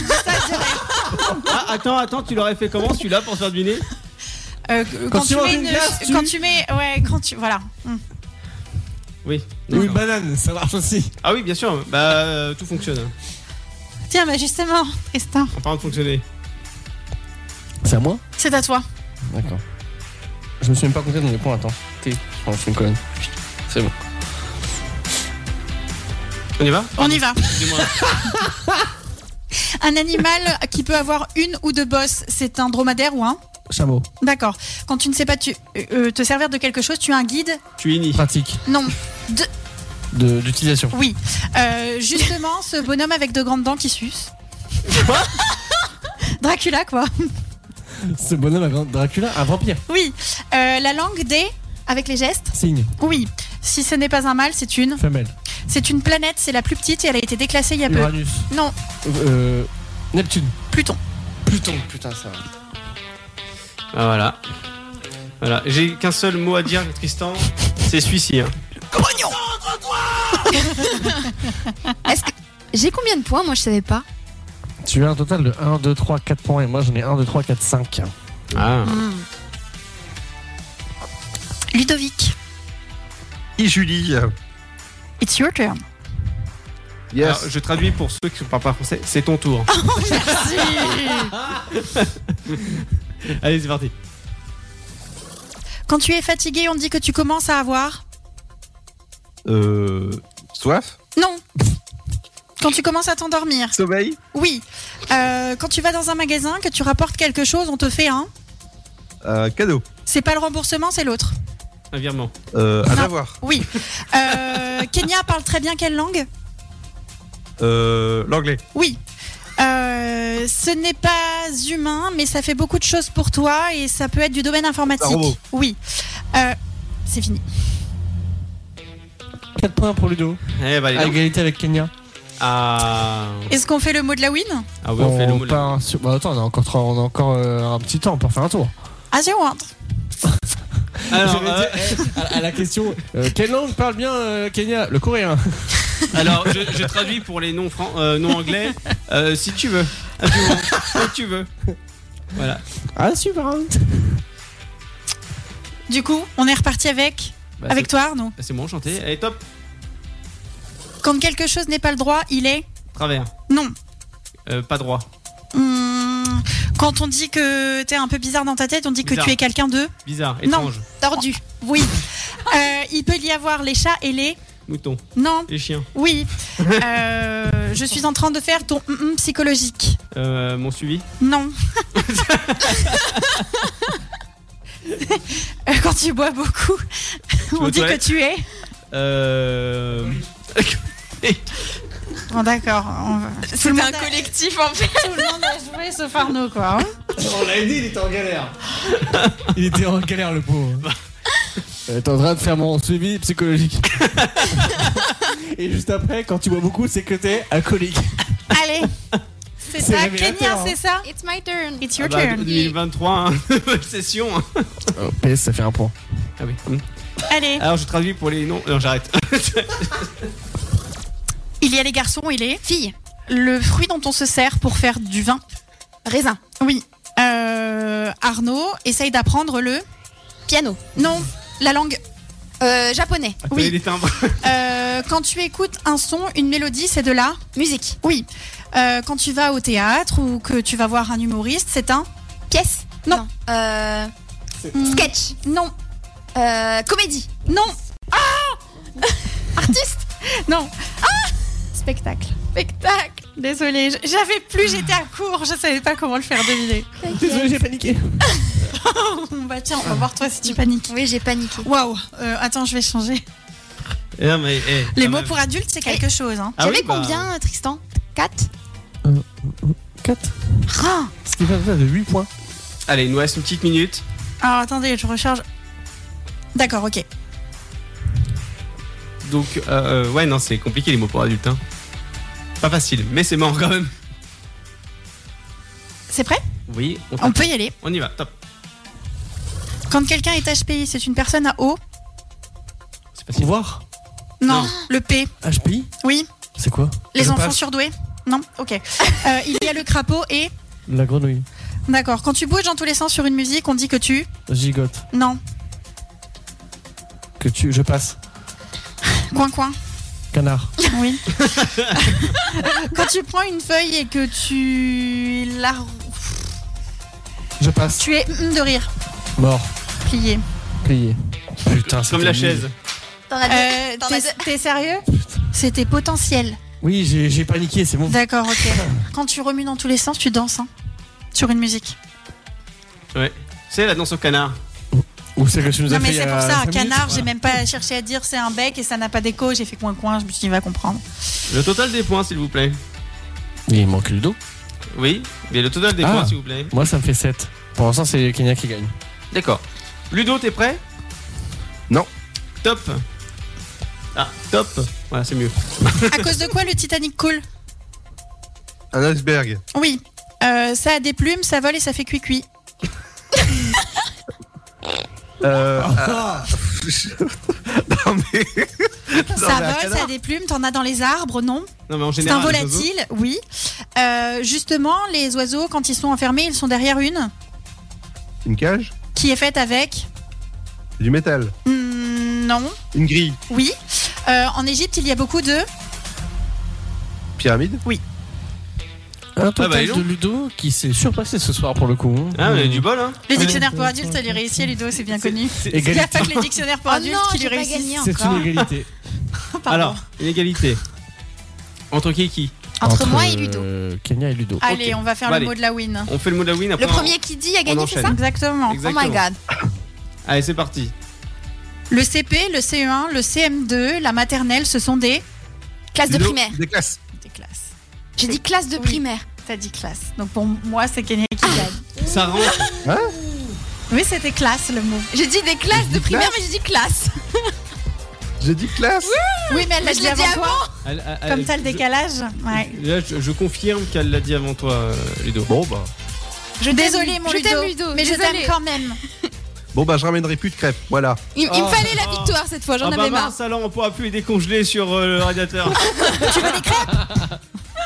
Ah, attends, attends, tu l'aurais fait comment celui-là pour se faire deviner? Euh, quand, tu tu manges mets une une, glace, tu- quand tu mets ouais quand tu voilà. Hum. Oui. Oui, D'accord. banane, ça marche aussi. Ah oui, bien sûr. Bah, euh, tout fonctionne. Tiens bah justement Tristan, En parlant de fonctionner. C'est à moi? c'est à toi. D'accord. Je me suis même pas compté dans les points, attends. T'es. Je suis une colonne. C'est bon. On y va? On y va. Excusez-moi. Un animal qui peut avoir une ou deux bosses, c'est un dromadaire ou un. Chameau. D'accord. Quand tu ne sais pas tu, euh, te servir de quelque chose, tu as un guide. Tu es ini. Pratique. Non. De, d'utilisation. Oui. Euh, justement, ce bonhomme avec de grandes dents qui suce. Dracula quoi. Ce bonhomme à grand- Dracula, un vampire. Oui. Euh, la langue des avec les gestes. Signe. Oui. Si ce n'est pas un mâle, c'est une. Femelle. C'est une planète, c'est la plus petite et elle a été déclassée il y a peu. Uranus. Non, Euh. Neptune. Pluton. Pluton. Putain, ça. Ah, voilà. Voilà. J'ai qu'un seul mot à dire, Tristan. C'est celui-ci. Hein. Est-ce que j'ai combien de points? Moi, je savais pas. Tu as un total de un, deux, trois, quatre points et moi j'en ai un, deux, trois, quatre, cinq. Ah. Hmm. Ludovic, Et Julie. it's your turn. Yes. Alors, je traduis pour ceux qui ne parlent pas français. C'est ton tour. Allez, c'est parti. Quand tu es fatigué, on dit que tu commences à avoir. Euh. Soif. Non. Quand tu commences à t'endormir. Sommeil. Oui. Euh, quand tu vas dans un magasin, que tu rapportes quelque chose, on te fait un. Euh, cadeau. C'est pas le remboursement, c'est l'autre. Un virement. Euh, à Non. avoir. Oui. Euh, Kenya parle très bien quelle langue? Euh, l'anglais. Oui. Euh, ce n'est pas humain, mais ça fait beaucoup de choses pour toi et ça peut être du domaine informatique. Un robot. Oui. Euh, c'est fini. quatre points pour Ludo. Eh bah, allez, À donc. égalité avec Kenya. Ah. Est-ce qu'on fait le mot de la win? Ah oui, on fait le mot de la- part sur- Bah attends, on a encore, trois- on a encore euh, un petit temps pour faire un tour. As you want. Alors, J'avais euh, dit, eh, à, à la question, euh, quelle langue parle bien euh, Kenya? Le coréen. alors je, je traduis pour les non, fran- euh, non anglais. Euh, si tu veux. Ah, tu veux. Quand tu veux. Voilà. Ah super. Du coup, on est reparti avec Bah, avec c'est- toi, Arnaud. bah, c'est bon, chanté. Allez, top. Quand quelque chose n'est pas le droit, il est Travers. non. Euh, pas droit. Hum, quand on dit que t'es un peu bizarre dans ta tête, on dit que Bizarre. tu es quelqu'un de Bizarre. Non. Étrange. Tordu. oui. Euh, il peut y avoir les chats et les Mouton. non. Les chiens. Oui. Euh, je suis en train de faire ton hum, hum psychologique. Euh, mon suivi. Non. Euh, Quand tu bois beaucoup, on aux dit que toilettes tu es. Euh. Bon, d'accord. on va- Tout le C'était monde un a- collectif en fait. Tout le monde a joué sauf Arnaud, quoi. hein. On l'a aidé, il était en galère. Il était en galère le pauvre. Euh, T'es en train de faire mon suivi psychologique. Et juste après, quand tu bois beaucoup, c'est que t'es alcoolique. Allez. C'est C'est ça, révélateur, Kenya, hein. c'est ça. It's my turn. It's Ah your bah, turn. deux mille vingt-trois, hein. Bonne session. hein. Oh, P S, ça fait un point. Ah oui. Hum. Allez. Alors je traduis pour les non. Non, j'arrête. Il y a les garçons, il est Fille. le fruit dont on se sert pour faire du vin. Raisin. Oui. Euh, Arnaud essaye d'apprendre le. Piano. Non, la langue. Euh, japonais. Oui. Oui. Les timbres. Euh, quand tu écoutes un son, une mélodie, c'est de la Musique. Oui. Euh, quand tu vas au théâtre ou que tu vas voir un humoriste, c'est un Pièce. Non. Euh, Hmm. sketch. Non. Euh, comédie. Non. Artiste. Non. Spectacle. Spectacle. Désolée, j- j'avais plus, j'étais à court, je savais pas comment le faire deviner. Désolé, j'ai paniqué. Bah tiens, on va voir toi si tu paniques. Oui, j'ai paniqué. Waouh. Euh, attends, je vais changer. Eh non, mais, eh, Les quand mots même. pour adultes, c'est quelque chose. Hein. Ah J'avais oui, bah, combien, euh, Tristan? quatre. quatre. Ah, Ce qui fait ça de huit points. Allez, il nous reste une petite minute. Alors attendez, je recharge. D'accord, ok. Donc, euh, euh, ouais, non, c'est compliqué les mots pour adultes. Hein. Pas facile, mais c'est mort quand même. C'est prêt? Oui, on, On tape. peut y aller. On y va, top. Quand quelqu'un est H P I, c'est une personne à O? C'est facile. Pouvoir. Non. Non. Le P? H P I. Oui. C'est quoi? Les Je enfants passe. surdoués? Non. Ok. Euh, il y a le crapaud et... La grenouille. D'accord. Quand tu bouges dans tous les sens sur une musique, on dit que tu... Gigote. Non. Que tu. Je passe. Coin coin. Canard. Oui. Quand tu prends une feuille et que tu la... Je passe. Tu es hum de rire. Mort. Plié. Plié. Putain, Comme c'était la nul. chaise. t'en as deux. Euh, T'en as t'es, deux. t'es sérieux? C'était potentiel. Oui, j'ai j'ai paniqué, c'est bon. D'accord, ok. Quand tu remues dans tous les sens, tu danses. Hein, sur une musique. Ouais. C'est la danse au canard. Ou c'est que tu nous as Non, mais fait. c'est pour euh, ça, un cinq canard, minutes, j'ai même pas cherché à dire c'est un bec et ça n'a pas d'écho. J'ai fait coin-coin, je me suis dit, il va comprendre. Le total des points, s'il vous plaît. Il manque le dos. Oui, mais le total des Ah. points, s'il vous plaît. Moi, ça me fait sept. Pour l'instant, c'est Kenya qui gagne. D'accord. Ludo, t'es prêt? Non. Top. Ah, top. Voilà, c'est mieux. À cause de quoi le Titanic coule? Un iceberg. Oui. Euh, ça a des plumes, ça vole et ça fait cuit-cuit. Euh, ah, non mais. Ça mais un vole, canard. ça a des plumes, t'en as dans les arbres, non? Non, mais en C'est général. un les oiseaux- volatile, oui. Euh, justement, les oiseaux, quand ils sont enfermés, ils sont derrière une Une cage. qui est faite avec... Du métal. Hmm, non, Une grille. oui. Euh, en Égypte, il y a beaucoup de... Pyramide. Un total bah, dis donc. de Ludo qui s'est surpassé ce soir pour le coup. hein. Ah, on a du bol, hein. Les dictionnaires pour adultes, ça lui réussit, Ludo, c'est bien connu. C'est- Il n'y a Égalité. pas que les dictionnaires pour Oh adultes non, qui lui j'ai pas réussissent. gagné C'est encore. une égalité. Pardon. Alors, une égalité. Entre qui et qui? Entre moi et Ludo. euh, Kenya et Ludo. Allez, Ok. on va faire Bon, le allez. mot de la win. On fait le mot de la win après. Le on- premier qui dit a gagné, c'est enchaîne. ça? Exactement. Exactement. Oh my god. Allez, c'est parti. Le C P, le C E un, le C M deux, la maternelle, ce sont des... Classe de Ludo, primaire. Des classes. Des classes. J'ai dit classe de Oui. primaire. T'as dit classe. Donc pour moi, c'est Kenya qui gagne. Ça rentre. Oui, c'était classe le mot. J'ai dit des classes de dit primaire, classe mais j'ai dit classe. J'ai dit classe. Oui, mais elle l'a Mais je dit l'ai avant dit toi. Elle- elle- Comme elle- t'as le décalage. Ouais. Là, je, je confirme qu'elle l'a dit avant toi, euh, Ludo. Bon bah. Je Désolée, mon je Ludo, t'aime, Ludo, mais je désolée. t'aime quand même. Bon bah je ramènerai plus de crêpes. Voilà. Il, il Oh. me fallait la victoire cette fois, j'en Ah bah avais marre. mince, alors on pourra plus les décongeler sur euh, le radiateur. Tu veux des crêpes?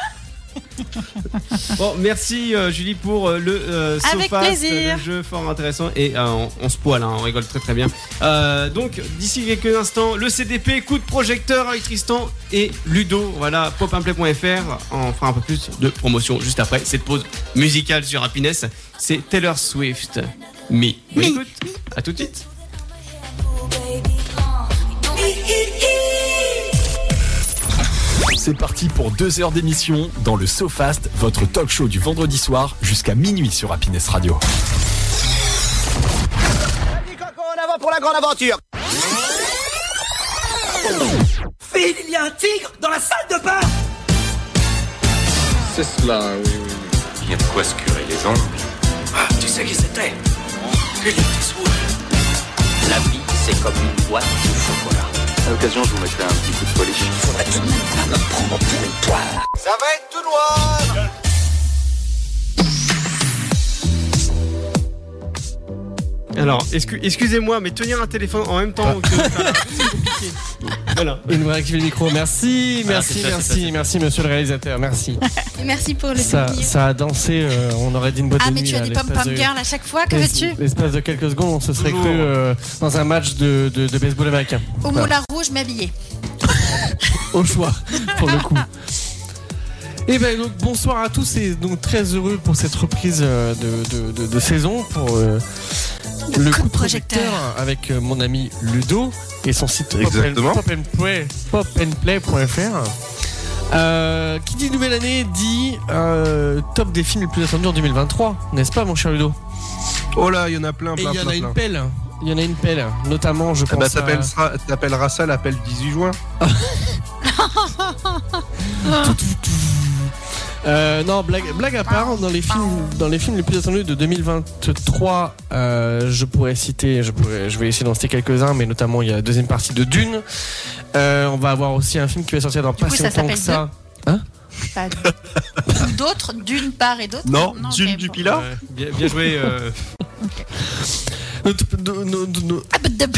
Bon, merci euh, Julie pour euh, le euh, Avec Sofast, plaisir. le jeu fort intéressant et euh, on, on se poile, hein, on rigole très très bien. Euh, donc d'ici quelques instants, le C D P, coup de projecteur avec Tristan et Ludo. Voilà, pop un play point f r. On fera un peu plus de promotion juste après cette pause musicale sur Happiness. C'est Taylor Swift. Me. Bonne écoute. À tout de suite. C'est parti pour deux heures d'émission dans le SoFast, votre talk show du vendredi soir jusqu'à minuit sur Happiness Radio. En avant pour la grande aventure. Phil, il y a un tigre dans la salle de bain. C'est cela, oui, oui. Bien de quoi se curer les ongles. Ah, tu sais qui c'était? Clint Eastwood. La vie, c'est comme une boîte de chocolat. À l'occasion, je vous mettrai un petit coup de polish. Faudrait tout de même pas me prendre pour une poire. Ça va être tout noir. Alors, excu- excusez-moi, mais tenir un téléphone en même temps que ça, c'est compliqué. Voilà. Il nous réactive le micro. Merci, Voilà, merci, c'est ça, merci, c'est ça, c'est merci, monsieur le réalisateur. Merci. Et merci pour le Ça, souvenir. ça a dansé. euh, on aurait dit une boîte Ah, de mais nuit. tu as là, des l'espace pom-pom de- girls à chaque fois, que l'es- veux-tu? L'espace de quelques secondes, on se serait Toujours. cru euh, dans un match de, de, de baseball américain. Au Voilà. Moulin Rouge, m'habiller. Au choix, pour le coup. Et ben donc bonsoir à tous et donc très heureux pour cette reprise euh, de, de, de, de saison pour euh, le coup de projecteur avec euh, mon ami Ludo et son site Exactement. pop and play pop and play point f r. Euh, qui dit nouvelle année dit euh, top des films les plus attendus en deux mille vingt-trois, n'est-ce pas mon cher Ludo? Oh là, il y en a plein, Et plein, il y en plein, a une plein. pelle, il y en a une pelle, notamment je Ah bah pense à... t'appelleras, t'appelleras ça l'appel dix-huit juin. Euh, non, blague, blague à part, dans les films, dans les films les plus attendus de deux mille vingt-trois, euh, je pourrais citer, je pourrais, je vais essayer d'en citer quelques-uns, mais notamment il y a la deuxième partie de Dune. Euh, on va avoir aussi un film qui va sortir dans pas coup, si ça longtemps que s'appelle ça. Hein? Pas de- Ou d'autres, d'une part et d'autre. Non, Dune ok, du bon. Pilat. Ouais, bien, bien joué. Euh... Notre- no- no- no- Ah, bah, de-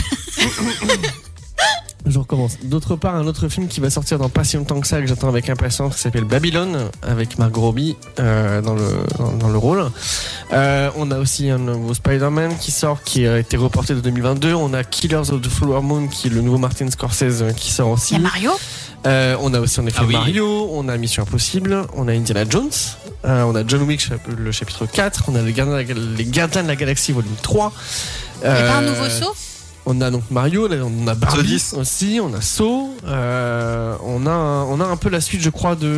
Je recommence. D'autre part, un autre film qui va sortir dans pas si longtemps que ça, que j'attends avec impatience, qui s'appelle Babylone, avec Margot Robbie euh, dans, le, dans, dans le rôle. Euh, on a aussi un nouveau Spider-Man qui sort, qui a été reporté de deux mille vingt-deux. On a Killers of the Flower Moon, qui est le nouveau Martin Scorsese, euh, qui sort aussi. Il y a Mario. Euh, on a aussi en effet Ah oui. Mario, on a Mission Impossible, on a Indiana Jones, euh, on a John Wick, chap- le chapitre quatre, on a les Gardiens de la, Gal- les Gardiens de la Galaxie volume trois. Il n'y a pas un Euh, nouveau saut? On a donc Mario, là, on a Barbie dix. aussi, on a Saw, euh, on, a un, on a un peu la suite, je crois, de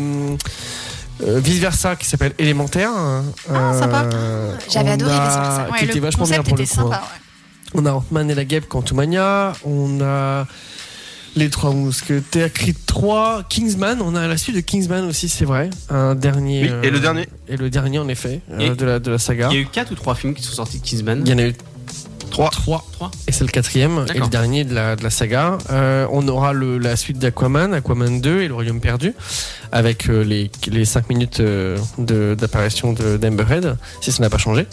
euh, Vice Versa qui s'appelle Élémentaire. Ah, sympa. J'avais on adoré a- Vice Versa. qui Ouais, était le vachement bien concept pour le était coup. sympa. hein. Ouais. On a Ant-Man et la Guêpe, Quantumania, on a Les Trois Mousquetaires, Creed trois, Kingsman, on a la suite de Kingsman aussi, c'est vrai, un dernier. Oui, et le dernier. Et le dernier en effet, euh, Et- de, la, de la saga. Il y a eu quatre ou trois films qui sont sortis de Kingsman. Il y en a eu trois. trois. Trois. Et c'est le quatrième et D'accord. le dernier de la, de la saga. Euh, on aura le, la suite d'Aquaman, Aquaman deux et le Royaume perdu, avec euh, les, les cinq minutes euh, de, d'apparition de, d'Amber Heard, si ça n'a pas changé.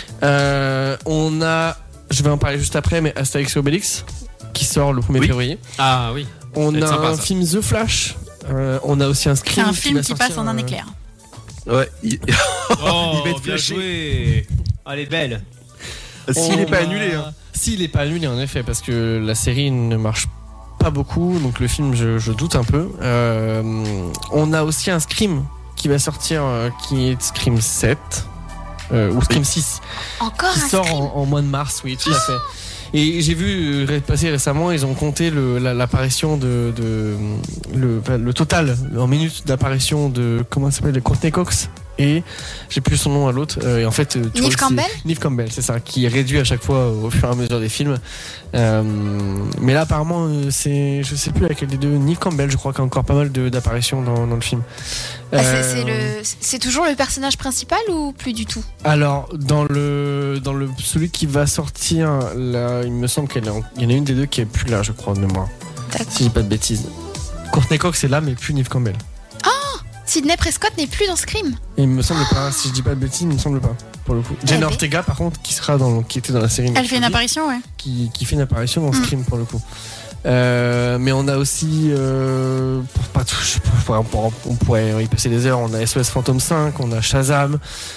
Euh, on a, je vais en parler juste après, mais Astérix et Obélix, qui sort le premier Oui. février. Ah oui. On Ça va a être sympa, un ça. film The Flash. Euh, on a aussi un C'est Scream un film va qui sortir, passe en un euh, éclair. Ouais. il- Oh, Il va être bien flashé. joué. Elle est belle. S'il On n'est pas va- annulé. Hein. S'il n'est pas annulé, en effet, parce que la série ne marche pas beaucoup, donc le film, je, je doute un peu. Euh, on a aussi un Scream qui va sortir, euh, qui est Scream sept, euh, ou Scream six, Encore qui un sort Scream. en, en mois de mars, oui, tout à fait. Et j'ai vu euh, passer récemment, ils ont compté le, la- l'apparition de, de le, enfin, le total en minutes d'apparition de comment ça s'appelle, de Courtney Cox et j'ai plus son nom à l'autre. Euh, et en fait, euh, tu Neve vois, c'est- Campbell Neve Campbell, c'est ça, qui est réduit à chaque fois au fur et à mesure des films. Euh, mais là, apparemment, euh, c'est, je sais plus laquelle des deux, Neve Campbell, je crois qu'il y a encore pas mal de, d'apparitions dans, dans le film. Ah, c'est, Euh, c'est le, c'est toujours le personnage principal ou plus du tout? Alors, dans le, dans le, celui qui va sortir, là, il me semble qu'il y en a une des deux qui est plus là, je crois, de mémoire. D'accord. Si j'ai pas de bêtises. Courtney Cox est là, mais plus Neve Campbell. Sidney Prescott n'est plus dans Scream. Et il me semble pas, si je dis pas de bêtises, il me semble pas, pour le coup. Jenna ben. Ortega, par contre, qui sera dans, qui était dans la série. Elle fait une Netflix, apparition, ouais. Qui, qui fait une apparition dans Mm. Scream, pour le coup. Euh, mais on a aussi, euh, pour pas tout, je- pour- on, pourra- on pourrait y passer des heures. On a S O S Phantom cinq, on a Shazam,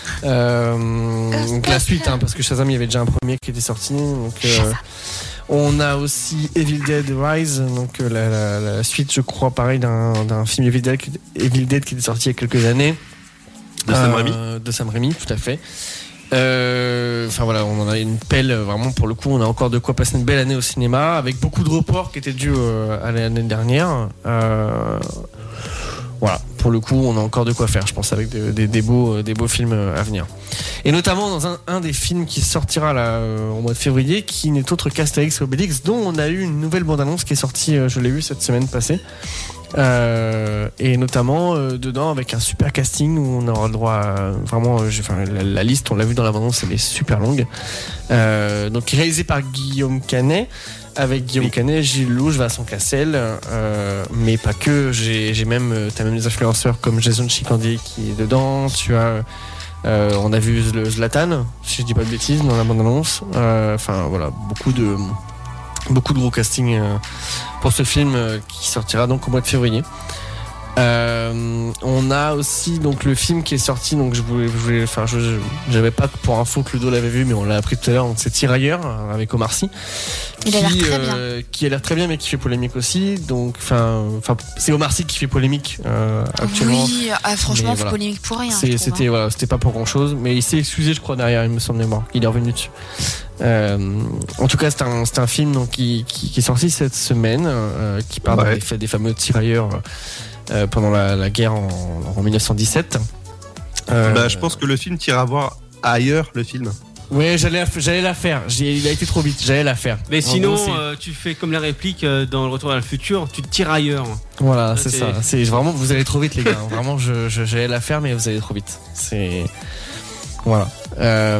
euh, donc la suite, hein, parce que Shazam, il y avait déjà un premier qui était sorti. Donc, euh, on a aussi Evil Dead Rise, donc euh, la, la- la suite, je crois, pareil, d'un, d'un film Evil Dead, qui- Evil Dead qui était sorti il y a quelques années. De Sam Euh, Raimi. De Sam Raimi, tout à fait. Euh, Enfin voilà, on en a une pelle, euh, vraiment pour le coup, on a encore de quoi passer une belle année au cinéma, avec beaucoup de reports qui étaient dus euh, à l'année dernière. Euh, voilà, pour le coup, on a encore de quoi faire, je pense, avec des, des- des beaux, des beaux films euh, à venir. Et notamment dans un, un des films qui sortira là, euh, au mois de février, qui n'est autre qu'Astérix et Obélix, dont on a eu une nouvelle bande-annonce qui est sortie, euh, je l'ai vu cette semaine passée. Euh, et notamment euh, dedans avec un super casting où on aura le droit à, vraiment euh, j'ai- enfin, la, la liste, on l'a vu dans la bande-annonce, elle est super longue. Euh, donc réalisé par Guillaume Canet, avec Guillaume Oui. Canet, Gilles Louge, Vincent Cassel, euh, mais pas que. J'ai, j'ai même, euh, t'as même des influenceurs comme Jason Chicandier qui est dedans. Tu as Euh, on a vu Zlatan, si je dis pas de bêtises, dans la bande-annonce. Enfin euh, voilà, beaucoup de beaucoup de gros casting euh, pour ce film euh, qui sortira donc au mois de février. Euh, on a aussi donc le film qui est sorti, donc je voulais, je voulais enfin je, je j'avais pas pour info que Ludo l'avait vu, mais on l'a appris tout à l'heure, donc c'est Tirailleurs avec Omar Sy. Il qui, a l'air très euh, bien. Qui a l'air très bien, mais qui fait polémique aussi. Donc enfin, enfin c'est Omar Sy qui fait polémique euh, actuellement. Oui, euh, franchement, Mais c'est voilà. polémique pour rien. C'est, je trouve, c'était hein. voilà, c'était pas pour grand chose, mais il s'est excusé, je crois, derrière, il me semble mémoire. Il est revenu dessus. Euh, en tout cas, c'est un, c'est un film donc, qui, qui, qui est sorti cette semaine, euh, qui parle Ouais. des, des fameux tirailleurs euh, pendant la, la guerre en, en dix-neuf cent dix-sept. Euh, Bah, je pense que le film tire à voir ailleurs, le film. Ouais, j'allais, la- j'allais la faire. J'ai, il a été trop vite. J'allais la faire. Mais En sinon, gros, c'est- euh, tu fais comme la réplique euh, dans Le Retour vers le futur, tu te tires ailleurs. voilà, ça, c'est c'est- ça. C'est vraiment, vous allez trop vite, les gars. Vraiment, je, je- j'allais la faire, mais vous allez trop vite. C'est voilà. Euh,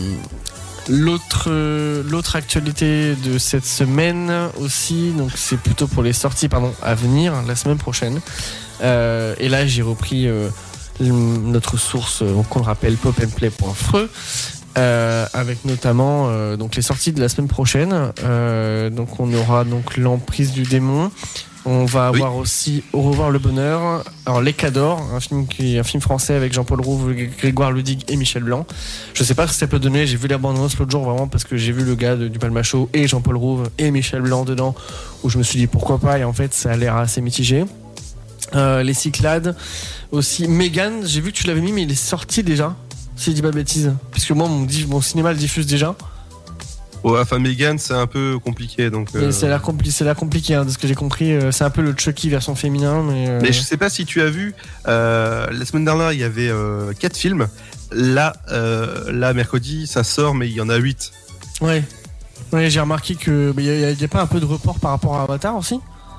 L'autre, euh, l'autre actualité de cette semaine aussi, donc c'est plutôt pour les sorties pardon, à venir la semaine prochaine. Euh, et là, j'ai repris euh, notre source, euh, qu'on le rappelle, popandplay point f r e, euh, avec notamment euh, donc les sorties de la semaine prochaine. Euh, donc on aura donc l'emprise du démon. On va avoir oui. aussi Au revoir le bonheur. Alors Les Cadors, un film qui est un film français avec Jean-Paul Rouve, Grégoire Ludig et Michel Blanc. Je sais pas ce que ça peut donner. J'ai vu la bande-annonce l'autre jour vraiment parce que j'ai vu le gars de, du Palmacho et Jean-Paul Rouve et Michel Blanc dedans, où je me suis dit pourquoi pas. Et en fait, ça a l'air assez mitigé. Euh, les Cyclades aussi. Mégane, j'ai vu que tu l'avais mis, mais il est sorti déjà. Si je dis pas de bêtises, puisque moi mon, mon cinéma le diffuse déjà. Ouais, enfin, Mégane, c'est un peu compliqué. Donc, euh... Mais c'est l'air, compli- c'est l'air compliqué, hein, de ce que j'ai compris. Euh, c'est un peu le Chucky version féminin. Mais, euh... mais je sais pas si tu as vu, euh, la semaine dernière, il y avait euh, quatre films. Là, euh, là, mercredi, ça sort, mais il y en a huit. Ouais. Ouais, j'ai remarqué que il n'y a, a, a pas un peu de report par rapport à Avatar aussi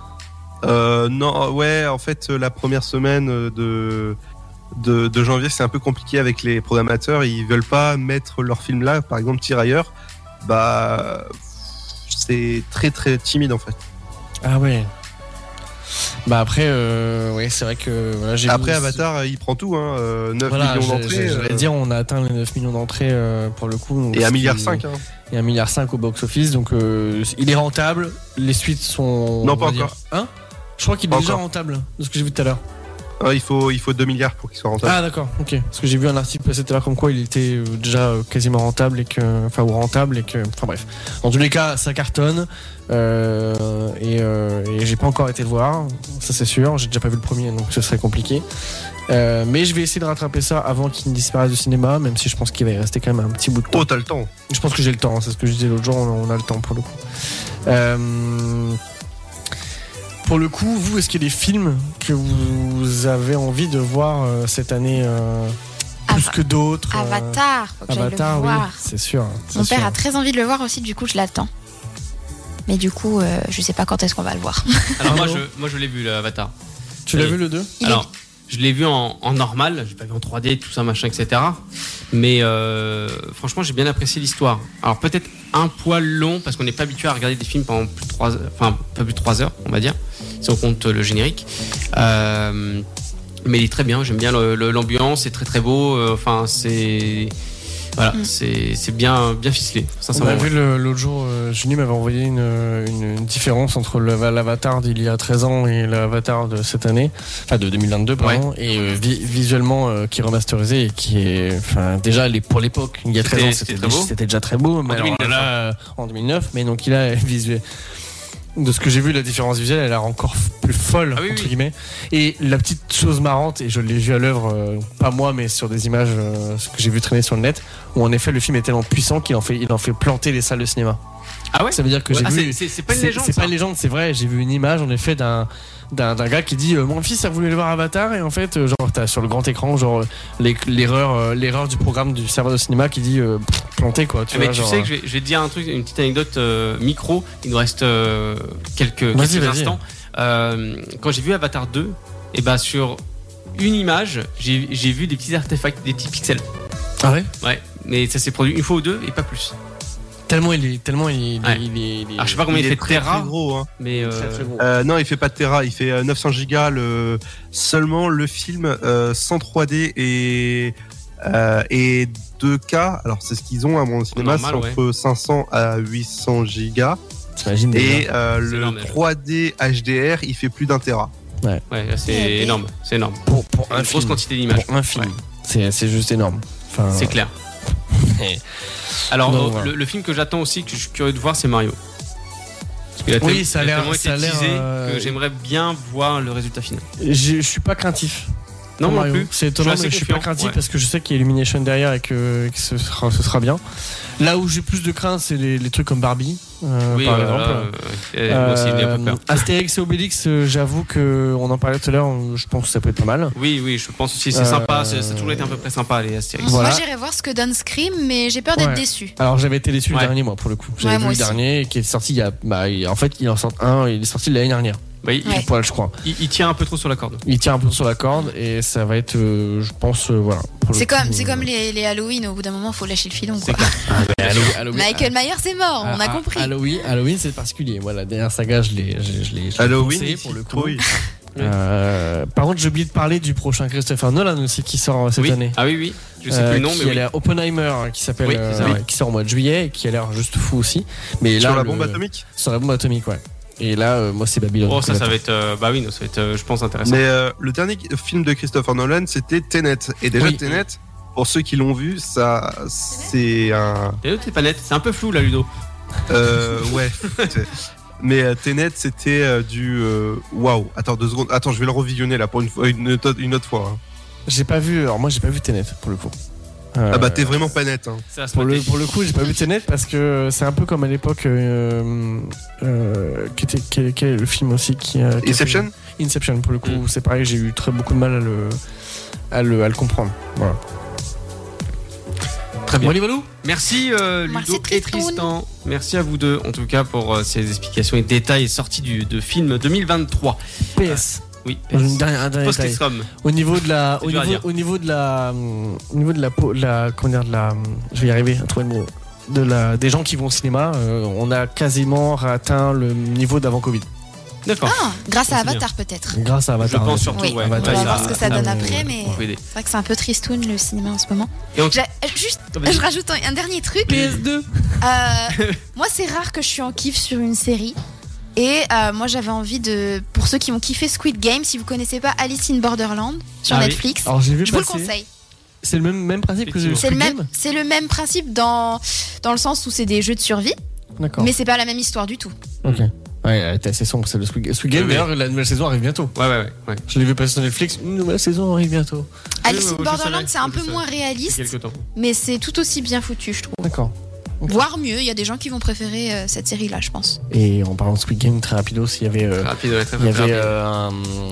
euh, Non, ouais, en fait, la première semaine de, de, de janvier, c'est un peu compliqué avec les programmateurs. Ils veulent pas mettre leur film là, par exemple, Tirailleurs. Bah, c'est très très timide en fait. Ah ouais. Bah après, euh, ouais, c'est vrai que voilà, j'ai après vu... Avatar, il prend tout, hein, euh, neuf voilà, millions d'entrées. J'allais euh... dire, on a atteint les neuf millions d'entrées euh, pour le coup. Et un milliard cinq. Hein. Et un milliard cinq au box-office, donc euh, il est rentable. Les suites sont. Non, pas encore. Dire... Hein Je crois qu'il est pas déjà encore. rentable, de ce que j'ai vu tout à l'heure. Ah, il faut il faut deux milliards pour qu'il soit rentable. Ah d'accord, ok. Parce que j'ai vu un article passer tout à l'heure comme quoi il était euh, déjà euh, quasiment rentable et que, enfin ou rentable et que, enfin bref. En tous les cas, ça cartonne euh, et, euh, et j'ai pas encore été le voir, ça c'est sûr. J'ai déjà pas vu le premier, donc ce serait compliqué. Euh, mais je vais essayer de rattraper ça avant qu'il ne disparaisse du cinéma, même si je pense qu'il va y rester quand même un petit bout de temps. Oh, t'as le temps. Je pense que j'ai le temps. C'est ce que je disais l'autre jour. On a le temps pour le coup. Euh... Pour le coup, vous, est-ce qu'il y a des films que vous avez envie de voir euh, cette année euh, plus Ava- que d'autres euh, Avatar, faut que j'aille Avatar, le oui, voir. c'est sûr. C'est Mon sûr. père a très envie de le voir aussi, du coup je l'attends. Mais du coup, euh, je sais pas quand est-ce qu'on va le voir. Alors moi je, moi je l'ai vu l'Avatar. Tu l'as vu le deux Il Alors, je l'ai vu en, en normal, j'ai pas vu en trois D, tout ça, machin, et cetera. Mais euh, franchement, j'ai bien apprécié l'histoire. Alors peut-être un poil long, parce qu'on n'est pas habitué à regarder des films pendant plus de trois, enfin pas plus de trois heures, on va dire, si on compte le générique. Euh, mais il est très bien, j'aime bien le, le, l'ambiance, c'est très très beau. Euh, enfin, c'est voilà, mm. c'est, c'est bien, bien ficelé. On a vu le, l'autre jour, euh, Julie m'avait envoyé une, une, une différence entre le, l'Avatar d'il y a treize ans et l'Avatar de cette année, enfin de deux mille vingt-deux, pardon, ouais. et euh, vi- visuellement euh, qui est remasterisé et qui est, enfin déjà les, pour l'époque, il y a treize c'était, ans, c'était, c'était, déjà, c'était déjà très beau, mais en, deux mille neuf, là, euh, en deux mille neuf, mais donc il a visuel. De ce que j'ai vu, la différence visuelle, elle a encore plus folle, ah oui, entre oui. guillemets. Et la petite chose marrante, et je l'ai vu à l'œuvre, euh, pas moi, mais sur des images euh, que j'ai vu traîner sur le net, où en effet le film est tellement puissant qu'il en fait, il en fait planter les salles de cinéma. Ah ouais. Ça veut dire que ouais, j'ai ah, vu. C'est, c'est, c'est pas une légende. C'est, c'est ça. pas une légende, c'est vrai. J'ai vu une image en effet d'un. D'un, d'un gars qui dit euh, mon fils a voulu le voir Avatar et en fait euh, genre t'as sur le grand écran genre les, l'erreur euh, l'erreur du programme du serveur de cinéma qui dit euh, planté quoi tu mais vois, tu genre, sais que je vais, je vais te dire un truc, une petite anecdote euh, micro, il nous reste euh, quelques, vas-y, quelques vas-y. instants. Euh, quand j'ai vu Avatar deux, et bah sur une image j'ai, j'ai vu des petits artefacts, des petits pixels. Ah ouais ouais, mais ça s'est produit une fois ou deux et pas plus. Tellement il est, tellement il, ouais. il, il, il, Alors je sais pas combien il, il fait de Terra, très gros, hein. mais euh... très, très gros. Euh, non, il fait pas de Terra, il fait euh, neuf cents gigas. Le... Seulement le film euh, sans trois D et Euh, et deux K, alors c'est ce qu'ils ont à mon cinéma, Normal, c'est entre ouais. cinq cents à huit cents gigas. T'imagines Et déjà. euh, C'est le énorme, déjà. trois D H D R, il fait plus d'un téra. Ouais. Ouais, là, c'est Eh, énorme. C'est énorme. Pour, pour C'est un une grosse film. quantité d'images. Pour un film. Ouais. C'est, c'est juste énorme. Enfin, C'est clair. Et- Alors, Donc, euh, voilà. le, le film que j'attends aussi, que je suis curieux de voir, c'est Mario. Parce qu'il a, Oui, tel- ça a il l'air- tellement été ça a l'air, teasé euh, que j'aimerais bien voir le résultat final. Je, je suis pas craintif. Non, pour non Mario. plus. C'est étonnant, Je suis mais assez je suis pas confiant, craintif ouais. parce que je sais qu'il y a Illumination derrière et que, que ce, sera, ce sera bien. Là où j'ai plus de crainte, c'est les, les trucs comme Barbie, euh, Oui, par voilà, exemple. euh, euh, moi aussi, j'ai un peu peur. Astérix et Obélix, euh, j'avoue que on en parlait tout à l'heure, je pense que ça peut être pas mal. Oui, oui, je pense aussi. C'est Euh, sympa. c'est- Ça a toujours été à peu près sympa, les Astérix. Voilà. Moi, j'irai voir ce que donne Scream, mais j'ai peur d'être Ouais. déçue. Alors j'avais été déçu Ouais. le dernier, moi, pour le coup. J'avais Ouais, vu moi le aussi. dernier qui est sorti il y a. Bah, il- en fait, il en sort un, il est sorti l'année dernière. Bah, il, Ouais. Pile poil, je crois. il- il tient un peu trop sur la corde. Il tient un peu sur la corde et ça va être, euh, je pense, euh, voilà. pour le C'est coup, comme, c'est euh, comme les, les Halloween, au bout d'un moment, faut lâcher le filon. C'est Quoi. clair. mais Halloween- Halloween- Michael Myers c'est mort, on a Ah, ah, compris. Halloween, Halloween c'est particulier. Voilà, la dernière saga, je l'ai, je, je l'ai, je l'ai Halloween, poussé il pour le coup. citrouille. Euh, par contre, j'ai oublié de parler du prochain Christopher Nolan aussi qui sort euh, cette Oui. année. Ah oui, oui. Je sais Euh, plus le nom, qui mais a oui. l'air Oppenheimer, hein, qui s'appelle, Oui, c'est ça. euh, qui sort au mois de juillet et qui a l'air juste fou aussi. Mais là, Sur la le- bombe atomique. Sur la bombe atomique, ouais. Et là, euh, moi, c'est Babylone. Oh, ça, ça Complètement. va être. euh, bah oui, non, ça va être, euh, je pense, intéressant. Mais euh, le dernier film de Christopher Nolan, c'était Tenet. Et déjà, Oui. Tenet, pour ceux qui l'ont vu, ça, c'est un. T'es t'es pas net. C'est un peu flou là, Ludo. Euh, ouais. C'est- Mais euh, Tenet, c'était euh, du. euh, Waouh. Attends deux secondes. Attends, je vais le revisionner là pour une, fois, une, autre- une autre fois. hein. J'ai pas vu. Alors moi, j'ai pas vu Tenet pour le coup. Euh, Ah bah, t'es vraiment pas net. Hein. Ça va se Pour le, mater. pour le coup, j'ai pas vu Tenet parce que c'est un peu comme à l'époque. Euh, euh, qui était, quel, quel est le film aussi qui. euh, qui a Inception fait- Inception, pour le coup, Mm. c'est pareil, j'ai eu très beaucoup de mal à le, à le, à le comprendre. Voilà. Très bien. Bon, allez, voilà. Merci euh, Merci, Ludo et Tristoun. Tristan. Merci à vous deux, en tout cas, pour euh, ces explications et détails sortis du de film deux mille vingt-trois. P S. Oui. Une dernière- un dernier détail. Post-Scrum. Au niveau de la, C'est au dur à niveau, dire. au niveau de la, hum, au niveau de la, peau- la, comment dire, de la, hum, je vais y arriver à trouver le mot, de la, des gens qui vont au cinéma, euh, on a quasiment atteint le niveau d'avant Covid. D'accord. Ah, grâce à C'est bien. Avatar peut-être. Grâce à Avatar. Je pense bien sûr. surtout, Oui, ouais. on va Avatar, voir ça- ce que ça là, donne on- après, mais on peut aider. c'est vrai que c'est un peu tristoun le cinéma en ce moment. Et on- J'ai- Juste, Vas-y. je rajoute un, un dernier truc. P S deux. Euh, moi, c'est rare que je suis en kiff sur une série. Et euh, moi, j'avais envie de. Pour ceux qui ont kiffé Squid Game, si vous connaissez pas Alice in Borderland sur Ah oui. Netflix, Alors j'ai vu je vous le passer. conseille. C'est le même, même principe que Effectivement. C'est le, Squid même, Game c'est le même principe dans, dans le sens où c'est des jeux de survie, D'accord. mais c'est pas la même histoire du tout. Ok. Ouais, elle était assez sombre, c'est le Squid, Squid Game. Oui, oui. D'ailleurs, la nouvelle saison arrive bientôt. Ouais, ouais, ouais. ouais. Je l'ai vu passer sur Netflix. Une nouvelle saison arrive bientôt. Alice ouais, in je Borderland, savais, c'est un je peu savais. moins Il y a réaliste, quelques temps. mais c'est tout aussi bien foutu, je trouve. D'accord. Ok. Voire mieux, il y a des gens qui vont préférer euh, cette série-là, je pense. Et en parlant de Squid Game, très rapidos, il y avait, euh, Rapide, ouais, très il y avait rapide. euh, un,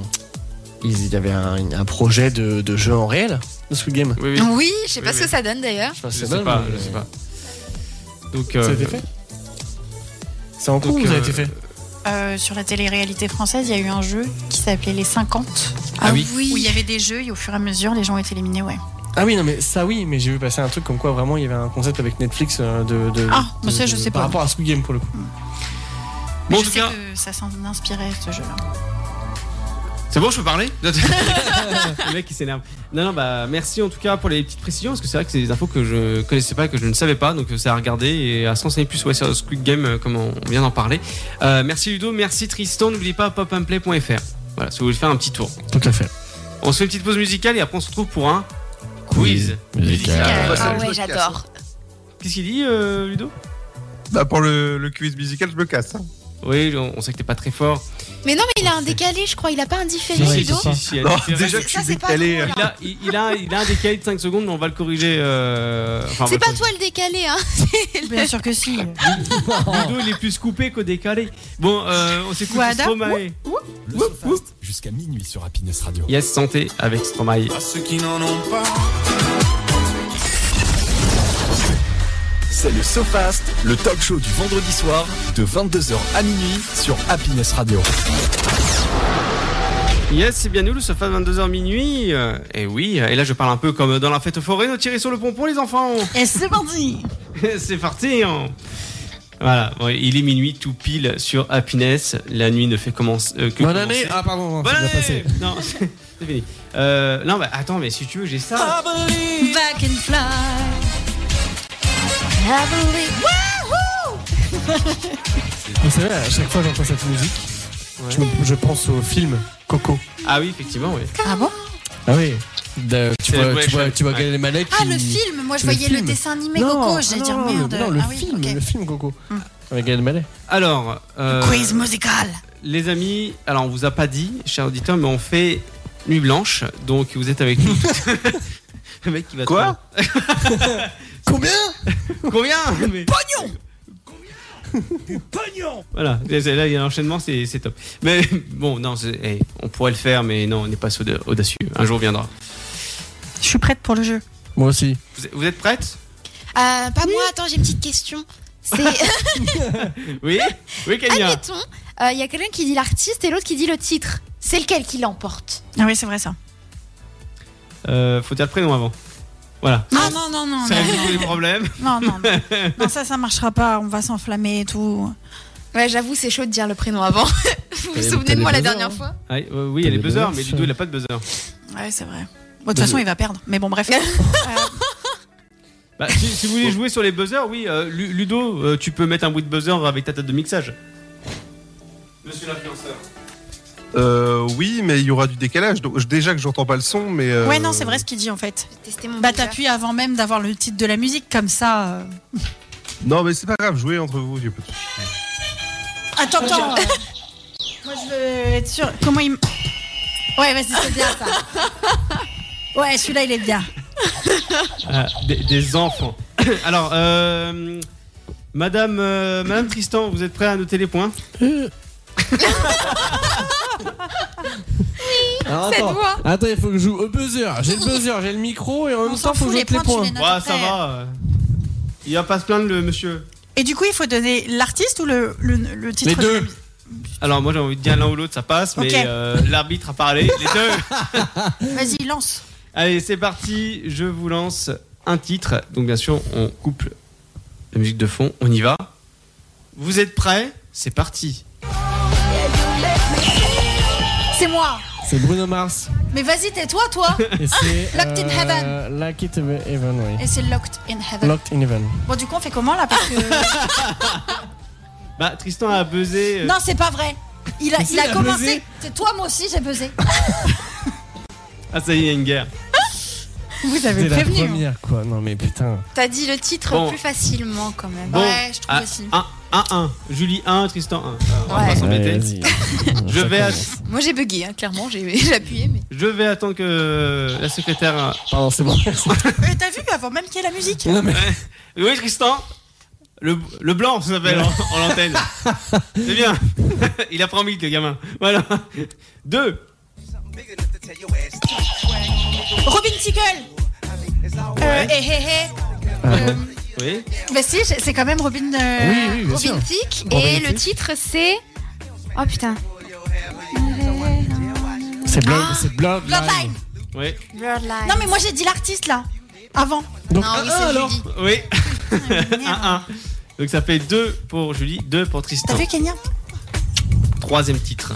il y avait un, un projet de, de jeu en réel de Squid Game. Oui, oui. Oui, je sais Oui, pas ce oui. que ça donne d'ailleurs. Je sais pas, Je si sais c'est bon, pas, mais- je sais pas. Donc, Ça a euh, été fait C'est en cours donc, ou ça a euh, été fait Euh, sur la télé-réalité française, il y a eu un jeu qui s'appelait Les cinquante. Ah oui. Où il y avait des jeux et au fur et à mesure, les gens ont été éliminés, ouais. Ah oui, non, mais ça oui, mais j'ai vu passer un truc comme quoi vraiment il y avait un concept avec Netflix euh, de. de Ah, de- mais ça, je de- sais Par pas. rapport à Squid Game pour le coup. Mais Bon, en je tout sais cas- que ça s'en inspirait, ce jeu-là. C'est bon, je peux parler Le mec qui s'énerve. Non, non, bah merci en tout cas pour les petites précisions, parce que c'est vrai que c'est des infos que je connaissais pas, que je ne savais pas, donc c'est à regarder et à se renseigner plus ouais, sur Squid Game, euh, comme on vient d'en parler. Euh, merci Ludo, merci Tristan, n'oubliez pas pop and play point f r. Voilà, si vous voulez faire un petit tour. Tout à fait. On se fait une petite pause musicale et après on se retrouve pour un quiz musical. bah, ça, Ah je ouais, me casse, j'adore. Qu'est-ce qu'il dit, euh, Ludo? Bah, pour le, le quiz musical, je me casse. hein. Oui, on, on sait que t'es pas très fort. Mais non, mais il a un décalé, je crois. Il a pas un différé, Si, Ludo. si, si, elle Non, différait. déjà Ça, que je suis c'est pas décalé. drôle. Il a, il, il a, il a un décalé de cinq secondes, mais on va le corriger. Euh... Enfin, on va C'est le pas corriger. toi le décalé, hein. Bien sûr que si. Ludo, il est plus coupé qu'au décalé. Bon, euh, on s'écoute Wada. Stromae. Le SoFast, jusqu'à minuit sur Happiness Radio. Yes, santé avec Stromae. À ceux qui n'en ont pas. C'est le SoFast, le talk show du vendredi soir de vingt-deux heures à minuit sur Happiness Radio. Yes, c'est bien nous, le sofa de vingt-deux heures minuit. Euh, et oui, et là je parle un peu comme dans la fête aux forêts, nous tirer sur le pompon les enfants. Et c'est parti. C'est parti. hein. Voilà, bon, il est minuit tout pile sur Happiness. La nuit ne fait commencer euh, que Bonne commencer. année. Ah pardon, Bonne c'est déjà année. passé. Non, c'est c'est fini. Euh, non, bah attends, mais si tu veux, j'ai ça. Back and fly. Vous savez, à chaque fois que j'entends cette musique, Ouais. je, me- je pense au film Coco. Ah oui, effectivement, oui. Ah bon? Ah oui. De- tu, C'est vois, Wes tu vois, Anderson, tu vois ouais. Gad Elmaleh Ah, qui... le film. Moi, je Le voyais le film. dessin animé Non, Coco. ah J'allais non, dire non, merde. le- Non, le Ah oui, film, ok. le film Coco. Hmm. Avec Gad Elmaleh. Alors, euh, Quiz musical. les amis, alors on vous a pas dit, chers auditeurs, mais on fait Nuit Blanche, donc vous êtes avec nous. Le mec qui va Quoi Combien Combien mais... Pognon. Voilà, c'est- là il y a un enchaînement, c'est c'est top. Mais bon, non, c'est- hey, on pourrait le faire, mais non, on n'est pas auda- audacieux. Un jour viendra. Je suis prête pour le jeu. Moi aussi. Vous êtes, vous êtes prête Euh, pas moi, attends, j'ai une petite question. C'est. Oui Oui, Kenya. Admettons, il y a quelqu'un qui dit l'artiste et l'autre qui dit le titre. C'est lequel qui l'emporte? Ah oui, c'est vrai ça. Euh, faut dire le prénom avant. Voilà. Non, non, non, non. Ça non, résout non, tous les non. problèmes. Non, non, non. Non, ça, ça marchera pas. On va s'enflammer et tout. Ouais, j'avoue, c'est chaud de dire le prénom avant. Vous vous T'as les- souvenez t'as de moi les la buzzers, dernière hein. fois? Ah, euh, oui, il y a les Les buzzers, buzzers, mais ça. Ludo, il a pas de buzzer. Ouais, c'est vrai. Bon, de toute façon, il va perdre. Mais bon, bref. Euh, Bah, si, si vous voulez jouer sur les buzzers, oui, euh, Lu- Ludo, euh, tu peux mettre un bruit de buzzer avec ta tête de mixage. Monsieur l'influenceur. Euh, oui, mais il y aura du décalage. Donc, je- déjà que j'entends pas le son, mais. euh, Ouais, non, c'est vrai ce qu'il dit en fait. J'ai testé mon Bah, buzzer. t'appuies avant même d'avoir le titre de la musique, comme ça. euh. Non, mais c'est pas grave, jouez entre vous. y a pas de souci. Attends, attends. euh, Moi, je veux être sûr. Comment il. m- Ouais, vas-y, c'est bien ça. Ouais, celui-là, il est bien. Ah, des, des enfants. Alors, euh, Madame, euh, Madame Tristan, vous êtes prêt à noter les points? Alors, Cette attends, voix. attends, il faut que je joue au buzzer. J'ai le buzzer, j'ai le micro et en On même s'en temps, faut que fout, je les note les points, tu points. les notes Ouais, ça après. va. euh. Il va pas se plaindre, le monsieur. Et du coup, il faut donner l'artiste ou le, le, le titre Les de deux. la musique. Alors, moi, j'ai envie de dire l'un ou l'autre, ça passe, mais Ok. euh, l'arbitre a parlé. Les deux. Vas-y, lance. Allez, c'est parti. Je vous lance un titre. Donc, bien sûr, on coupe la musique de fond. On y va. Vous êtes prêts? C'est parti. C'est moi. C'est Bruno Mars. Mais vas-y, tais-toi, toi. Et c'est. Locked in Heaven. euh, Locked in Heaven, oui. Et c'est Locked in Heaven. Locked in Heaven. Bon, du coup, on fait comment là parce que... Bah, Tristan a buzzé. euh, Non, c'est pas vrai. Il a, Mais si, il a il a commencé. buzzé. C'est toi, moi aussi, j'ai buzzé. Ah, ça y est, il y a une guerre. Vous avez C'est la prévenu. hein. première, quoi. Non, mais putain. T'as dit le titre Bon. plus facilement quand même. Bon, Ouais, je trouve ah, aussi. un, un, un. Julie un, Tristan un. Alors, on va Ouais. pas Ouais, s'embêter. vas-y. Je Ça vais, at- commence. Moi j'ai bugué, hein, clairement, j'ai j'ai appuyé. Mais... je vais attendre que la secrétaire. euh, Pardon, c'est bon. Euh, T'as vu avant même qu'il y ait la musique. Non, mais. Oui, Tristan. Le, le blanc, ça s'appelle en, en l'antenne. C'est bien. Il a pris en mythe, le gamin. Voilà. Deux. Robin Tickle. Euh, Ouais. eh, eh, eh. Ah, Euh, Oui. Bah si, c'est quand même Robin. euh, Oui, oui, bien sûr. Robin Thicke, Robin et le Thicke. titre c'est. Oh putain. C'est Blood, Ah, c'est Bloodline. Bloodline. Oui. Bloodline. Non, mais moi j'ai dit l'artiste là. Avant. Donc, Non, oui, un, c'est alors. Julie. Oui. Merde. un, un. Donc ça fait deux pour Julie, deux pour T'as Tristan. vu Kenya? Troisième titre.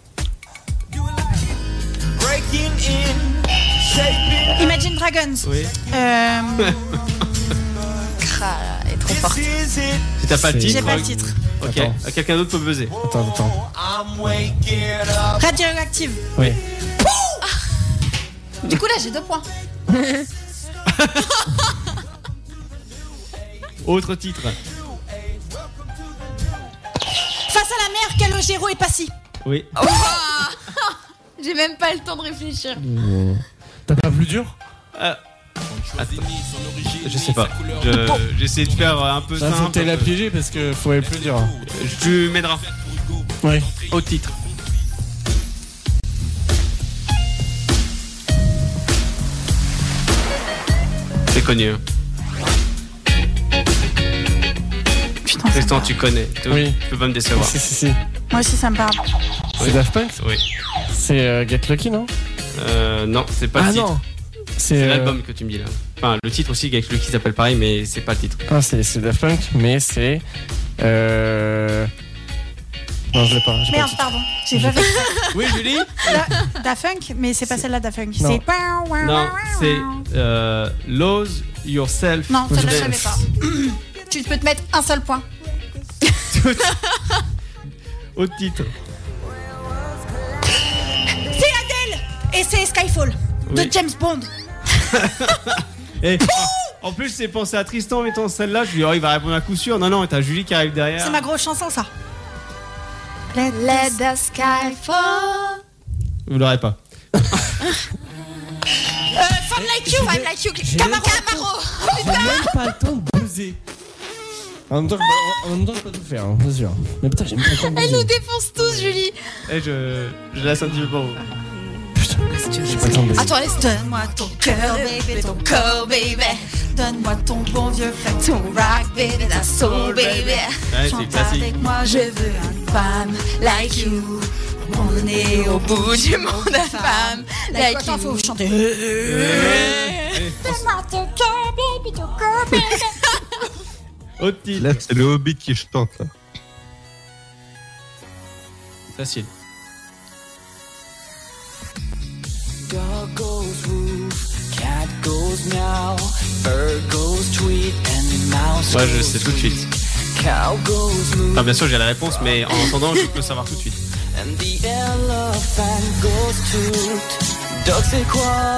Imagine Dragons. Oui. Euh, Ah, elle est trop forte. Si t'as pas le C'est- titre. j'ai pas le euh, titre. Ok. Attends. À quelqu'un d'autre peut buzzer. Attends, attends. Radioactive. Oui. Du coup là j'ai deux points. Autre titre. Face à la mer, Calogero et Passy. Oui. Oh j'ai même pas le temps de réfléchir. T'as pas plus dur? Ah. Attends. Je sais pas. Je- J'essaie de faire un peu Ça, faut simple. que t'aies la piéger parce que faut aller plus dur. Tu m'aideras. Oui. Au titre. C'est connu. Hein. Putain, ça me Tristan, parle. tu connais. Tu, Oui. tu peux pas me décevoir. Si, si, si. Moi aussi ça me parle. C'est Daft Punk? Oui. C'est euh, Get Lucky, non? Euh, non, c'est pas Ah le titre. non. C'est euh, l'album que tu me dis là. Enfin, le titre aussi, quelque chose qui s'appelle pareil, mais c'est pas le titre. Ah, c'est, c'est Daft Punk, mais c'est. Euh... Non, je l'ai pas. J'ai Merde, pas pardon. J'ai pas fait. Oui, Julie. Da- Daft Punk, mais c'est pas celle-là Daft Punk. Non. C'est. Non, c'est euh, Lose Yourself. Non, celle-là, je Dance. savais pas. Tu peux te mettre un seul point. Au titre. C'est Adele et c'est Skyfall Oui. de James Bond. Et, en plus, c'est pensé à Tristan en mettant celle-là. Je lui dis, oh, il va répondre à coup sûr. Non, non, et t'as Julie qui arrive derrière. C'est ma grosse chanson, ça. Let the sky fall. Vous l'aurez pas. Euh, Fun Like You. Fun like you. J'ai Camaro. même Camaro. J'ai même pas le temps de buzzer. En même temps, je peux, en même temps, je peux tout faire, hein, c'est sûr. Mais putain, j'ai même pas le temps de Elle buzzer. nous défonce tous, Julie. Et je, je laisse un petit peu pour vous. J'ai pas le temps de buzzer. Attends, laisse. Donne-moi ton cœur, baby, ton corps, baby. Donne-moi ton bon vieux fait, ton rock, baby, ta soul, baby. Ouais, c'est Chante classique. avec moi, je veux une femme like you. On est au bout du monde, la femme like you. Faut chanter. Donne-moi ton cœur, baby, ton corps, baby. Au titre. Là, c'est le Hobbit qui chante. Là. Facile. Dog goes woof, cat goes meow, bird goes tweet and mouse. Moi, je sais tout de suite. Cow goes moo. Enfin, bien sûr, j'ai la réponse, mais en entendant, je peux savoir tout de suite. And the elephant goes toot. Dog c'est quoi?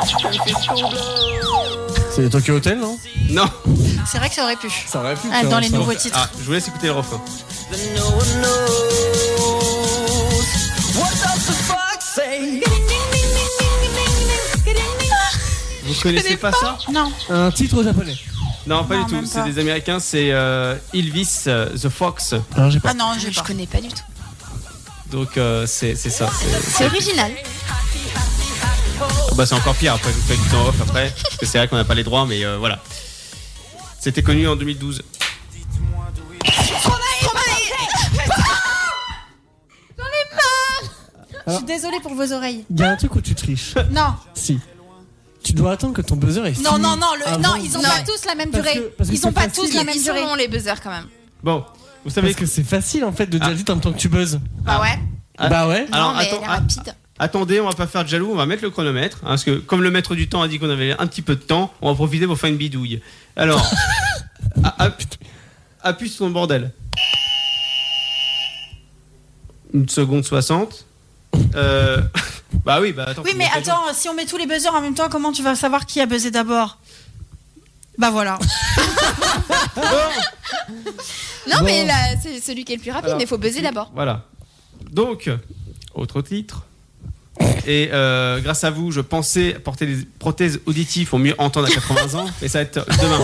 C'est les Tokyo Hotel, non? Non. C'est vrai que ça aurait pu. Ça aurait pu. Ah, dans les Donc, nouveaux titres. Ah, je vous laisse écouter le refrain. Then no one knows. What does the fox say? Vous connaissez pas, ça? Non. Un titre japonais. Non, pas Non, du même tout. C'est pas. des Américains. C'est euh, Elvis euh, the Fox. Alors, j'ai pas. Ah non, j'ai Je pas. connais pas du tout. Donc euh, c'est c'est ça. C'est, C'est original. Oh, bah c'est encore pire. Après, je vous fais du temps off après, parce que c'est vrai qu'on n'a pas les droits, mais euh, voilà. C'était connu en deux mille douze. Je suis désolée pour vos oreilles. Il y a un truc où tu triches. Non. Si. Tu dois attendre que ton buzzer est fini. Non, non, non, le, avant- non, ils ont Non. pas tous la même Parce durée. que- parce que Ils ont c'est pas facile. tous la même Ils durée. sont les buzzers quand même. Bon, vous savez Parce que c'est facile en fait de dire Ah. vite en même temps que tu buzzes. Bah ouais. Ah. Bah ouais. Alors, non, mais attends, elle est ah, rapide. attendez, on va pas faire de jaloux, on va mettre le chronomètre, hein, parce que comme le maître du temps a dit qu'on avait un petit peu de temps, on va profiter pour faire une bidouille. Alors, a- a- appuie sur ton bordel. Une seconde soixante. Euh, bah oui, bah attends. Oui, mais attends, si on met tous les buzzers en même temps, comment tu vas savoir qui a buzzé d'abord? Bah voilà. Non, Bon. mais là, c'est celui qui est le plus rapide, Alors, mais il faut buzzer d'abord. Voilà. Donc, autre titre. Et euh, grâce à vous, je pensais porter des prothèses auditives pour mieux entendre à quatre-vingts ans, mais ça va être demain.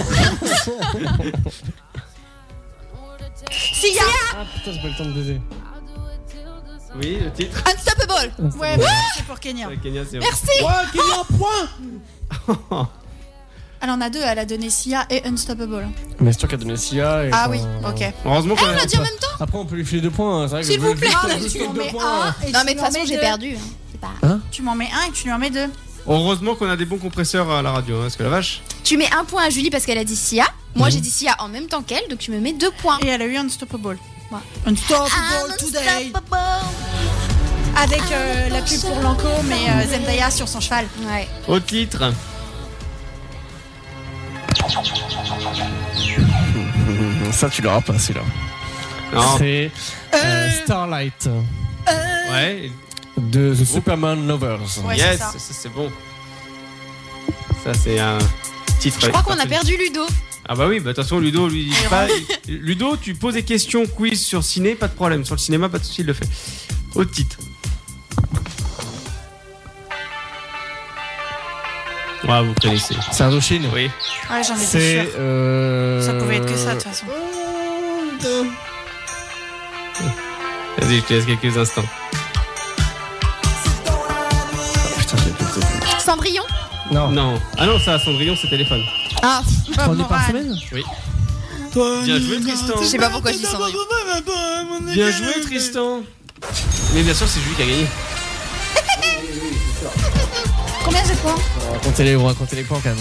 Si y a. Ah putain, j'ai pas le temps de buzzer. Oui, le titre. Unstoppable. Ouais, ouais, c'est pour Kenya. Avec Kenya, c'est bon. Merci. Ouais, qu'il y a un point. Elle en a deux, elle a donné Sia et Unstoppable. Mais c'est toi qui as donné Sia. Et Ah enfin, oui, ok. Heureusement qu'on Ah, on a... l'a dit en même temps. Après, on peut lui filer deux points. hein, c'est vrai que S'il le- vous plaît. juste- Ah, mais juste tu m'en deux mets points, un et Non, tu mais de lui toute en façon, mets j'ai deux. perdu. hein. C'est pas- Tu m'en mets un et tu lui en mets deux. Heureusement qu'on a des bons compresseurs à la radio, hein, parce que la vache. Tu mets un point à Julie parce qu'elle a dit Sia. Moi, Mhm. j'ai dit Sia en même temps qu'elle, donc tu me mets deux points. Et elle a eu Unstoppable. Ouais. Unstoppable I'm today. unstoppable. Avec euh, la pub pour Lanco, mais euh, Zendaya sur son cheval. Ouais. Au titre. Ça, tu l'auras pas, celui-là. Non. C'est euh, Starlight Ouais. de The Superman Lovers. Ouais, yes, c'est ça. ça, c'est bon. Ça, c'est un titre. Je crois qu'on a parfait. perdu Ludo. Ah bah oui, bah attention, Ludo, lui, il pas, il- Ludo, tu poses des questions quiz sur ciné, pas de problème. Sur le cinéma, pas de souci, il le fait. Au titre. Ouais, vous connaissez. C'est Indochine. Oui. Ouais, j'en étais C'est. sûre. Euh... Ça pouvait être que ça, de toute façon. Vas-y, je te laisse quelques instants. Putain, j'ai plus de Cendrillon. Non. Non. Ah non, ça, Cendrillon, c'est téléphone. Ah, Trois nuits par Morane. semaine. Oui. Bien joué, Tristan. je sais pas pourquoi je dis Cendrillon. Bien joué, Tristan. Mais bien sûr, c'est Julie qui a gagné. Combien c'est de points? On va compter les, on va compter les points quand même.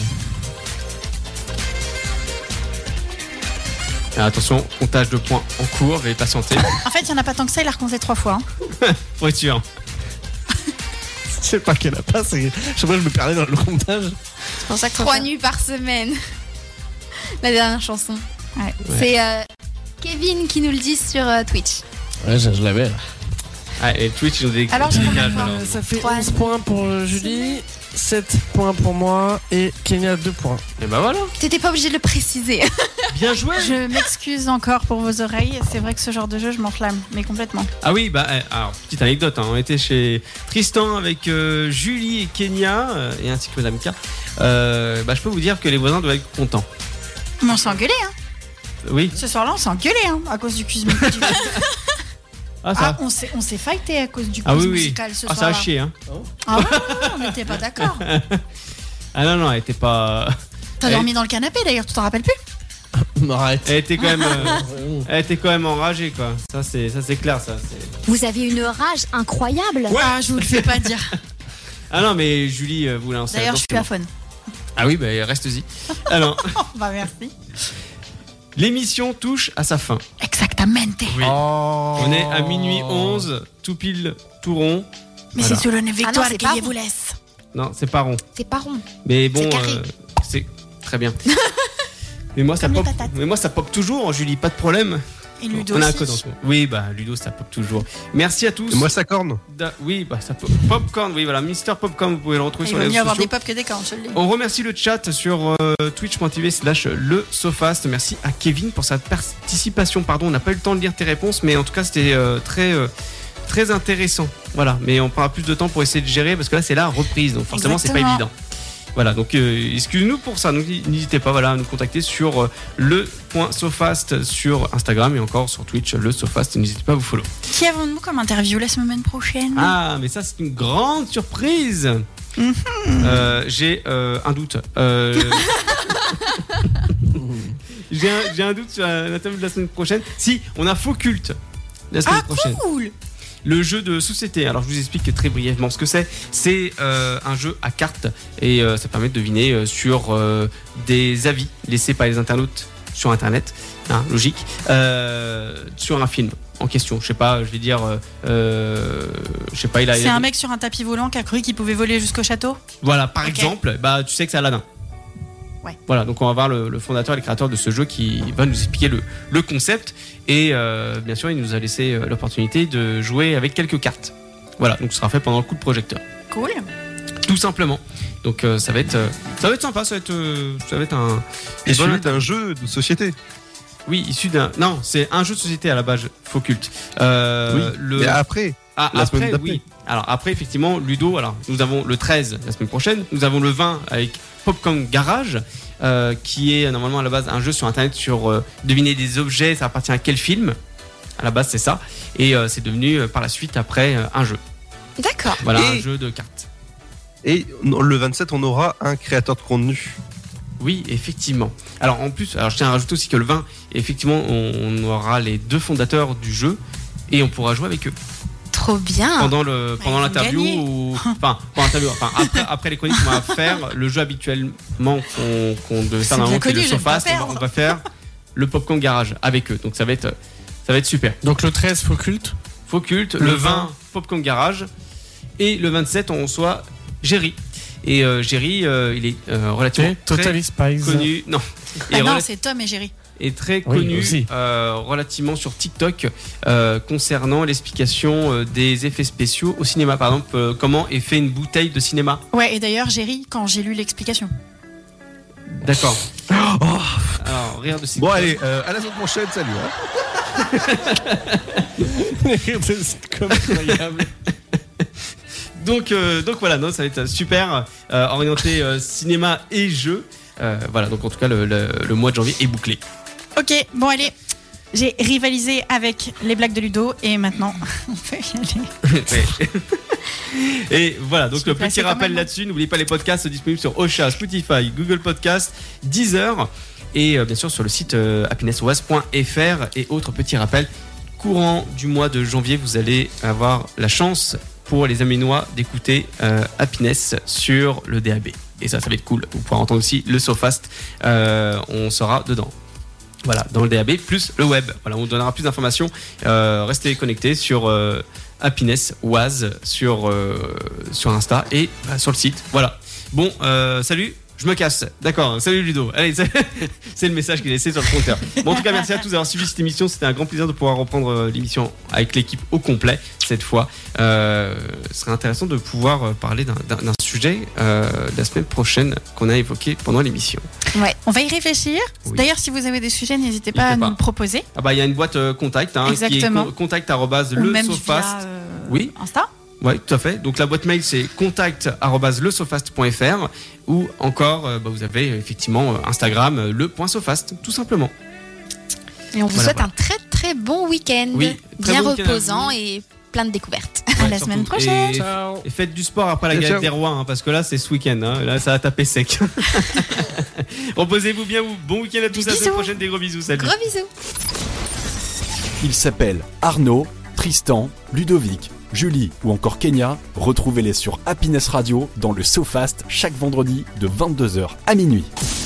Ah, attention, comptage de points en cours, veuillez patienter. En fait, il n'y en a pas tant que ça, il a recompté trois fois. Hein. Pour être sûr. Je sais pas qu'elle a pas, c'est... je sais pas, je me perdais dans le comptage. C'est pour ça que trois nuits par semaine. La dernière chanson. Ouais. Ouais. C'est euh, Kevin qui nous le dit sur euh, Twitch. Ouais, je, je l'avais là. Ah, et Twitch nous dit. Alors, j'ai combien de points? Euh, ça fait onze points pour euh, Julie, sept points pour moi et Kenya deux points. Et bah voilà. T'étais pas obligé de le préciser. Bien joué. Je m'excuse encore pour vos oreilles. C'est vrai que ce genre de jeu, je m'enflamme, mais complètement. Ah oui, bah alors petite anecdote, hein, on était chez Tristan avec euh, Julie et Kenya euh, et ainsi que Madame K. Euh, bah je peux vous dire que les voisins doivent être contents. Mais on s'est engueulé, hein. Oui. Ce soir-là, on s'est engueulé, hein, à cause du quiz musical. Ah, ça. Ah, on s'est, on s'est fighté à cause du quiz ah, oui, musical oui. ce ah, soir-là. Ça a chié, hein. Ah ouais, on n'était pas d'accord. Ah non, non, elle était pas. T'as elle... dormi dans le canapé d'ailleurs, tu t'en rappelles plus? Arrête. Elle était quand même, euh... elle était quand même enragée, quoi. Ça c'est, ça c'est clair, ça. C'est... Vous avez une rage incroyable. Ouais. Ah, je vous le fais pas dire. Ah non, mais Julie, vous lancez. D'ailleurs, je suis à faune. Ah oui, bah reste-y. Alors. Bah merci. L'émission touche à sa fin. Exactamente. Oui. Oh. On est à minuit onze, tout pile, tout rond. Mais voilà. C'est sur le victoire ah non, qui vous laisse. Non, c'est pas rond. C'est pas rond. Mais bon, c'est, euh, c'est très bien. mais moi, ça pop. Mais moi, ça pop toujours, Julie, pas de problème. Et Ludo on a aussi. un code en ce moment. Oui, bah Ludo, ça pop toujours. Merci à tous. Et moi, ça corne. Da... Oui, bah ça pop. Popcorn, oui, voilà, Mister Popcorn, vous pouvez le retrouver Et sur les réseaux sociaux. Il va y avoir des pop que des cornes, je le dis. On remercie le chat sur euh, twitch point t v slash le Sofast. Merci à Kevin pour sa participation. Pardon, on n'a pas eu le temps de lire tes réponses, mais en tout cas, c'était euh, très. Euh, Très intéressant, voilà. Mais on prendra plus de temps pour essayer de gérer parce que là c'est la reprise, donc forcément Exactement. C'est pas évident. Voilà, donc euh, excusez-nous pour ça. Donc n'hésitez pas, voilà, à nous contacter sur euh, le point Sofast sur Instagram et encore sur Twitch le Sofast. N'hésitez pas à vous follow. Qui avons-nous comme interview la semaine prochaine? Ah, mais ça c'est une grande surprise. Mm-hmm. Euh, j'ai euh, un doute. Euh... j'ai, un, j'ai un doute sur la, la table de la semaine prochaine. Si, on a Faux Culte la semaine ah, prochaine. Cool. Le jeu de société, alors je vous explique très brièvement ce que c'est. C'est euh, un jeu à cartes et euh, ça permet de deviner euh, sur euh, des avis laissés par les internautes sur internet, hein, logique, euh, sur un film en question. Je sais pas, je vais dire, euh, je sais pas, il a. C'est il a... un mec sur un tapis volant qui a cru qu'il pouvait voler jusqu'au château. Voilà, par okay. exemple, bah tu sais que c'est Aladdin. Ouais. Voilà, donc on va voir le, le fondateur et le créateur de ce jeu qui va nous expliquer le, le concept et euh, bien sûr il nous a laissé l'opportunité de jouer avec quelques cartes. Voilà, donc ce sera fait pendant le coup de projecteur. Cool. Tout simplement. Donc euh, ça va être, euh, ça va être sympa, ça va être, euh, ça va être un. Issu bon d'un jeu de société. Oui, issu d'un. Non, c'est un jeu de société à la base, Faux Culte. Euh, oui. Le... Mais après. Ah, la après, semaine d'après. Oui. Alors après, effectivement, Ludo. Alors nous avons le treize la semaine prochaine. Nous avons le vingt avec Popcorn Garage, euh, qui est normalement à la base un jeu sur internet sur euh, deviner des objets. Ça appartient à quel film? À la base, c'est ça. Et euh, c'est devenu euh, par la suite après euh, un jeu. D'accord. Voilà, et... un jeu de cartes. Et le vingt-sept, on aura un créateur de contenu. Oui, effectivement. Alors en plus, alors je tiens à rajouter aussi que le vingt, effectivement, on aura les deux fondateurs du jeu et on pourra jouer avec eux. Trop bien. Pendant le pendant bah, l'interview ou enfin pendant l'interview, enfin après après les chroniques qu'on va faire, le jeu habituellement qu'on qu'on devait faire normalement, c'est le Sofast, on, on va faire le Popcorn Garage avec eux. Donc ça va être ça va être super. Donc le treize Faux Culte, Faux Culte, le, le vingt Popcorn Garage et le vingt-sept on reçoit Jerry. Et euh, Jerry, euh, il est euh, relativement et Totally très Spies. connu. Non, ah non, c'est Tom et Jerry. Est très oui, connu aussi. euh, relativement sur TikTok euh, concernant l'explication euh, des effets spéciaux au cinéma. Par exemple, euh, comment est fait une bouteille de cinéma. Ouais, et d'ailleurs, Jerry, quand j'ai lu l'explication. D'accord. Oh. Alors, rire de Bon, allez, euh, à la semaine prochaine, salut. Hein. C'est comme incroyable. Donc, euh, donc voilà, non, ça va être super euh, orienté euh, cinéma et jeu. Euh, voilà, donc en tout cas, le, le, le mois de janvier est bouclé. Ok, bon, allez. J'ai rivalisé avec les blagues de Ludo et maintenant, on peut y aller. Et voilà, donc le petit rappel là-dessus. N'oubliez pas les podcasts disponibles sur Ocha, Spotify, Google Podcast, Deezer et euh, bien sûr sur le site euh, happiness o a s point f r. Et autre petit rappel, courant du mois de janvier, vous allez avoir la chance pour les Aminois d'écouter euh, Happiness sur le D A B. Et ça, ça va être cool. Vous pourrez entendre aussi le SoFast. Euh, on sera dedans. Voilà, dans le D A B plus le web. Voilà, on vous donnera plus d'informations. Euh, restez connectés sur euh, Happiness Oise sur euh, sur Insta et bah, sur le site. Voilà. Bon, euh, salut. Je me casse, d'accord, salut Ludo. Allez, c'est, c'est le message qu'il a laissé sur le compteur. Bon, en tout cas, merci à tous d'avoir suivi cette émission. C'était un grand plaisir de pouvoir reprendre l'émission avec l'équipe au complet cette fois. Euh, ce serait intéressant de pouvoir parler d'un, d'un, d'un sujet euh, la semaine prochaine qu'on a évoqué pendant l'émission. Ouais, on va y réfléchir. Oui. D'ailleurs, si vous avez des sujets, n'hésitez pas n'hésitez à pas. nous le proposer. Ah bah, il y a une boîte euh, contact hein, qui est con- contact arobase le sofast. Euh, oui. Insta. Oui, tout à fait. Donc la boîte mail c'est contact arobase le sofast point f r ou encore euh, bah, vous avez effectivement Instagram euh, le point sofast tout simplement. Et on vous voilà, souhaite voilà. un très très bon week-end, oui, bien bon reposant et plein de découvertes. Ouais, à la semaine prochaine. Et, et faites du sport après la galette des rois hein, parce que là c'est ce week-end. Hein, là ça a tapé sec. Reposez-vous bien. Bon week-end à tous. À la semaine prochaine. Des gros bisous. Salut. Gros bisous. Ils s'appellent Arnaud, Tristan, Ludovic, Julie ou encore Kenya. Retrouvez-les sur Happiness Radio dans le SoFast chaque vendredi de vingt-deux heures à minuit.